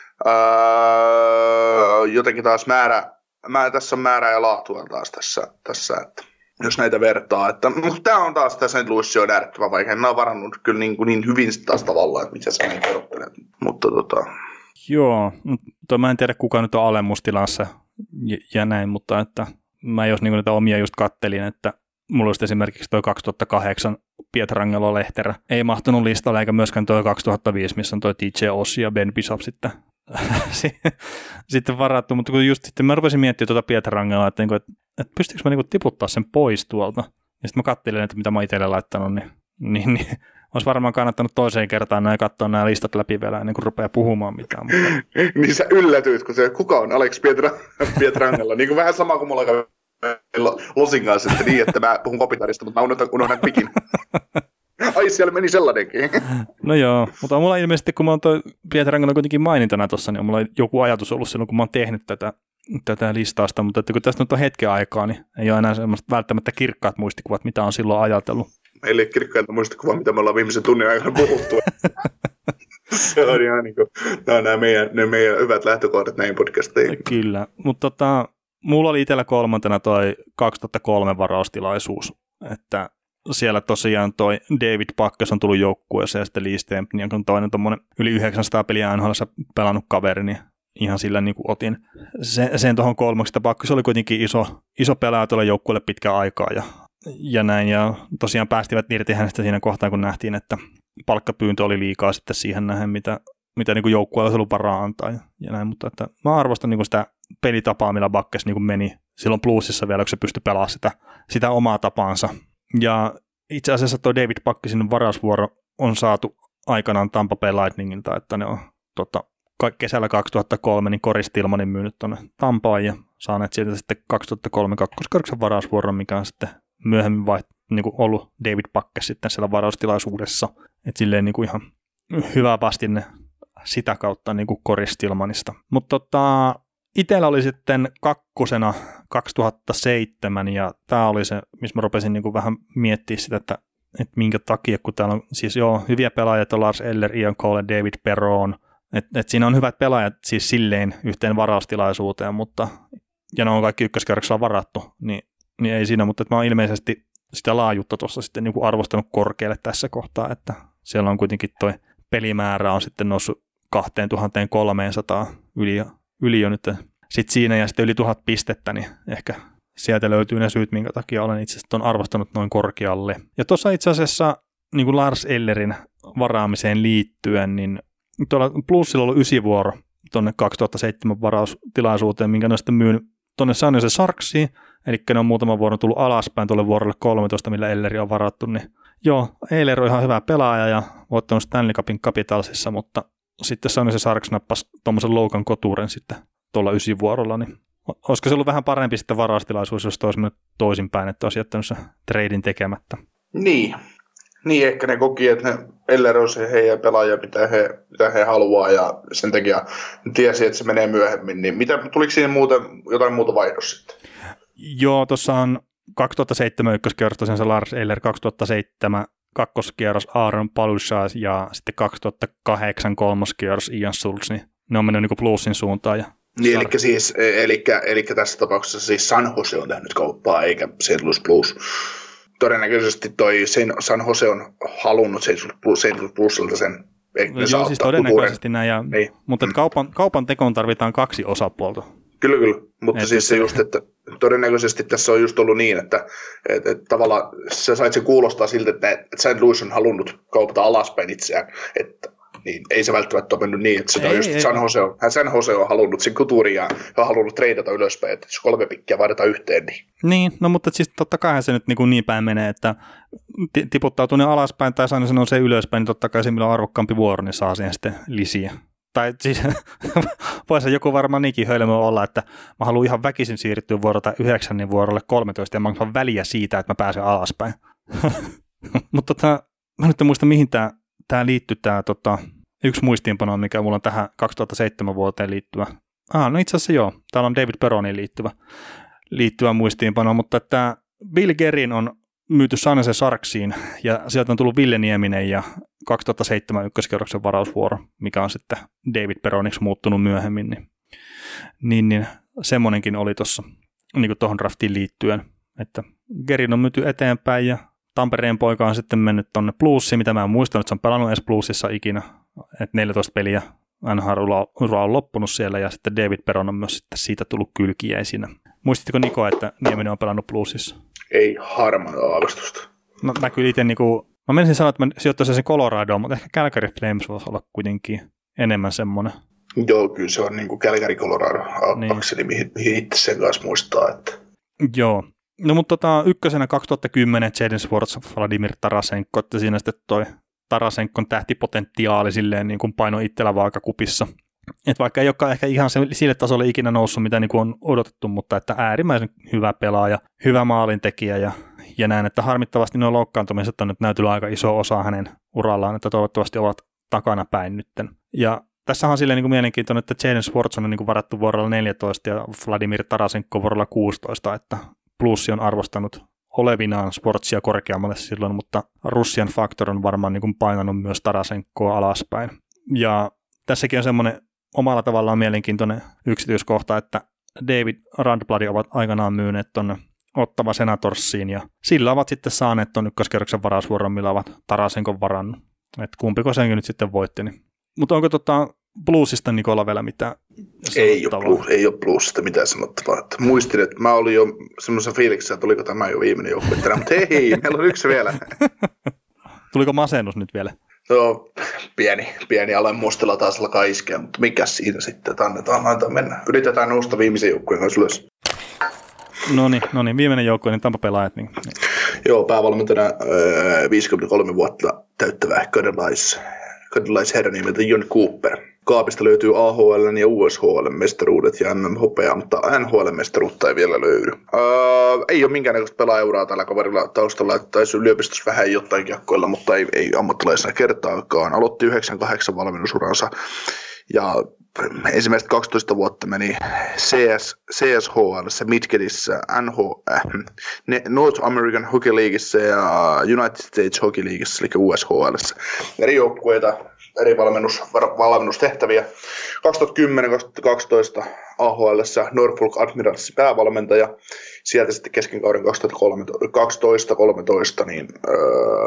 öö, jotenkin taas määrä, mä, tässä on määrä ja laatua taas tässä, tässä että jos näitä vertaa. Että, mutta tämä on taas, tässä Saint Louis on äärettömän vaikea. Mä oon varannut kyllä niin, niin hyvin taas tavallaan, että mitä sä näin kerrottelet. Mutta tota... Joo, mutta mä en tiedä kuka nyt on alemmustilassa ja, ja näin, mutta että mä jos niin niitä omia just kattelin, että mulla olisi esimerkiksi tuo kaksituhattakahdeksan Pietrangelo-Lehterä ei mahtunut listalle, eikä myöskään tuo kaksituhattaviisi, missä on tuo T J Ossi ja Ben Bishop sitten, sitten varattu, mutta kun just sitten mä rupesin miettimään tuota Pietrangeloa, että, että, että pystyykö mä niin tiputtaa sen pois tuolta, ja sitten mä kattelin, että mitä mä itselle laittanut, niin, niin, niin olisi varmaan kannattanut toiseen kertaan näin katsoa nämä listat läpi vielä ennen kuin rupeaa puhumaan mitään. Mutta... niin sä yllätyit, kun se, kuka on Alex Pietra- Pietrangelo, niin kuin vähän sama kuin mulla käy Losin kanssa, että niin, että mä puhun Kopitarista, mutta mä unohdan, unohdan pikin. Ai, siellä meni sellainenkin. No joo, mutta mulla ilmeisesti, kun mä oon toi Pietrangelo kuitenkin mainintana tuossa, niin on mulla joku ajatus ollut silloin, kun mä oon tehnyt tätä, tätä listausta, mutta että kun tästä nyt on hetken aikaa, niin ei ole enää semmoista välttämättä kirkkaat muistikuvat, mitä on silloin ajatellut. Meillä ei kirkkaita muistikuvaa, mitä me ollaan viimeisen tunnin aikana puhuttu. Se on ihan niin kuin, nämä on nämä meidän, ne meidän hyvät lähtökohdat näihin podcasteihin. Kyllä, mutta tota, mulla oli itsellä kolmantena toi kaksituhattakolme varaustilaisuus, että siellä tosiaan toi David Backes on tullut joukkueeseen ja sitten Lee Stempniak on toinen tommonen yli yhdeksänsataa peliä N H L:ssä pelannut kaveri, niin ihan sillä niin kuin otin sen, sen tuohon kolmaksi. Backes oli kuitenkin iso, iso pelaaja tuolle joukkueelle pitkään aikaa ja, ja näin, ja tosiaan päästivät irti hänestä siinä kohtaa, kun nähtiin, että palkkapyyntö oli liikaa sitten siihen nähden, mitä, mitä niin kuin joukkueella olisi ollut varaa antaa ja, ja näin, mutta että mä arvostan niin kuin sitä pelitapaa, millä Backes niin kuin meni silloin Bluesissa vielä, kun se pystyi pelaamaan sitä, sitä omaa tapaansa. Ja itse asiassa tuo David Backesin varausvuoro on saatu aikanaan Tampa Bay Lightningilta, että ne on tota, kesällä kaksituhattakolme niin Corey Stillmanin myynyt tuonne Tampaan ja saaneet sieltä sitten kaksituhattakolme kakkoskierroksen varausvuoron, mikä on sitten myöhemmin vaiht, niin kuin ollut David Backes sitten siellä varaustilaisuudessa. Että silleen niin kuin ihan hyvä vastinne sitä kautta niin kuin Corey Stillmanista. Mutta tota, itsellä oli sitten kakkosena kaksituhattaseitsemän, ja tämä oli se, missä mä rupesin niin kuin vähän miettimään sitä, että, että minkä takia, kun täällä on siis joo, hyviä pelaajia, on Lars Eller, Ian Cole, David Perron, että et siinä on hyvät pelaajat siis silleen yhteen varaustilaisuuteen, mutta, ja ne on kaikki ykköskerroksella varattu, niin, niin ei siinä, mutta mä oon ilmeisesti sitä laajuutta tuossa sitten niin kuin arvostanut korkealle tässä kohtaa, että siellä on kuitenkin toi pelimäärä on sitten noussut kaksituhattakolmesataa yli, yli jo nyt sitten siinä ja sitten yli tuhat pistettä, niin ehkä sieltä löytyy ne syyt, minkä takia olen itse asiassa arvostanut noin korkealle. Ja tuossa itse asiassa niin kuin Lars Ellerin varaamiseen liittyen, niin tuolla Bluesilla on ollut ysi vuoro tuonne kaksituhattaseitsemän varaustilaisuuteen, minkä ne on sitten myynyt tuonne San Jose Sharksiin, eli ne on muutaman vuoron tullut alaspäin tuolle vuorolle kolmetoista, millä Elleri on varattu, niin joo, Eller on ihan hyvä pelaaja ja voittanut Stanley Cupin Capitalsissa, mutta sitten San Jose Sharks nappasi tuommoisen Logan Couturen sitten tuolla ysivuorolla, niin olisiko se ollut vähän parempi sitten varaustilaisuus, jos olisi mennyt toisinpäin, että olisi jättänyt se treidin tekemättä? Niin. Niin, ehkä ne koki, että ne Eller on se heidän pelaaja, mitä he, mitä he haluaa, ja sen takia tiesi, että se menee myöhemmin. Niin mitä, tuliko siinä muuten, jotain muuta vaihdos sitten? Joo, tuossa on kaksituhattaseitsemän ykköskierros tosiaan se Lars Eller, kaksituhattaseitsemän kakkoskierros Aaron Palushas ja sitten kaksituhattakahdeksan kolmoskierros Ian Schultz, niin ne on mennyt niin kuin Bluesin suuntaan. Ja niin, eli, siis, eli, eli tässä tapauksessa siis San Jose on tehnyt kauppaa, eikä Saint Louis Blues. Todennäköisesti toi San Jose on halunnut Saint Louis Bluesilta sen. Joo, siis todennäköisesti näin, ja, niin. mutta kaupan, kaupan tekoon tarvitaan kaksi osapuolta. Kyllä, kyllä, mutta et siis se just, että todennäköisesti tässä on just ollut niin, että, että, että tavallaan sä sait se kuulostaa siltä, että, että Saint Louis on halunnut kaupata alaspäin itseään, että niin ei se välttämättä ole mennyt niin, että sitä ei, on just ei, San Jose on, hän San Jose on halunnut sen Couturin ja on halunnut treidata ylöspäin, että jos kolme pikkiä vaaditaan yhteen, niin. Niin, no mutta siis totta kai se nyt niin, niin päin menee, että tiputtautuu ne alaspäin tai San Jose on se ylöspäin, niin totta kai se millä on arvokkaampi vuoro, niin saa siihen sitten lisiä. Tai siis voisi joku varmaan niinkin hölmö olla, että mä haluan ihan väkisin siirtyä vuorolta yhdeksännen vuorolle kolmetoista ja mä oon väliä siitä, että mä pääsen alaspäin. Mutta tota, mä nyt en muista mihin tää, tää liittyy, tää tota, yksi muistiinpano, mikä mulla on tähän kaksituhattaseitsemän vuoteen liittyvä. Ah, no itse asiassa joo, täällä on David Perroniin liittyvä, liittyvä muistiinpano, mutta tämä Bill Guerin on myyty San Jose Sharksiin, ja sieltä on tullut Ville Nieminen ja kaksituhattaseitsemän ykköskierroksen varausvuoro, mikä on sitten David Perroniksi muuttunut myöhemmin, niin, niin, niin semmoinenkin oli tuossa niin tuohon draftiin liittyen, että Gerin on myyty eteenpäin, ja Tampereen poika on sitten mennyt tuonne Bluesiin, mitä mä en muistanut, että se on pelannut edes Bluesissa ikinä, että neljätoista peliä N H L-ura on loppunut siellä, ja sitten David Perron on myös sitten siitä tullut kylkiäisinä. Muistitko Niko, että Nieminen on pelannut Bluesissa? Ei harmaa aavistusta. Mä, mä kyllä itse niinku, mä menisin sanoa, että mä sijoittaisin sen Coloradoon, mutta ehkä Calgary Flames voisi olla kuitenkin enemmän semmoinen. Joo, kyllä se on niinku Calgary Colorado akseli, niin. mihin, mihin itse sen kanssa muistaa. Että... Joo. No mutta tota, ykkösenä kaksituhattakymmenen Jaden Schwartz, Vladimir Tarasenko, että siinä sitten toi Tarasenkon tähtipotentiaali silleen niin kuin paino itsellä vaakakupissa. Että vaikka ei olekaan ehkä ihan sille tasolle ikinä noussut, mitä niin kuin on odotettu, mutta että äärimmäisen hyvä pelaaja, hyvä maalintekijä ja, ja näin, että harmittavasti nuo loukkaantumiset on nyt näytellyt aika iso osa hänen urallaan, että toivottavasti ovat takana päin nytten. Ja tässä on silleen niin kuin mielenkiintoinen, että Jaden Schwartz on niin kuin varattu vuorolla neljätoista ja Vladimir Tarasenko vuorolla kuusitoista, että Plussi on arvostanut olevinaan Sportsia korkeammalle silloin, mutta Russian Factor on varmaan niin kuin painanut myös Tarasenkoa alaspäin. Ja tässäkin on semmoinen omalla tavallaan mielenkiintoinen yksityiskohta, että David Rundblad ovat aikanaan myyneet tuonne Ottava Senatorsiin, ja sillä ovat sitten saaneet tuon ykköskerroksen varausvuoron, millä ovat Tarasenkon varannut. Että kumpiko senkin nyt sitten voitti. Niin. Mutta onko tota Bluesista Nikola vielä mitään ei ole, blues, ei ole Bluesista mitään sanottavaa. Että muistin, että mä olin jo semmoisen fiiliksessä, että tuliko tämä jo viimeinen joukkue. Mutta hei, meillä on yksi vielä. Tuliko masennus nyt vielä? No, pieni, pieni aloin mustella taas alkaa iskeä, mutta mikä siinä sitten, että annetaan, annetaan mennä. Yritetään nousta viimeisen joukkueen kanssa ylös. No niin, no niin, viimeinen joukkue, niin Tampa-pelaajat. Niin, niin. Joo, päävalmentajana öö, viisikymmentäkolme vuotta täyttävä kadalais, kadalaisherra nimeltä John Cooper. Kaapista löytyy A H L ja U S H L-mestaruudet ja M M H, mutta N H L-mestaruutta ei vielä löydy. Öö, ei ole minkäännäköistä pelaajauraa tällä kaverilla taustalla, että taisi yliopistossa vähän jotain kiekkoilla, mutta ei, ei ammattilaisena kertaakaan. Aloitti yhdeksänkymmentäkahdeksan valmennusuransa ja ensimmäiset kaksitoista vuotta meni C S, C S H L:ssä, Midgetissä, N H, äh, North American Hockey Leagueissa ja United States Hockey Leagueissa, eli U S H L:ssä. Eri joukkueita, eri valmennus, valmennustehtäviä. kaksituhattakymmenen kaksituhattakaksitoista A H L:ssä Norfolk Admirals päävalmentaja. Sieltä sitten kesken kauden kaksituhattakaksitoista kolmetoista, niin, öö,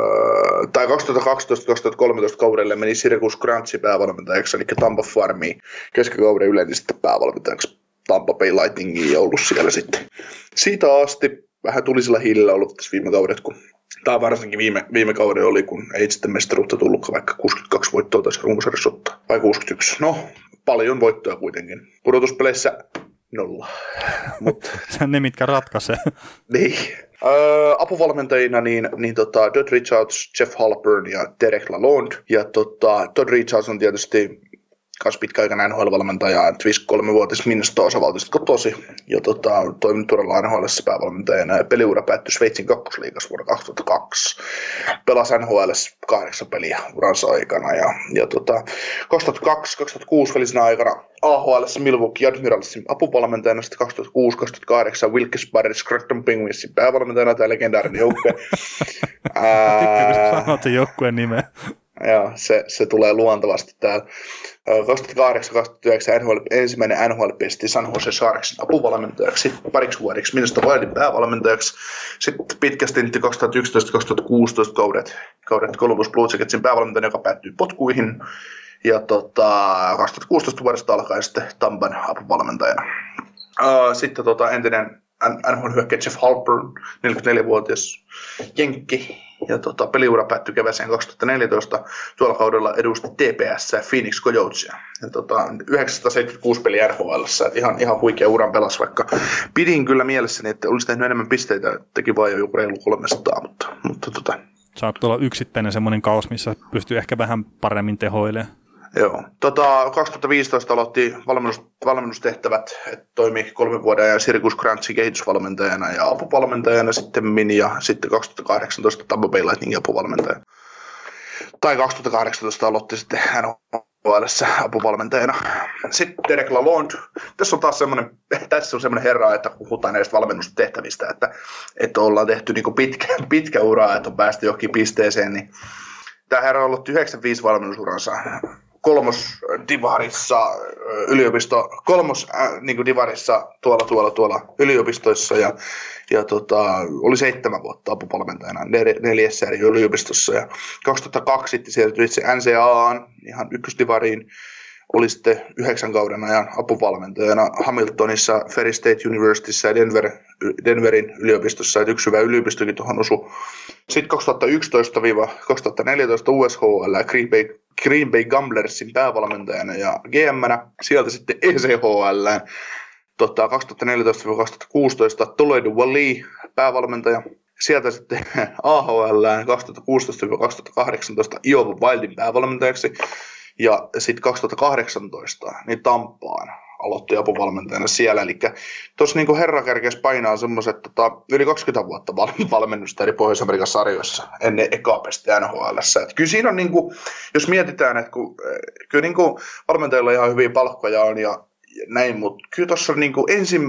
tai kaksituhattakaksitoista kaksituhattakolmetoista kaudelle meni Syracuse Grantsin päävalmentajaksi, eli Tampa Farmiin. Keskikauden yleensä sitten päävalmentajaksi Tampa Bay Lightningiin ollut siellä sitten. Siitä asti vähän tulisella hiilillä ollut tässä viime kaudet, kun tai varsinkin viime, viime kauden oli, kun ei sitten mestaruutta tullutkaan, vaikka kuusikymmentäkaksi voittoa taisi runkosarjassa ottaa, vai kuusikymmentäyksi. No, paljon voittoja kuitenkin. Pudotuspeleissä nolla. Mut. Se on ne, mitkä ratkaisee. Niin. Öö, apuvalmentajina niin, niin tota, Todd Richards, Jeff Halpern ja Derek Lalonde. Ja tota, Todd Richards on tietysti myös pitkäaikainen N H L-valmentaja, viisikymmentäkolmevuotias Minnesota-osavaltiosta kotosi, ja tota, toiminut todella N H L:ssä päävalmentajana, ja peliura päättyi Sveitsin kakkosliigassa vuonna kaksituhattakaksi. Pelasi N H L:ssä kahdeksan peliä uransa aikana, ja, ja tota, kaksituhattakaksi kaksituhattakuusi välisenä aikana A H L:ssä Milwaukee Admiralsin apuvalmentajana, sitten kaksituhattakuusi kaksituhattakahdeksan Wilkes-Barre Scranton Penguinsin päävalmentajana, tämä legendaarinen joukkue. Tykkääkö sä sanoa sen joukkueen nimeä? Joo, se, se tulee luontavasti täällä. kaksituhattakahdeksan kaksituhattayhdeksän N H L, ensimmäinen N H L-pesti San Jose Sharksin apuvalmentajaksi, pariksi vuodeksi Minnesota Wildin päävalmentajaksi. Sitten pitkä stintti kaksituhattayksitoista kaksituhattakuusitoista kaudet, kaudet Columbus Blue Jacketsin päävalmentajana, joka päättyi potkuihin. Ja tota, kaksituhattakuusitoista vuodesta alkaen sitten Tampan apuvalmentajana. Sitten tota, entinen N H L-hyökkäjä Jeff Halpern, neljäkymmentäneljävuotias jenkki. Ja tota, peliura päättyi kevääseen kaksituhattaneljätoista. Tuolla kaudella edusti T P S ja Phoenix Coyotesia. Ja tota, yhdeksänsataaseitsemänkymmentäkuusi peliä R H L:ssä. Et ihan, ihan huikea uran pelas, vaikka pidin kyllä mielessäni, että olisi tehnyt enemmän pisteitä. Teki vain jo joku reilu kolmesataa, mutta, mutta tota. Saattaa olla yksittäinen semmoinen kaus, missä pystyy ehkä vähän paremmin tehoilemaan. Joo. Tota, kaksituhattaviisitoista aloitti valmennus, valmennustehtävät, että toimi kolmen vuoden ajan Syracuse Grantsin kehitysvalmentajana ja apuvalmentajana sitten min ja sitten kaksituhattakahdeksantoista Tampa Bay Lightningin apuvalmentajana. Tai kaksituhattakahdeksantoista aloitti sitten N H H L:ssä apuvalmentajana. Sitten Derek Lalonde. Tässä on taas semmoinen, tässä on semmoinen herra, että puhutaan näistä valmennustehtävistä, että, että ollaan tehty niin pitkä, pitkä ura, että on päästy johonkin pisteeseen. Niin tämä herra on ollut yhdeksänkymmentäviisi valmennusuransa. Kolmos divarissa yliopisto, kolmos äh, niin divarissa tuolla, tuolla, tuolla yliopistoissa ja, ja tota, oli seitsemän vuotta apupalmentajana neljässä eri yliopistossa ja kaksituhattakaksi sitten siirtyi itse N C A A:n ihan ykkösdivariin, oli sitten yhdeksän kauden ajan apuvalmentajana Hamiltonissa, Ferry State Universityssä ja Denver, Denverin yliopistossa, että yksi hyvä yliopistokin tuohon osui. Sitten kaksituhattayksitoista kaksituhattaneljätoista U S H L ja Green Bay, Green Bay Gamblersin päävalmentajana ja G M:nä, sieltä sitten E C H L tota, kaksituhattaneljätoista kaksituhattakuusitoista Toledo Valley päävalmentaja, sieltä sitten A H L kaksituhattakuusitoista kaksituhattakahdeksantoista Iowa Wildin päävalmentajaksi. Ja sitten kaksituhattakahdeksantoista niin Tampaan aloitti apuvalmentajana siellä. Eli tuossa niin herra kerkesi painaa semmoiset tota, yli kaksikymmentä vuotta valmennusta eri Pohjois-Amerikan sarjoissa ennen ekaa pestiä N H L:ssä. Et kyllä siinä on, niin kuin, jos mietitään, että kun, kyllä niin kuin valmentajilla ihan hyviä palkkoja on ja, ja näin, mutta kyllä tuossa niin ensin,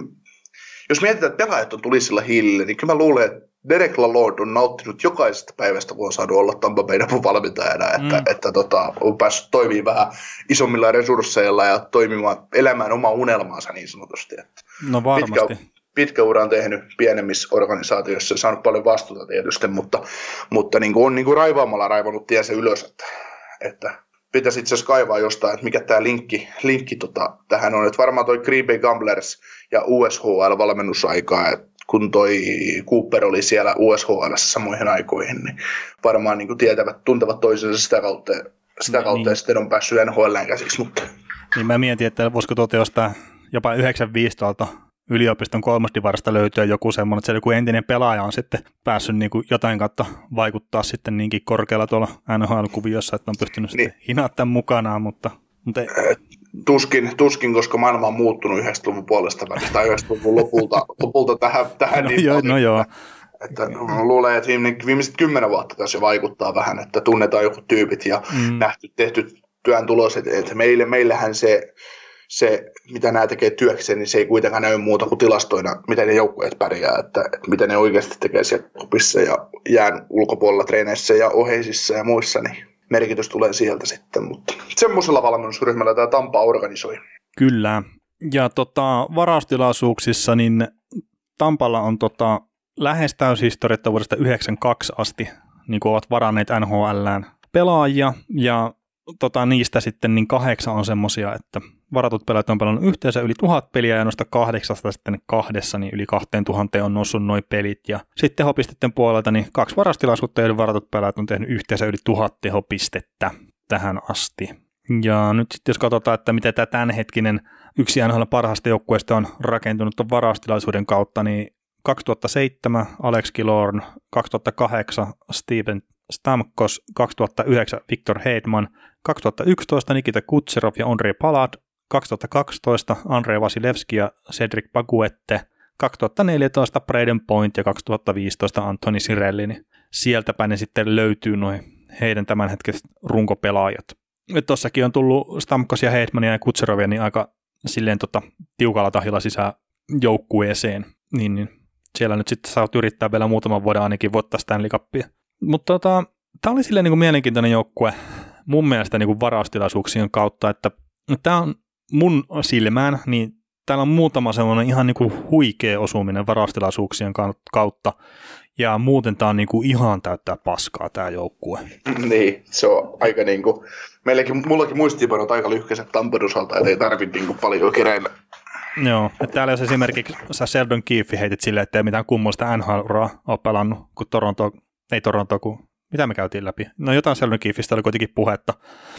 jos mietitään, että pelaajat on tulisilla hiilillä, niin kyllä mä luulen, että Derek Lalonde on nauttinut jokaisesta päivästä, kun on saanut olla Tampa Bayn apuvalmentajana, että, mm. että tota, on päässyt toimimaan vähän isommilla resursseilla ja toimimaan, elämään omaa unelmaansa niin sanotusti. Että no varmasti. Pitkä, pitkä ura on tehnyt pienemmissä organisaatioissa ja saanut paljon vastuuta tietysti, mutta, mutta niin kuin on niin kuin raivaamalla raivannut tiensä ylös, että, että pitäisi itse asiassa kaivaa jostain, että mikä tämä linkki, linkki tota, tähän on. Että varmaan toi Green Bay Gamblers ja U S H L-valmennusaikaa, että kun toi Cooper oli siellä U S H L:ssä samoihin aikoihin, niin varmaan niin kuin tietävät, tuntevat toisensa sitä kautta, sitä kautta niin, ja sitten on päässyt N H L:ään käsiksi. Mutta. Niin mä mietin, että voisiko tuolta jostain jopa yhdeksänkymmentäviisi tuolta yliopiston kolmosdivarista löytyä joku semmoinen, että se joku entinen pelaaja on sitten päässyt niin kuin jotain kautta vaikuttaa sitten niinkin korkealla tuolla N H L-kuviossa, että on pystynyt niin sitten hinaa tämän mukanaan, mutta, mutta ei. Tuskin, tuskin, koska maailma on muuttunut yhdeksänkymmentäluvun puolesta välistä tai yhdeksänkymmentäluvun lopulta, lopulta tähän, tähän no, niin joo, no joo. Että luulen, että viimeiset kymmenen vuotta tässä vaikuttaa vähän, että tunnetaan joku tyypit ja mm. nähty, tehty työn tulos, että meille, meillähän se, se, mitä nämä tekee työkseen, niin se ei kuitenkaan näy muuta kuin tilastoina, miten ne joukkueet pärjää, että, että mitä ne oikeasti tekee siellä kopissa ja jään ulkopuolella treeneissä ja oheisissa ja muissa, niin merkitys tulee sieltä sitten, mutta semmoisella valmennusryhmällä tämä Tampa organisoi. Kyllä, ja tota, varaustilaisuuksissa niin Tampalla on tota, lähes täyshistorietta vuodesta yhdeksänkymmentäkaksi asti, niin kuin ovat varanneet N H L:ään pelaajia, ja tota, niistä sitten niin kahdeksan on semmoisia, että varatut pelaajat on pelannut yhteensä yli tuhat peliä, ja noista kahdeksasta sitten kahdessa, niin yli kahteen tuhanteen on noussut noi pelit, ja sitten tehopisteiden puolelta, niin kaksi varastilaisuutta, joiden varatut pelaajat on tehnyt yhteensä yli tuhat tehopistettä tähän asti. Ja nyt sitten jos katsotaan, että miten tämä tämänhetkinen yksi N H L parhaista joukkueista on rakentunut tuon varaustilaisuuden kautta, niin kaksituhattaseitsemän Alex Killorn, kaksituhattakahdeksan Steven Stamkos, kaksituhattayhdeksän Victor Hedman, kaksituhattayksitoista Nikita Kucherov ja Ondrej Palad, kaksituhattakaksitoista Andrei Vasilevski ja Cedric Paguette, kaksituhattaneljätoista Braden Point ja kaksituhattaviisitoista Antoni Cirelli, niin sieltäpä ne sitten löytyy noin heidän tämänhetkiset runkopelaajat. Tuossakin on tullut Stamkosia, Hedmania ja Kutserovia niin aika silleen tota, tiukalla tahilla sisään joukkueeseen, niin, niin siellä nyt sitten saat yrittää vielä muutaman vuoden ainakin voittaa Stanley Cupia. Mutta tota, tämä oli silleen niin kuin mielenkiintoinen joukkue mun mielestä niin kuin varaustilaisuuksien kautta, että tämä on mun silmään, niin täällä on muutama semmoinen ihan niin kuin huikea osuminen varaustilaisuuksien kautta, ja muuten tämä on niin kuin ihan täyttää paskaa tämä joukkue. Niin, se on aika niin kuin, meilläkin, mullakin muistiinpanot aika lyhkäiset Tampan osalta, että ei tarvitse niin paljon kereillä. Joo, että täällä jos esimerkiksi sä Sheldon Keefe heitit silleen, ettei mitään kummallista N H L-uraa ole pelannut, kun Toronto, ei Toronto, kun mitä me käytiin läpi? No jotain Sheldon Keefeistä oli kuitenkin puhetta,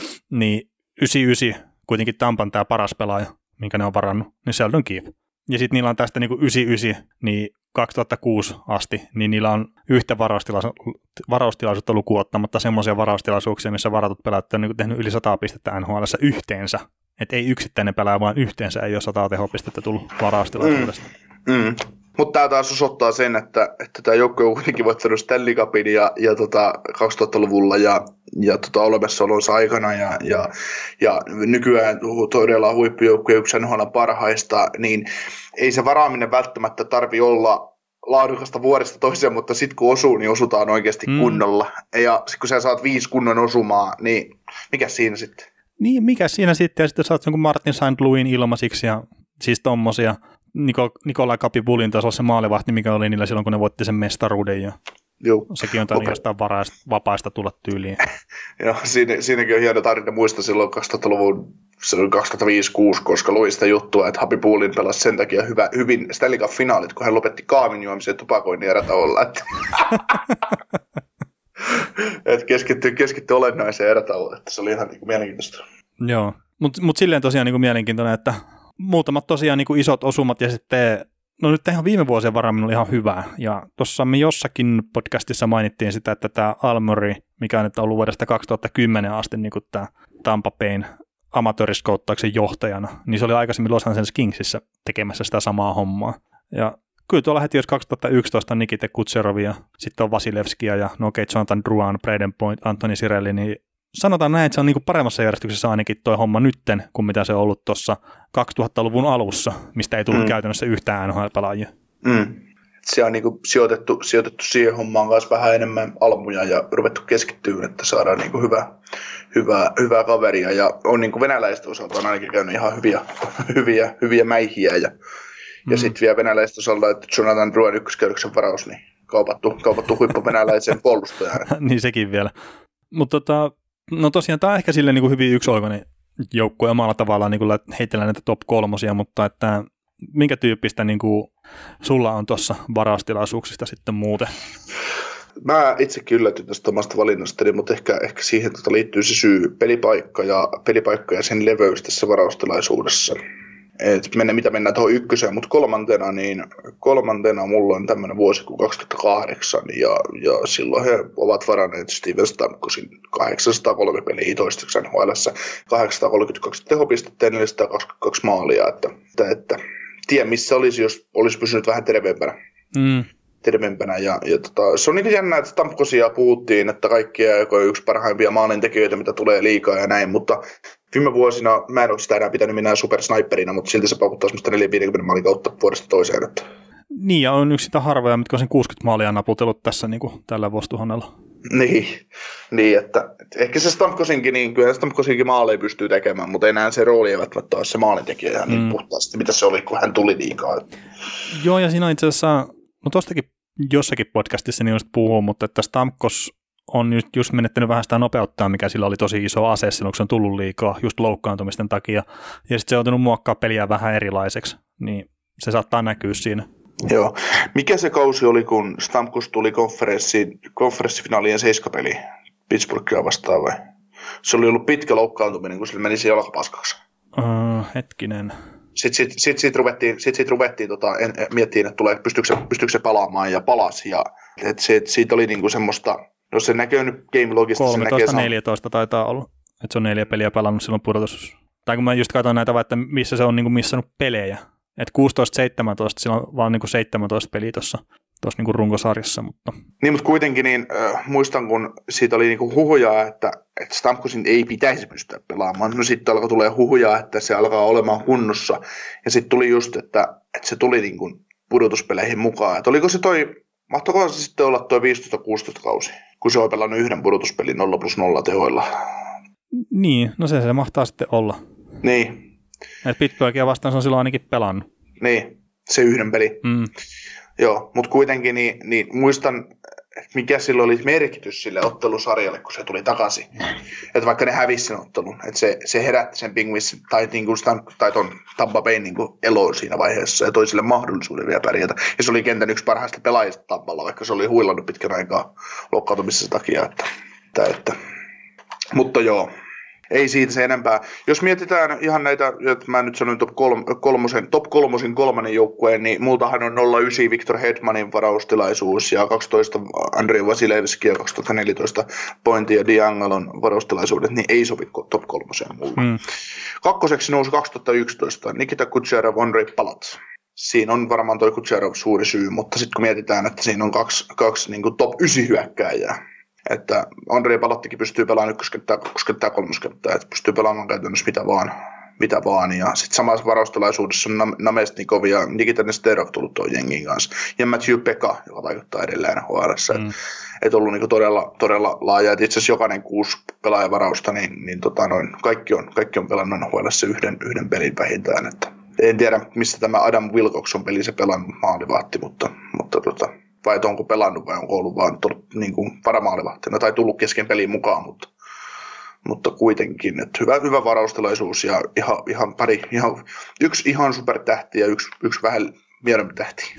niin yhdeksänkymmentäyhdeksän kuitenkin Tampan tämä paras pelaaja, minkä ne on varannut, niin Sheldon Keefe. Ja sitten niillä on tästä niinku yhdeksänkymmentäyhdeksän, niin kaksituhattakuusi asti, niin niillä on yhtä varaustilaisuutta, varaustilaisuutta lukuun ottamatta semmoisia varaustilaisuuksia, missä varatut pelaajat on niinku tehnyt yli sata pistettä N H L:ssä yhteensä. Että ei yksittäinen pelaaja, vaan yhteensä ei ole sata tehopistettä tullut varaustilaisuudesta. Mm. Mm. Mutta tämä taas osoittaa sen, että, että tämä joukkue on kuitenkin voittanut Stanley Cupin ja, ja tota kaksituhattaluvulla ja, ja tota olemassaolonsa aikana ja, ja, ja nykyään todella huippujoukkue yksi N H L parhaista, niin ei se varaaminen välttämättä tarvi olla laadukasta vuodesta toiseen, mutta sitten kun osuu, niin osutaan oikeasti mm. kunnolla. Ja sitten kun sä saat viisi kunnon osumaa, niin mikä siinä sitten? Niin, mikä siinä sitten? Ja sitten saat jonkun Martin Saint Louisin ilmaisiksi ja siis tommosia. Niko, Nikolai Kapipulin tasolla se maalivahti, mikä oli niillä silloin, kun ne voitti sen mestaruuden. Ja Joo. Sekin on tainnut okay. jostain varaista, vapaista tulla tyyliin. Joo, siinä, siinäkin on hieno tarina muista silloin kaksituhattaluvun, se oli kaksituhattaviisi kuusi, koska luin sitä juttua, että Kapipulin pelasi sen takia hyvä, hyvin Stanley Cup-finaalit, kun hän lopetti kaamin juomisen tupakoinnin erätauolla. Että et keskittyy, keskittyy olennaiseen erätauolle, että se oli ihan niin kuin mielenkiintoista. Joo, mutta mut silleen tosiaan niin kuin mielenkiintoinen, että muutamat tosiaan niin kuin isot osumat ja sitten, no nyt ihan viime vuosien varaaminen oli ihan hyvä. Ja tuossa me jossakin podcastissa mainittiin sitä, että tämä Almori, mikä on nyt ollut vuodesta kaksituhattakymmenen asti niin kuin tämä Tampa Bayn amatööriskouttauksen johtajana, niin se oli aikaisemmin Los Angeles Kingsissä tekemässä sitä samaa hommaa. Ja kyllä tuolla heti jos kaksituhattayksitoista Nikita Kutserovia, sitten on Vasilevskia ja no okei, okay, Jonathan Drouin, Braden Point, Antoni Cirelli, niin sanotaan näin, että se on niinku paremmassa järjestyksessä ainakin toi homma nytten, kuin mitä se on ollut tuossa kaksituhattaluvun alussa, mistä ei tullut mm. käytännössä yhtään N H L-pelaajia. Mm. Se on niinku sijoitettu, sijoitettu siihen hommaan kanssa vähän enemmän almuja ja ruvettu keskittyä, että saadaan niinku hyvää, hyvää, hyvää kaveria. Ja on niinku venäläisten osalta on ainakin käynyt ihan hyviä, hyviä, hyviä mäihiä. Ja, mm. ja sitten vielä venäläisten osalta, että Jonathan Drouin ykköskäydyksen varaus, niin kaupattu, kaupattu huippu venäläisen puolustajan. Niin sekin vielä. Mutta tota, no tosiaan tämä on ehkä silleen niin kuin hyvin yksioikoinen joukkue omalla tavallaan niin heitellään näitä top kolmosia, mutta että minkä tyyppistä niin kuin sulla on tuossa varaustilaisuuksista sitten muuten? Mä itsekin yllätyin tästä omasta valinnastani, mutta ehkä, ehkä siihen tota liittyy se syy, pelipaikka ja, pelipaikka ja sen leveys tässä varaustilaisuudessa. Et mennä, mitä mennään tuohon ykköseen, mutta kolmantena, niin kolmantena mulla on tämmöinen vuosi kuin kaksituhattakahdeksan, ja, ja silloin he ovat varanneet Steven Stamkosin kahdeksansataakolme peliä toistaiseksi N H L:ssä, kahdeksansataakolmekymmentäkaksi tehopistettä ja neljäsataakaksikymmentäkaksi maalia, että, että, että tiedä missä olisi, jos olisi pysynyt vähän terveempänä. Mm. terveempänä. Ja, ja tota, se on niin jännä, että Stamkosia puhuttiin, että kaikkia on yksi parhaimpia maalintekijöitä, mitä tulee liikaa ja näin, mutta viime vuosina mä en ole sitä enää pitänyt minä supersniperina, mutta silti se paukuttaa semmoista neljäkymmentä maalin kautta vuodesta toiseen. Että. Niin, ja on yksi sitä harvoja, mitkä on sen kuusikymmentä maalia naputellut tässä niin kuin tällä vuosituhannella. Niin, niin että, että ehkä se Stamkosinkin, niin kyllä Stamkosinkin maaleja pystyy tekemään, mutta enää se rooli ei välttämättä ole se maalintekijä ihan mm. niin puhtaasti, mitä se oli, kun hän tuli liikaa. Joo, ja siinä itse asiassa, no tuostakin jossakin podcastissa niin just puhuu, mutta että Stamkos on just, just menettänyt vähän sitä nopeuttaa, mikä sillä oli tosi iso ase silloin, kun se on tullut liikaa just loukkaantumisten takia, ja sitten se on joutunut muokkaa peliä vähän erilaiseksi, niin se saattaa näkyä siinä. Joo. Mikä se kausi oli, kun Stamkos tuli konferenssifinaalien seiskapeliin Pittsburghia vastaan vai? Se oli ollut pitkä loukkaantuminen, kun sillä menisi jalkapaskaksi. Uh, hetkinen. Sitten sit, sit, sit ruvettiin, sit, sit ruvettiin tota, en, miettiin, että tulee, pystyykö, se, pystyykö se palaamaan ja palasi. Ja, et se, siitä oli niinku semmoista, jos se näkyy nyt game logista. kolmetoista neljätoista taitaa olla, että se on neljä peliä pelannut silloin pudotus. Tai kun mä just katson näitä, että missä se on niinku missannut pelejä. Että kuusitoista seitsemäntoista, sillä on vaan niinku seitsemäntoista peliä tuossa niinku runkosarjassa. Mutta. Niin, mutta kuitenkin niin, äh, muistan, kun siitä oli niinku huhuja, että, että Stamkosin ei pitäisi pystyä pelaamaan. No sitten alkoi tulee huhuja, että se alkaa olemaan kunnossa. Ja sitten tuli just, että, että se tuli niinku pudotuspeleihin mukaan. Että oliko se toi, mahtoiko se sitten olla toi viisitoista kuusitoista kausi, kun se on pelannut yhden pudotuspelin nolla plus nolla tehoilla? Niin, no se se mahtaa sitten olla. Niin. Että Pittsburghia vastaan se on silloin ainakin pelannut. Niin, se yhden peli. Mm. Joo, mutta kuitenkin niin, niin muistan, mikä sillä oli merkitys sille ottelusarjalle, kun se tuli takaisin. Että vaikka ne hävisi sen ottelun, että se, se herätti sen Penguins tai, niinku, tai ton Tampa Bayn niinku eloon siinä vaiheessa ja toi sille mahdollisuuden vielä pärjätä. Ja se oli kentän yksi parhaista pelaajista Tampalla, vaikka se oli huilannut pitkän aikaa loukkaantumisessa takia. Että, että, että. Mutta joo. Ei siitä se enempää. Jos mietitään ihan näitä, että mä nyt sanoin top, kolm, kolmosen, top kolmosin kolmannen joukkueen, niin multahan on nolla yhdeksän Victor Hedmanin varaustilaisuus ja kaksitoista Andrei Vasilevski ja kaksituhattaneljätoista Pointin ja Diangalon varaustilaisuudet, niin ei sovi top kolmoseen mulle. Mm. Kakkoseksi nousi kaksituhattayksitoista Nikita Kucherov, Ondrej Palat. siinä on varmaan toi Kucherov suuri syy, mutta sitten kun mietitään, että siinä on kaksi, kaksi niin kuin top yhdeksän hyökkääjää, että Andrei Palattikin pystyy pelaamaan ykköskenttää, kakkoskenttää, kolmoskenttää, että pystyy pelaamaan käytännössä mitä vaan, mitä vaan. Ja sitten samassa varaustelaisuudessa on Namestnikov ja Nikita Nesterov tullut tuon jengin kanssa. Ja Matthew Pekka, joka vaikuttaa edelleen N H L:ssä. Mm. Että ollut niinku todella, todella laaja. Et itse asiassa jokainen kuusi pelaajavarausta, niin, niin tota noin, kaikki, on, kaikki on pelannut N H L:ssä yhden, yhden pelin vähintään. Että en tiedä, missä tämä Adam Wilcoxon peli se pelannut maalivahti, mutta, mutta tota, vai onko pelannut vai onko ollut vaan tullut niin kuin varamaalivahtina tai tullut kesken peliin mukaan, mutta, mutta kuitenkin, että hyvä, hyvä varaustelaisuus ja ihan, ihan pari, ihan, yksi ihan supertähti ja yksi, yksi vähän mielempi tähti.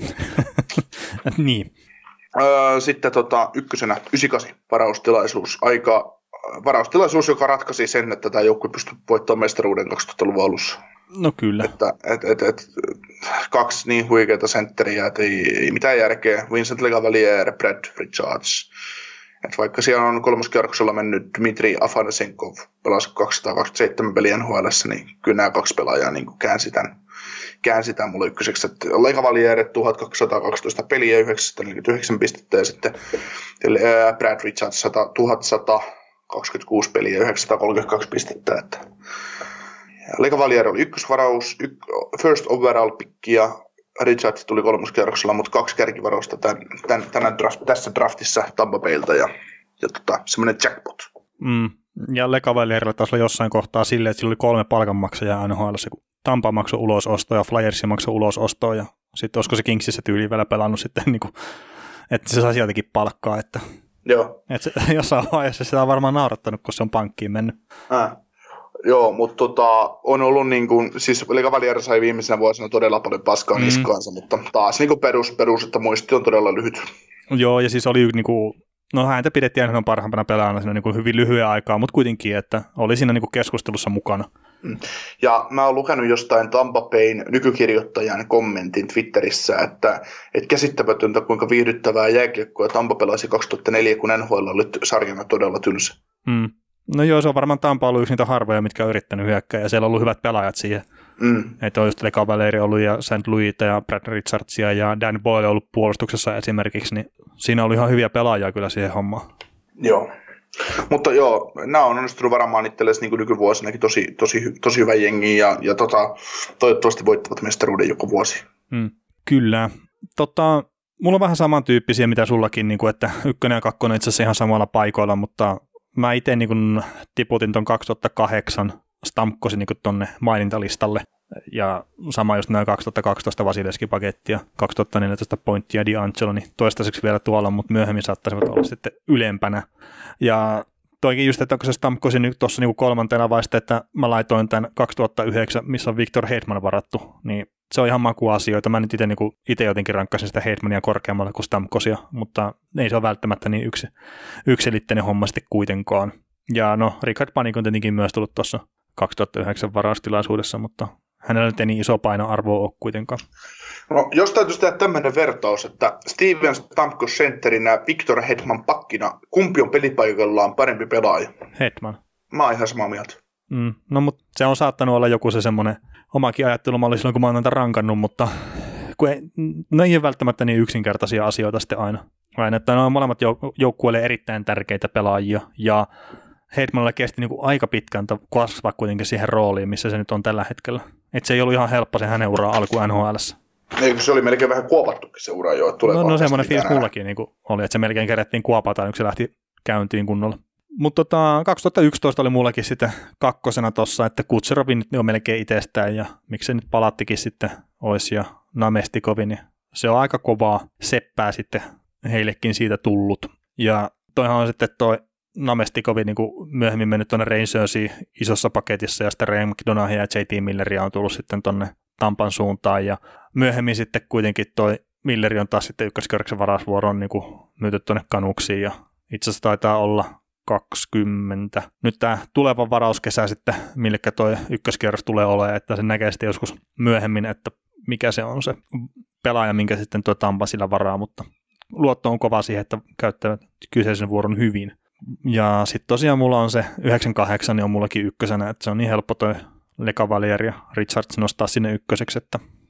Niin. Sitten tota, ykkösenä yhdeksänkymmentäkahdeksan varaustelaisuus, aika varaustelaisuus, joka ratkaisi sen, että tämä joukkue pystyi voittamaan mestaruuden kaksituhattaluvun alussa. No kyllä. Että, et, et, et, kaksi niin huikeita sentteriä, että ei, ei mitään järkeä. Vincent Legavalier, Brad Richards. Et vaikka siellä on kolmoskierroksella mennyt Dmitri Afanasenkov, pelasi kaksisataakaksikymmentäseitsemän peliä N H L:ssä, niin kyllä nämä kaksi pelaajaa niin käänsi tämän, käänsi tämän mulle ykköseksi. Legavalier tuhatkaksisataakaksitoista peliä, yhdeksänsataaneljäkymmentäyhdeksän pistettä ja sitten Brad Richards tuhatsata kaksikymmentäkuusi peliä, yhdeksänsataakolmekymmentäkaksi pistettä. Että Legavalier oli ykkösvaraus, yk, first overall pick ja Richards tuli kolmoskierroksella, mutta kaksi kärkivarausta tämän, tämän, tämän draft, tässä draftissa Tampa Baylta ja, ja tota, semmoinen jackpot. Mm. Ja Legavalierilla taas oli jossain kohtaa silleen, että sillä oli kolme palkanmaksajaa N H L:ssä, kun Tampa maksoi ulosostoa ja Flyersin maksoi ulosostoa ja sitten olisiko se Kingsissä tyyliin vielä pelannut sitten, niin kuin, että se saa sieltäkin palkkaa. Että, Joo. Että se, jossain vaiheessa sitä on varmaan naurattanut, kun se on pankkiin mennyt. Äh. Joo, mutta tota, on ollut niin kuin, siis Legavalier sai viimeisenä vuosina todella paljon paskaa mm. niskaansa, mutta taas niin kuin perus, perus, että muisti on todella lyhyt. Joo, ja siis oli niin kuin, no häntä pidettiin aina parhaimpana pelaajana siinä niin kuin hyvin lyhyen aikaa, mutta kuitenkin, että oli siinä niin kuin keskustelussa mukana. Ja mä oon lukenut jostain Tampa Bayn nykykirjoittajan kommentin Twitterissä, että, että käsittämätöntä kuinka viihdyttävää jääkiekkoa Tampa pelasi kaksituhattaneljä, kun N H L oli sarjana todella tylsä. Mm. No joo, se on varmaan Tampa ollut yksi niitä harvoja, mitkä on yrittänyt hyökkää, ja siellä on ollut hyvät pelaajat siihen. Mm. Että on just Le Cavalieri ollut ja Saint Louis ja Brad Richardsia ja Dan Boyle ollut puolustuksessa esimerkiksi, niin siinä oli ihan hyviä pelaajia kyllä siihen hommaan. Joo, mutta joo, nämä on onnistunut varmaan itsellesi niin nykyvuosinakin tosi, tosi, tosi hyvä jengi ja, ja tota, toivottavasti voittavat mestaruuden joku vuosi. Mm, kyllä. Tota, mulla on vähän samantyyppisiä mitä sullakin, niin kuin, että ykkönen ja kakkonen itse asiassa ihan samalla paikoilla, mutta mä itse niin tiputin ton kaksituhattakahdeksan Stamkosin niin tonne mainintalistalle ja sama just nämä kaksituhattakaksitoista Vasilevski-paketti ja kaksituhattaneljätoista Pointti ja D'Angelo, niin toistaiseksi vielä tuolla, mutta myöhemmin saattaisivat olla sitten ylempänä. Ja toikin just, että onko se Stamkosin nyt tuossa niin kolmantena vai sitten, että mä laitoin tämän kaksituhattayhdeksän, missä on Victor Hedman varattu, niin se on ihan makuasioita. Mä nyt itse niin itse jotenkin rankkasin sitä Hedmania korkeammalle kuin Stamkosia, mutta ei se ole välttämättä niin yksi, yksiselitteinen homma sitten kuitenkaan. Ja no, Richard Panik on tietenkin myös tullut tuossa kaksituhattayhdeksän varaustilaisuudessa, mutta hänellä nyt ei niin iso painoarvoa ole kuitenkaan. No, jos täytyisi tehdä tämmöinen vertaus, että Steven Stamkos sentterinä, Victor Hedman pakkina, kumpi on pelipaikallaan parempi pelaaja? Hedman. Mä oon ihan samaa mieltä. Mm, no, mutta se on saattanut olla joku se semmoinen omakin ajattelumalli silloin, kun mä oon näitä rankannut, mutta kun ei, ne ei ole välttämättä niin yksinkertaisia asioita sitten aina. Aina, että ne on molemmat jouk- joukkueille erittäin tärkeitä pelaajia, ja Hedmanilla kesti niinku aika pitkään kasvaa kuitenkin siihen rooliin, missä se nyt on tällä hetkellä. Että se ei ollut ihan helppo se hänen uraa alku N H L:ssä. Eikö se oli melkein vähän kuopattukin se ura jo? No, no semmoinen fiilis mullakin niin oli, että se melkein kerättiin kuopata, kun se lähti käyntiin kunnolla. Mutta tota, kaksituhattayksitoista oli mullakin sitten kakkosena tossa, että Kutserovin nyt on melkein itsestään ja miksi se nyt Palattikin sitten olisi ja Namestikovin, niin se on aika kovaa seppää sitten heillekin siitä tullut. Ja toihan on sitten toi Namestikovi niin myöhemmin mennyt tuonne Rangersiin isossa paketissa ja sitten Ray McDonagh ja J T Milleria on tullut sitten tuonne Tampan suuntaan ja myöhemmin sitten kuitenkin toi Milleri on taas sitten ykköskierroksen varausvuoroon niin myyty tuonne Canucksiin ja itse asiassa taitaa olla kaksikymmentä. Nyt tämä tuleva varauskesä sitten, millekä toi ykköskierros tulee olemaan, että se näkee sitten joskus myöhemmin, että mikä se on se pelaaja, minkä sitten tuo Tampa sillä varaa, mutta luotto on kova siihen, että käyttävät kyseisen vuoron hyvin. Ja sitten tosiaan mulla on se yhdeksänkymmentäkahdeksan, niin on mullakin ykkösenä, että se on niin helppo toi Le Cavalier ja Richards nostaa sinne ykköseksi, että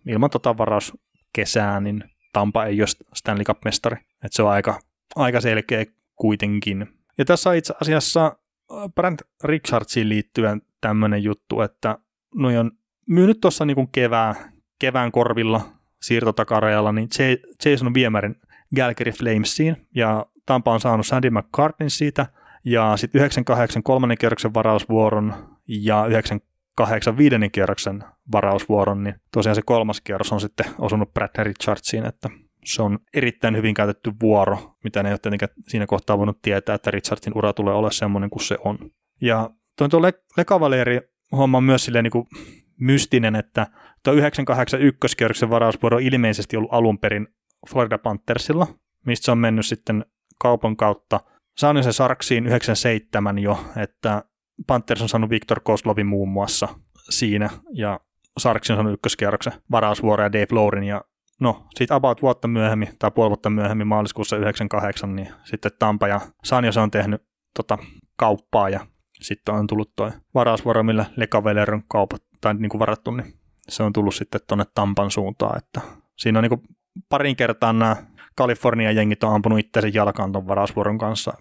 ilman tota varauskesää, niin Tampa ei ole Stanley Cup-mestari. Et se on aika, aika selkeä kuitenkin. Ja tässä on itse asiassa Brent Richardsiin liittyen tämmöinen juttu, että noi on myynyt tuossa niinku kevään, kevään korvilla siirtotakarajalla niin Jason Viemärin Calgary Flamesiin, ja Tampa on saanut Sandy McCartin siitä, ja sitten yhdeksänkymmentäkahdeksan kolmannen kierroksen varausvuoron ja yhdeksänkymmentäkahdeksan viidennen kierroksen varausvuoron, niin tosiaan se kolmas kierros on sitten osunut Brad Richardsiin, että se on erittäin hyvin käytetty vuoro, mitä ne ei ole tietenkään siinä kohtaa voinut tietää, että Richardsin ura tulee olla semmoinen kuin se on. Ja tuo, tuo Le, Le Cavalieri homma on myös silleen niin kuin mystinen, että tuo yhdeksänkymmentäkahdeksan ykköskierroksen varausvuoro on ilmeisesti ollut alun perin Florida Panthersilla, mistä se on mennyt sitten kaupan kautta San Jose Sharksiin yhdeksänkymmentäseitsemän jo, että Panthers on saanut Victor Kozlovin muun muassa siinä, ja Sharks on saanut ykköskierroksen varausvuoro ja Dave Laurin, ja no, sitten about vuotta myöhemmin, tai puoli vuotta myöhemmin, maaliskuussa yhdeksänkymmentäkahdeksan, niin sitten Tampa ja San Jose on tehnyt tota, kauppaa, ja sitten on tullut tuo varausvuoro, millä Le Cavalier on kaupat, tai niin kuin varattu, niin se on tullut sitten tuonne Tampan suuntaan, että siinä on niin kuin parin kertaan nämä Kalifornian jengit on ampunut itseänsä jalkaan tuon varausvuoron kanssa.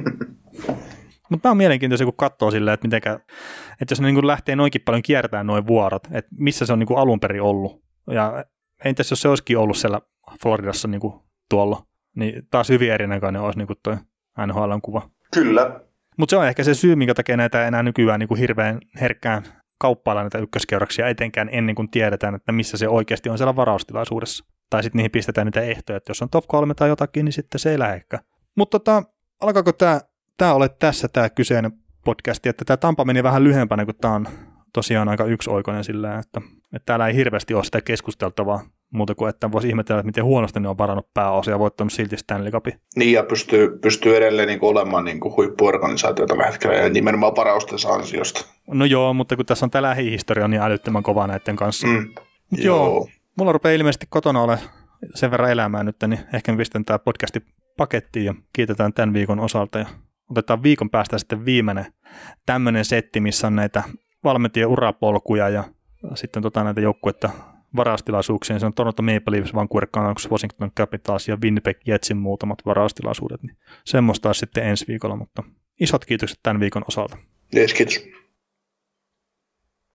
Mutta tämä on mielenkiintoista, kun katsoo silleen, että, mitenkä, että jos ne niin lähtee noinkin paljon kiertämään noin vuorot, että missä se on niin alun perin ollut. Ja entäs jos se olisikin ollut siellä Floridassa niin tuolla, niin taas hyvin erinäköinen olisi niin tuo N H L:n kuva. Kyllä. Mutta se on ehkä se syy, minkä takia näitä enää nykyään niin hirveän herkkään kauppailla näitä ykköskierroksia etenkään ennen kuin tiedetään, että missä se oikeasti on siellä varaustilaisuudessa. Tai sitten niihin pistetään niitä ehtoja, että jos on top kolme tai jotakin, niin sitten se ei lähdekään. Mutta tota, alkaako tämä tää ole tässä tämä kyseinen podcasti, että tämä Tampa meni vähän lyhempänä, kun tämä on tosiaan aika yksioikoinen sillä, että, että täällä ei hirveästi ole sitä keskusteltavaa muuta kuin, että voisi ihmetellä, että miten huonosti ne on varannut pääosia ja voittanut silti Stanley Cupin. Niin, ja pystyy, pystyy edelleen niin kuin olemaan niin kuin huippuorganisaatio tällä hetkellä, ja nimenomaan varaustensa ansiosta. No joo, mutta kun tässä on tämä lähihistoria niin älyttömän kova näiden kanssa. Mm, joo. joo. Mulla rupeaa ilmeisesti kotona ole sen verran elämään nyt, niin ehkä me pistän tämä podcasti pakettiin ja kiitetään tämän viikon osalta ja otetaan viikon päästä sitten viimeinen tämmöinen setti, missä on näitä valmentien urapolkuja ja sitten tota näitä joukkuetta varaustilaisuuksia. Se on Toronto Maple Leafs, Vancouver Canucks, Washington Capitals ja Winnipeg Jetsin muutamat varaustilaisuudet. Niin semmoista taas sitten ensi viikolla, mutta isot kiitokset tämän viikon osalta. Yes, kiitos.